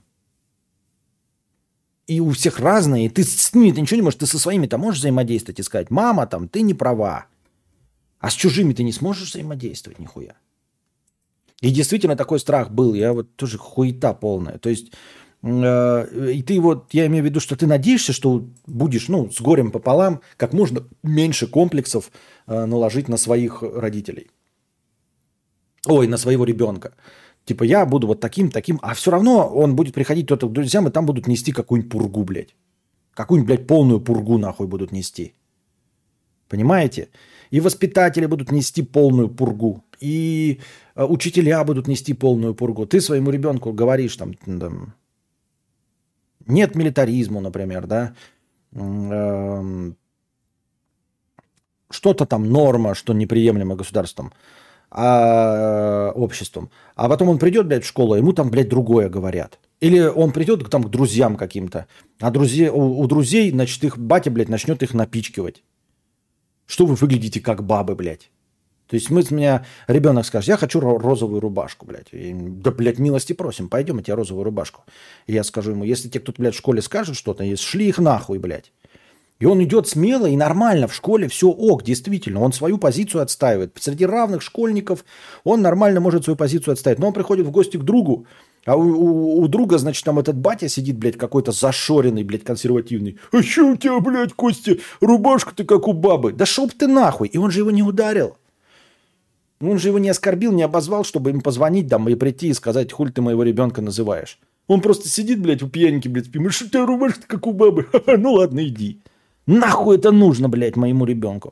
И у всех разные, и ты с ними ты ничего не можешь, ты со своими-то можешь взаимодействовать и сказать, мама, там, ты не права. А с чужими ты не сможешь взаимодействовать нихуя. И действительно такой страх был, я вот тоже хуета полная. То есть, э, и ты вот, я имею в виду, что ты надеешься, что будешь, ну, с горем пополам, как можно меньше комплексов э, наложить на своих родителей. Ой, на своего ребенка. Типа я буду вот таким, таким, а все равно он будет приходить кто-то к друзьям, и там будут нести какую-нибудь пургу, блядь. Какую-нибудь, блядь, полную пургу нахуй будут нести. Понимаете? И воспитатели будут нести полную пургу, и э, учителя будут нести полную пургу. Ты своему ребенку говоришь там, там нет милитаризму, например, да, э, что-то там норма, что неприемлемо государством, а, обществом. А потом он придет, блядь, в школу, а ему там, блядь, другое говорят. Или он придет там к друзьям каким-то, а друзей, у, у друзей, значит, их батя, блядь, начнет их напичкивать. Что вы выглядите как бабы, блядь? То есть мы, с меня ребенок скажет, я хочу розовую рубашку, блядь. И, да, блядь, милости просим, пойдем, я тебе розовую рубашку. И я скажу ему, если тебе кто-то, блядь, в школе скажет что-то, шли их нахуй, блядь. И он идет смело и нормально, в школе все ок, действительно. Он свою позицию отстаивает. Среди равных школьников он нормально может свою позицию отстаивать. Но он приходит в гости к другу, а у, у, у друга, значит, там этот батя сидит, блядь, какой-то зашоренный, блядь, консервативный. А что у тебя, блядь, Костя, рубашка-то как у бабы? Да шоп ты нахуй. И он же его не ударил. Он же его не оскорбил, не обозвал, чтобы им позвонить там и прийти и сказать, хуй ты моего ребенка называешь. Он просто сидит, блядь, у пьяненьки, блядь, спим. Что у тебя рубашка-то как у бабы? Ну ладно, иди. Нахуй это нужно, блядь, моему ребенку?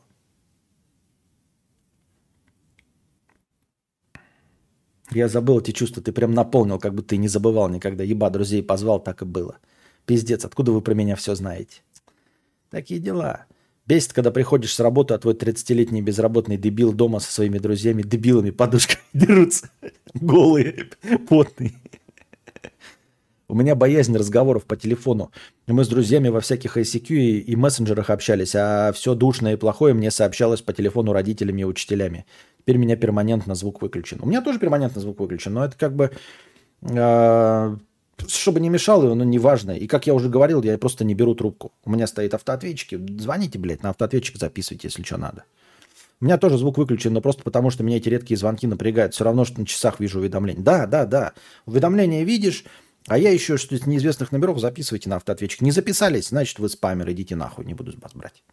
Я забыл эти чувства, ты прям наполнил, как бы ты не забывал никогда. Еба, друзей позвал, так и было. Пиздец, откуда вы про меня все знаете? Такие дела. Бесит, когда приходишь с работы, а твой тридцатилетний безработный дебил дома со своими друзьями, дебилами, подушками дерутся. Голые, потные. У меня боязнь разговоров по телефону. Мы с друзьями во всяких ай си кью и, и мессенджерах общались, а все душное и плохое мне сообщалось по телефону родителями и учителями. Теперь у меня перманентно звук выключен. У меня тоже перманентно звук выключен, но это как бы... Э, чтобы не мешало, но не важно. И как я уже говорил, я просто не беру трубку. У меня стоит автоответчики. Звоните, блядь, на автоответчик записывайте, если что надо. У меня тоже звук выключен, но просто потому, что меня эти редкие звонки напрягают. Все равно, что на часах вижу уведомления. Да, да, да. Уведомления видишь... А я еще что из неизвестных номеров записывайте на автоответчик. Не записались, значит, вы спамер, идите нахуй, не буду с вас брать.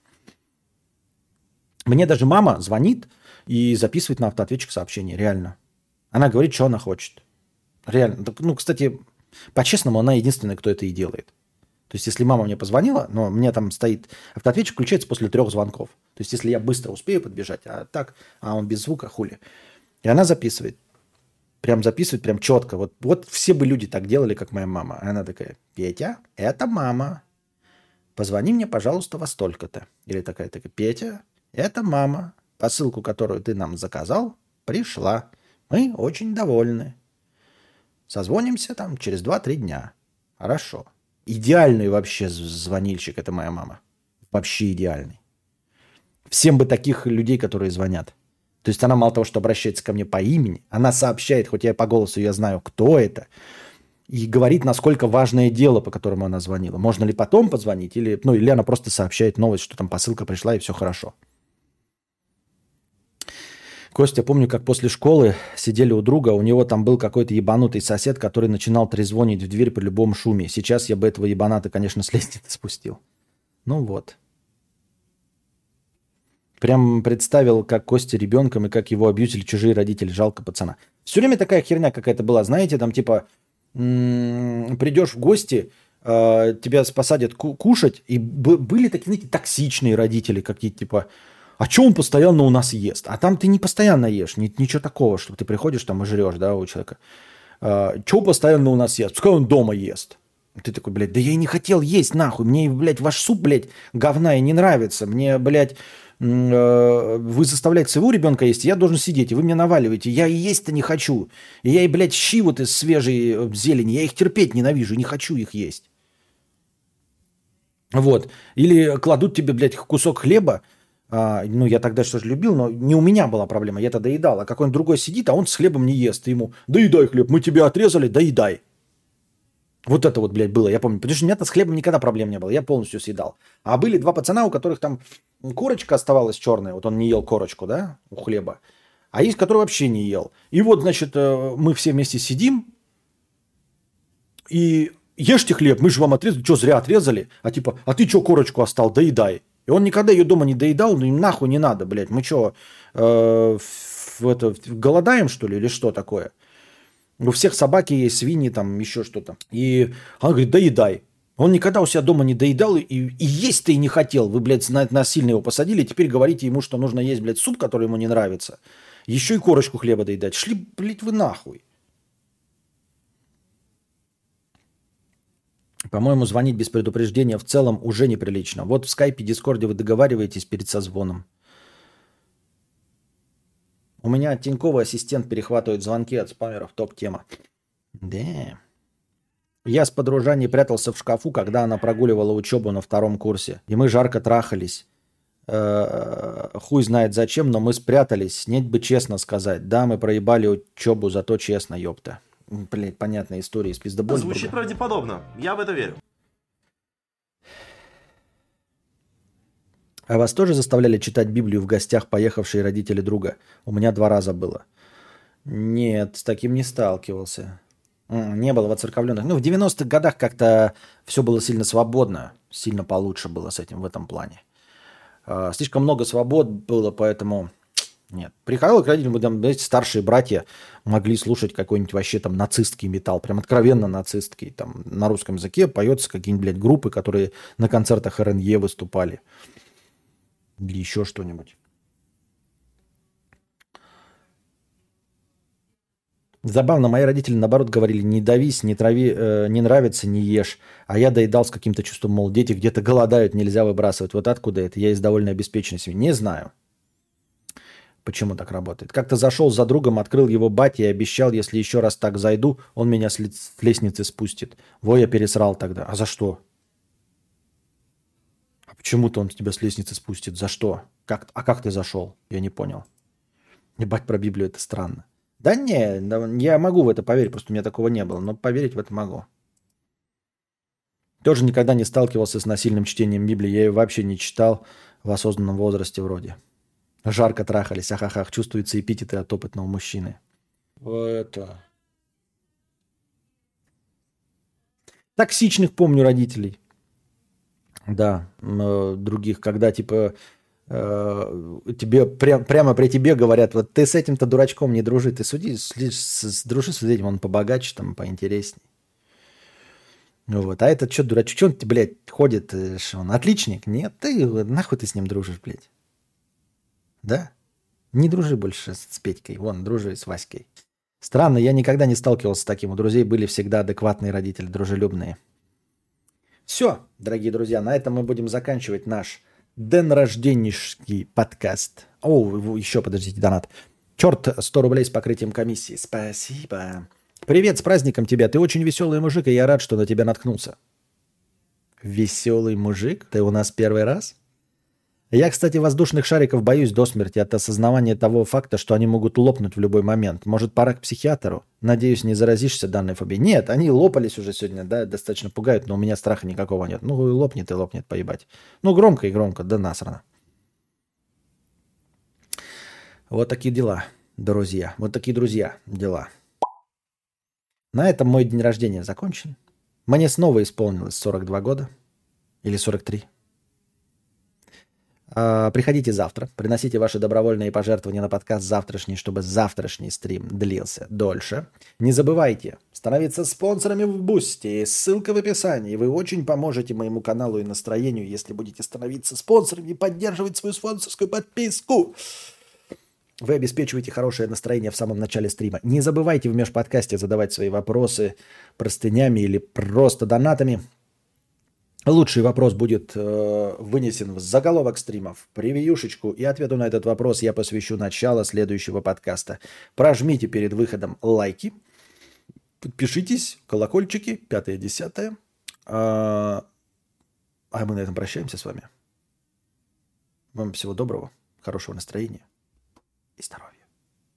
Мне даже мама звонит и записывает на автоответчик сообщение, реально. Она говорит, что она хочет. Реально. Ну, кстати, по-честному, она единственная, кто это и делает. То есть, если мама мне позвонила, но мне там стоит... Автоответчик включается после трех звонков. То есть, если я быстро успею подбежать, а так, а он без звука, хули. И она записывает. Прям записывать, прям четко. Вот, вот все бы люди так делали, как моя мама. А она такая, Петя, это мама. Позвони мне, пожалуйста, во столько-то. Или такая, такая, Петя, это мама. Посылку, которую ты нам заказал, пришла. Мы очень довольны. Созвонимся там через два-три дня. Хорошо. Идеальный вообще звонильщик, это моя мама. Вообще идеальный. Всем бы таких людей, которые звонят. То есть она мало того, что обращается ко мне по имени, она сообщает, хоть я по голосу я знаю, кто это, и говорит, насколько важное дело, по которому она звонила. Можно ли потом позвонить, или, ну, или она просто сообщает новость, что там посылка пришла, и все хорошо. Костя, помню, как после школы сидели у друга, у него там был какой-то ебанутый сосед, который начинал трезвонить в дверь при любом шуме. Сейчас я бы этого ебаната, конечно, с лестницы спустил. Ну вот. Прям представил, как Костя ребенком и как его абьюзили чужие родители. Жалко пацана. Все время такая херня какая-то была. Знаете, там типа м- придешь в гости, э- тебя посадят ку- кушать. И б- были такие, знаете, токсичные родители какие-то типа... А что он постоянно у нас ест? А там ты не постоянно ешь. Ни- ничего такого, чтобы ты приходишь там и жрешь, да, у человека. Э- что постоянно у нас ест? Пускай он дома ест. Ты такой, блядь, да я и не хотел есть нахуй. Мне, блядь, ваш суп, блядь, говна и не нравится. Мне, блядь... э, вы заставляете своего ребенка есть, я должен сидеть, и вы мне наваливаете. Я и есть-то не хочу. И я и, блядь, щи вот из свежей э, зелени, я их терпеть ненавижу, не хочу их есть. Вот. Или кладут тебе, блядь, кусок хлеба. А, ну, я тогда что же любил, но не у меня была проблема, я тогда доедал. А какой-нибудь другой сидит, а он с хлебом не ест. И ему, доедай хлеб, мы тебя отрезали, доедай. Вот это вот, блядь, было, я помню. Потому что у меня-то с хлебом никогда проблем не было, я полностью съедал. А были два пацана, у которых там корочка оставалась черная, вот он не ел корочку, да, у хлеба. А есть, который вообще не ел. И вот, значит, мы все вместе сидим, и ешьте хлеб, мы же вам отрезали, что, зря отрезали? А типа, а ты что корочку оставил, доедай. И он никогда ее дома не доедал, ну им нахуй не надо, блядь. Мы что, э, в, это, голодаем, что ли, или что такое? У всех собаки есть, свиньи, там еще что-то. И он говорит, доедай. Он никогда у себя дома не доедал и, и есть-то и не хотел. Вы, блядь, насильно его посадили, и теперь говорите ему, что нужно есть, блядь, суп, который ему не нравится. Еще и корочку хлеба доедать. Шли, блядь, вы нахуй. По-моему, звонить без предупреждения в целом уже неприлично. Вот в скайпе, дискорде вы договариваетесь перед созвоном. У меня от Тинькова ассистент перехватывает звонки от спамеров. Топ-тема. Да. Я с подружаней прятался в шкафу, когда она прогуливала учебу на втором курсе. И мы жарко трахались. Э-э- хуй знает зачем, но мы спрятались. Нет бы честно сказать. Да, мы проебали учебу, зато честно, ёпта. Блять, понятная история из пиздобольного. Звучит правдеподобно. Я в это верю. А вас тоже заставляли читать Библию в гостях поехавшие родители друга? У меня два раза было. Нет, с таким не сталкивался. Не было воцерковленных. Ну, в девяностых годах как-то все было сильно свободно. Сильно получше было с этим в этом плане. Слишком много свобод было, поэтому... Нет. Приходил к родителям, там, знаете, старшие братья могли слушать какой-нибудь вообще там нацистский металл, прям откровенно нацистский. Там на русском языке поется какие-нибудь, блядь, группы, которые на концертах эр эн е выступали. Или еще что-нибудь. Забавно, мои родители, наоборот, говорили, не давись, не трави, э, не нравится, не ешь. А я доедал с каким-то чувством, мол, дети где-то голодают, нельзя выбрасывать. Вот откуда это? Я из довольно обеспеченной семьи. Не знаю. Почему так работает? Как-то зашел за другом, открыл его батя и обещал, если еще раз так зайду, он меня с лестницы спустит. Во, я пересрал тогда. А за что? А почему-то он тебя с лестницы спустит. За что? Как? А как ты зашел? Я не понял. Ебать, про Библию это странно. Да не, я могу в это поверить, просто у меня такого не было, но поверить в это могу. Тоже никогда не сталкивался с насильным чтением Библии, я ее вообще не читал в осознанном возрасте вроде. Жарко трахались, ахахах, чувствуются эпитеты от опытного мужчины. Это... Токсичных помню родителей. Да, э, других, когда типа э, тебе прям, прямо при тебе говорят, вот ты с этим-то дурачком не дружи, ты суди, с, с, дружи с этим, он побогаче, там, поинтересней. Вот. А этот что, дурачок, что он, блядь, ходит, что он отличник? Нет, ты нахуй ты с ним дружишь, блядь. Да? Не дружи больше с Петькой. Вон, дружи с Васькой. Странно, я никогда не сталкивался с таким. У друзей были всегда адекватные родители, дружелюбные. Все, дорогие друзья, на этом мы будем заканчивать наш денрожденнишский подкаст. О, еще, подождите, донат. Черт, сто рублей с покрытием комиссии. Спасибо. Привет, с праздником тебя. Ты очень веселый мужик, и я рад, что на тебя наткнулся. Веселый мужик? Ты у нас первый раз? Я, кстати, воздушных шариков боюсь до смерти от осознавания того факта, что они могут лопнуть в любой момент. Может, пора к психиатру? Надеюсь, не заразишься данной фобией. Нет, они лопались уже сегодня, да, достаточно пугают, но у меня страха никакого нет. Ну, лопнет и лопнет, поебать. Ну, громко и громко, да насрано. Вот такие дела, друзья. Вот такие, друзья, дела. На этом мой день рождения закончен. Мне снова исполнилось сорок два года. Или сорок три. Приходите завтра, приносите ваши добровольные пожертвования на подкаст завтрашний, чтобы завтрашний стрим длился дольше. Не забывайте становиться спонсорами в Бусти. Ссылка в описании. Вы очень поможете моему каналу и настроению, если будете становиться спонсорами и поддерживать свою спонсорскую подписку. Вы обеспечиваете хорошее настроение в самом начале стрима. Не забывайте в межподкасте задавать свои вопросы простынями или просто донатами. Лучший вопрос будет э, вынесен в заголовок стримов, превьюшечку, и ответу на этот вопрос я посвящу начало следующего подкаста. Прожмите перед выходом лайки, подпишитесь, колокольчики, пятое, десятое. А, а мы на этом прощаемся с вами. Вам всего доброго, хорошего настроения и здоровья.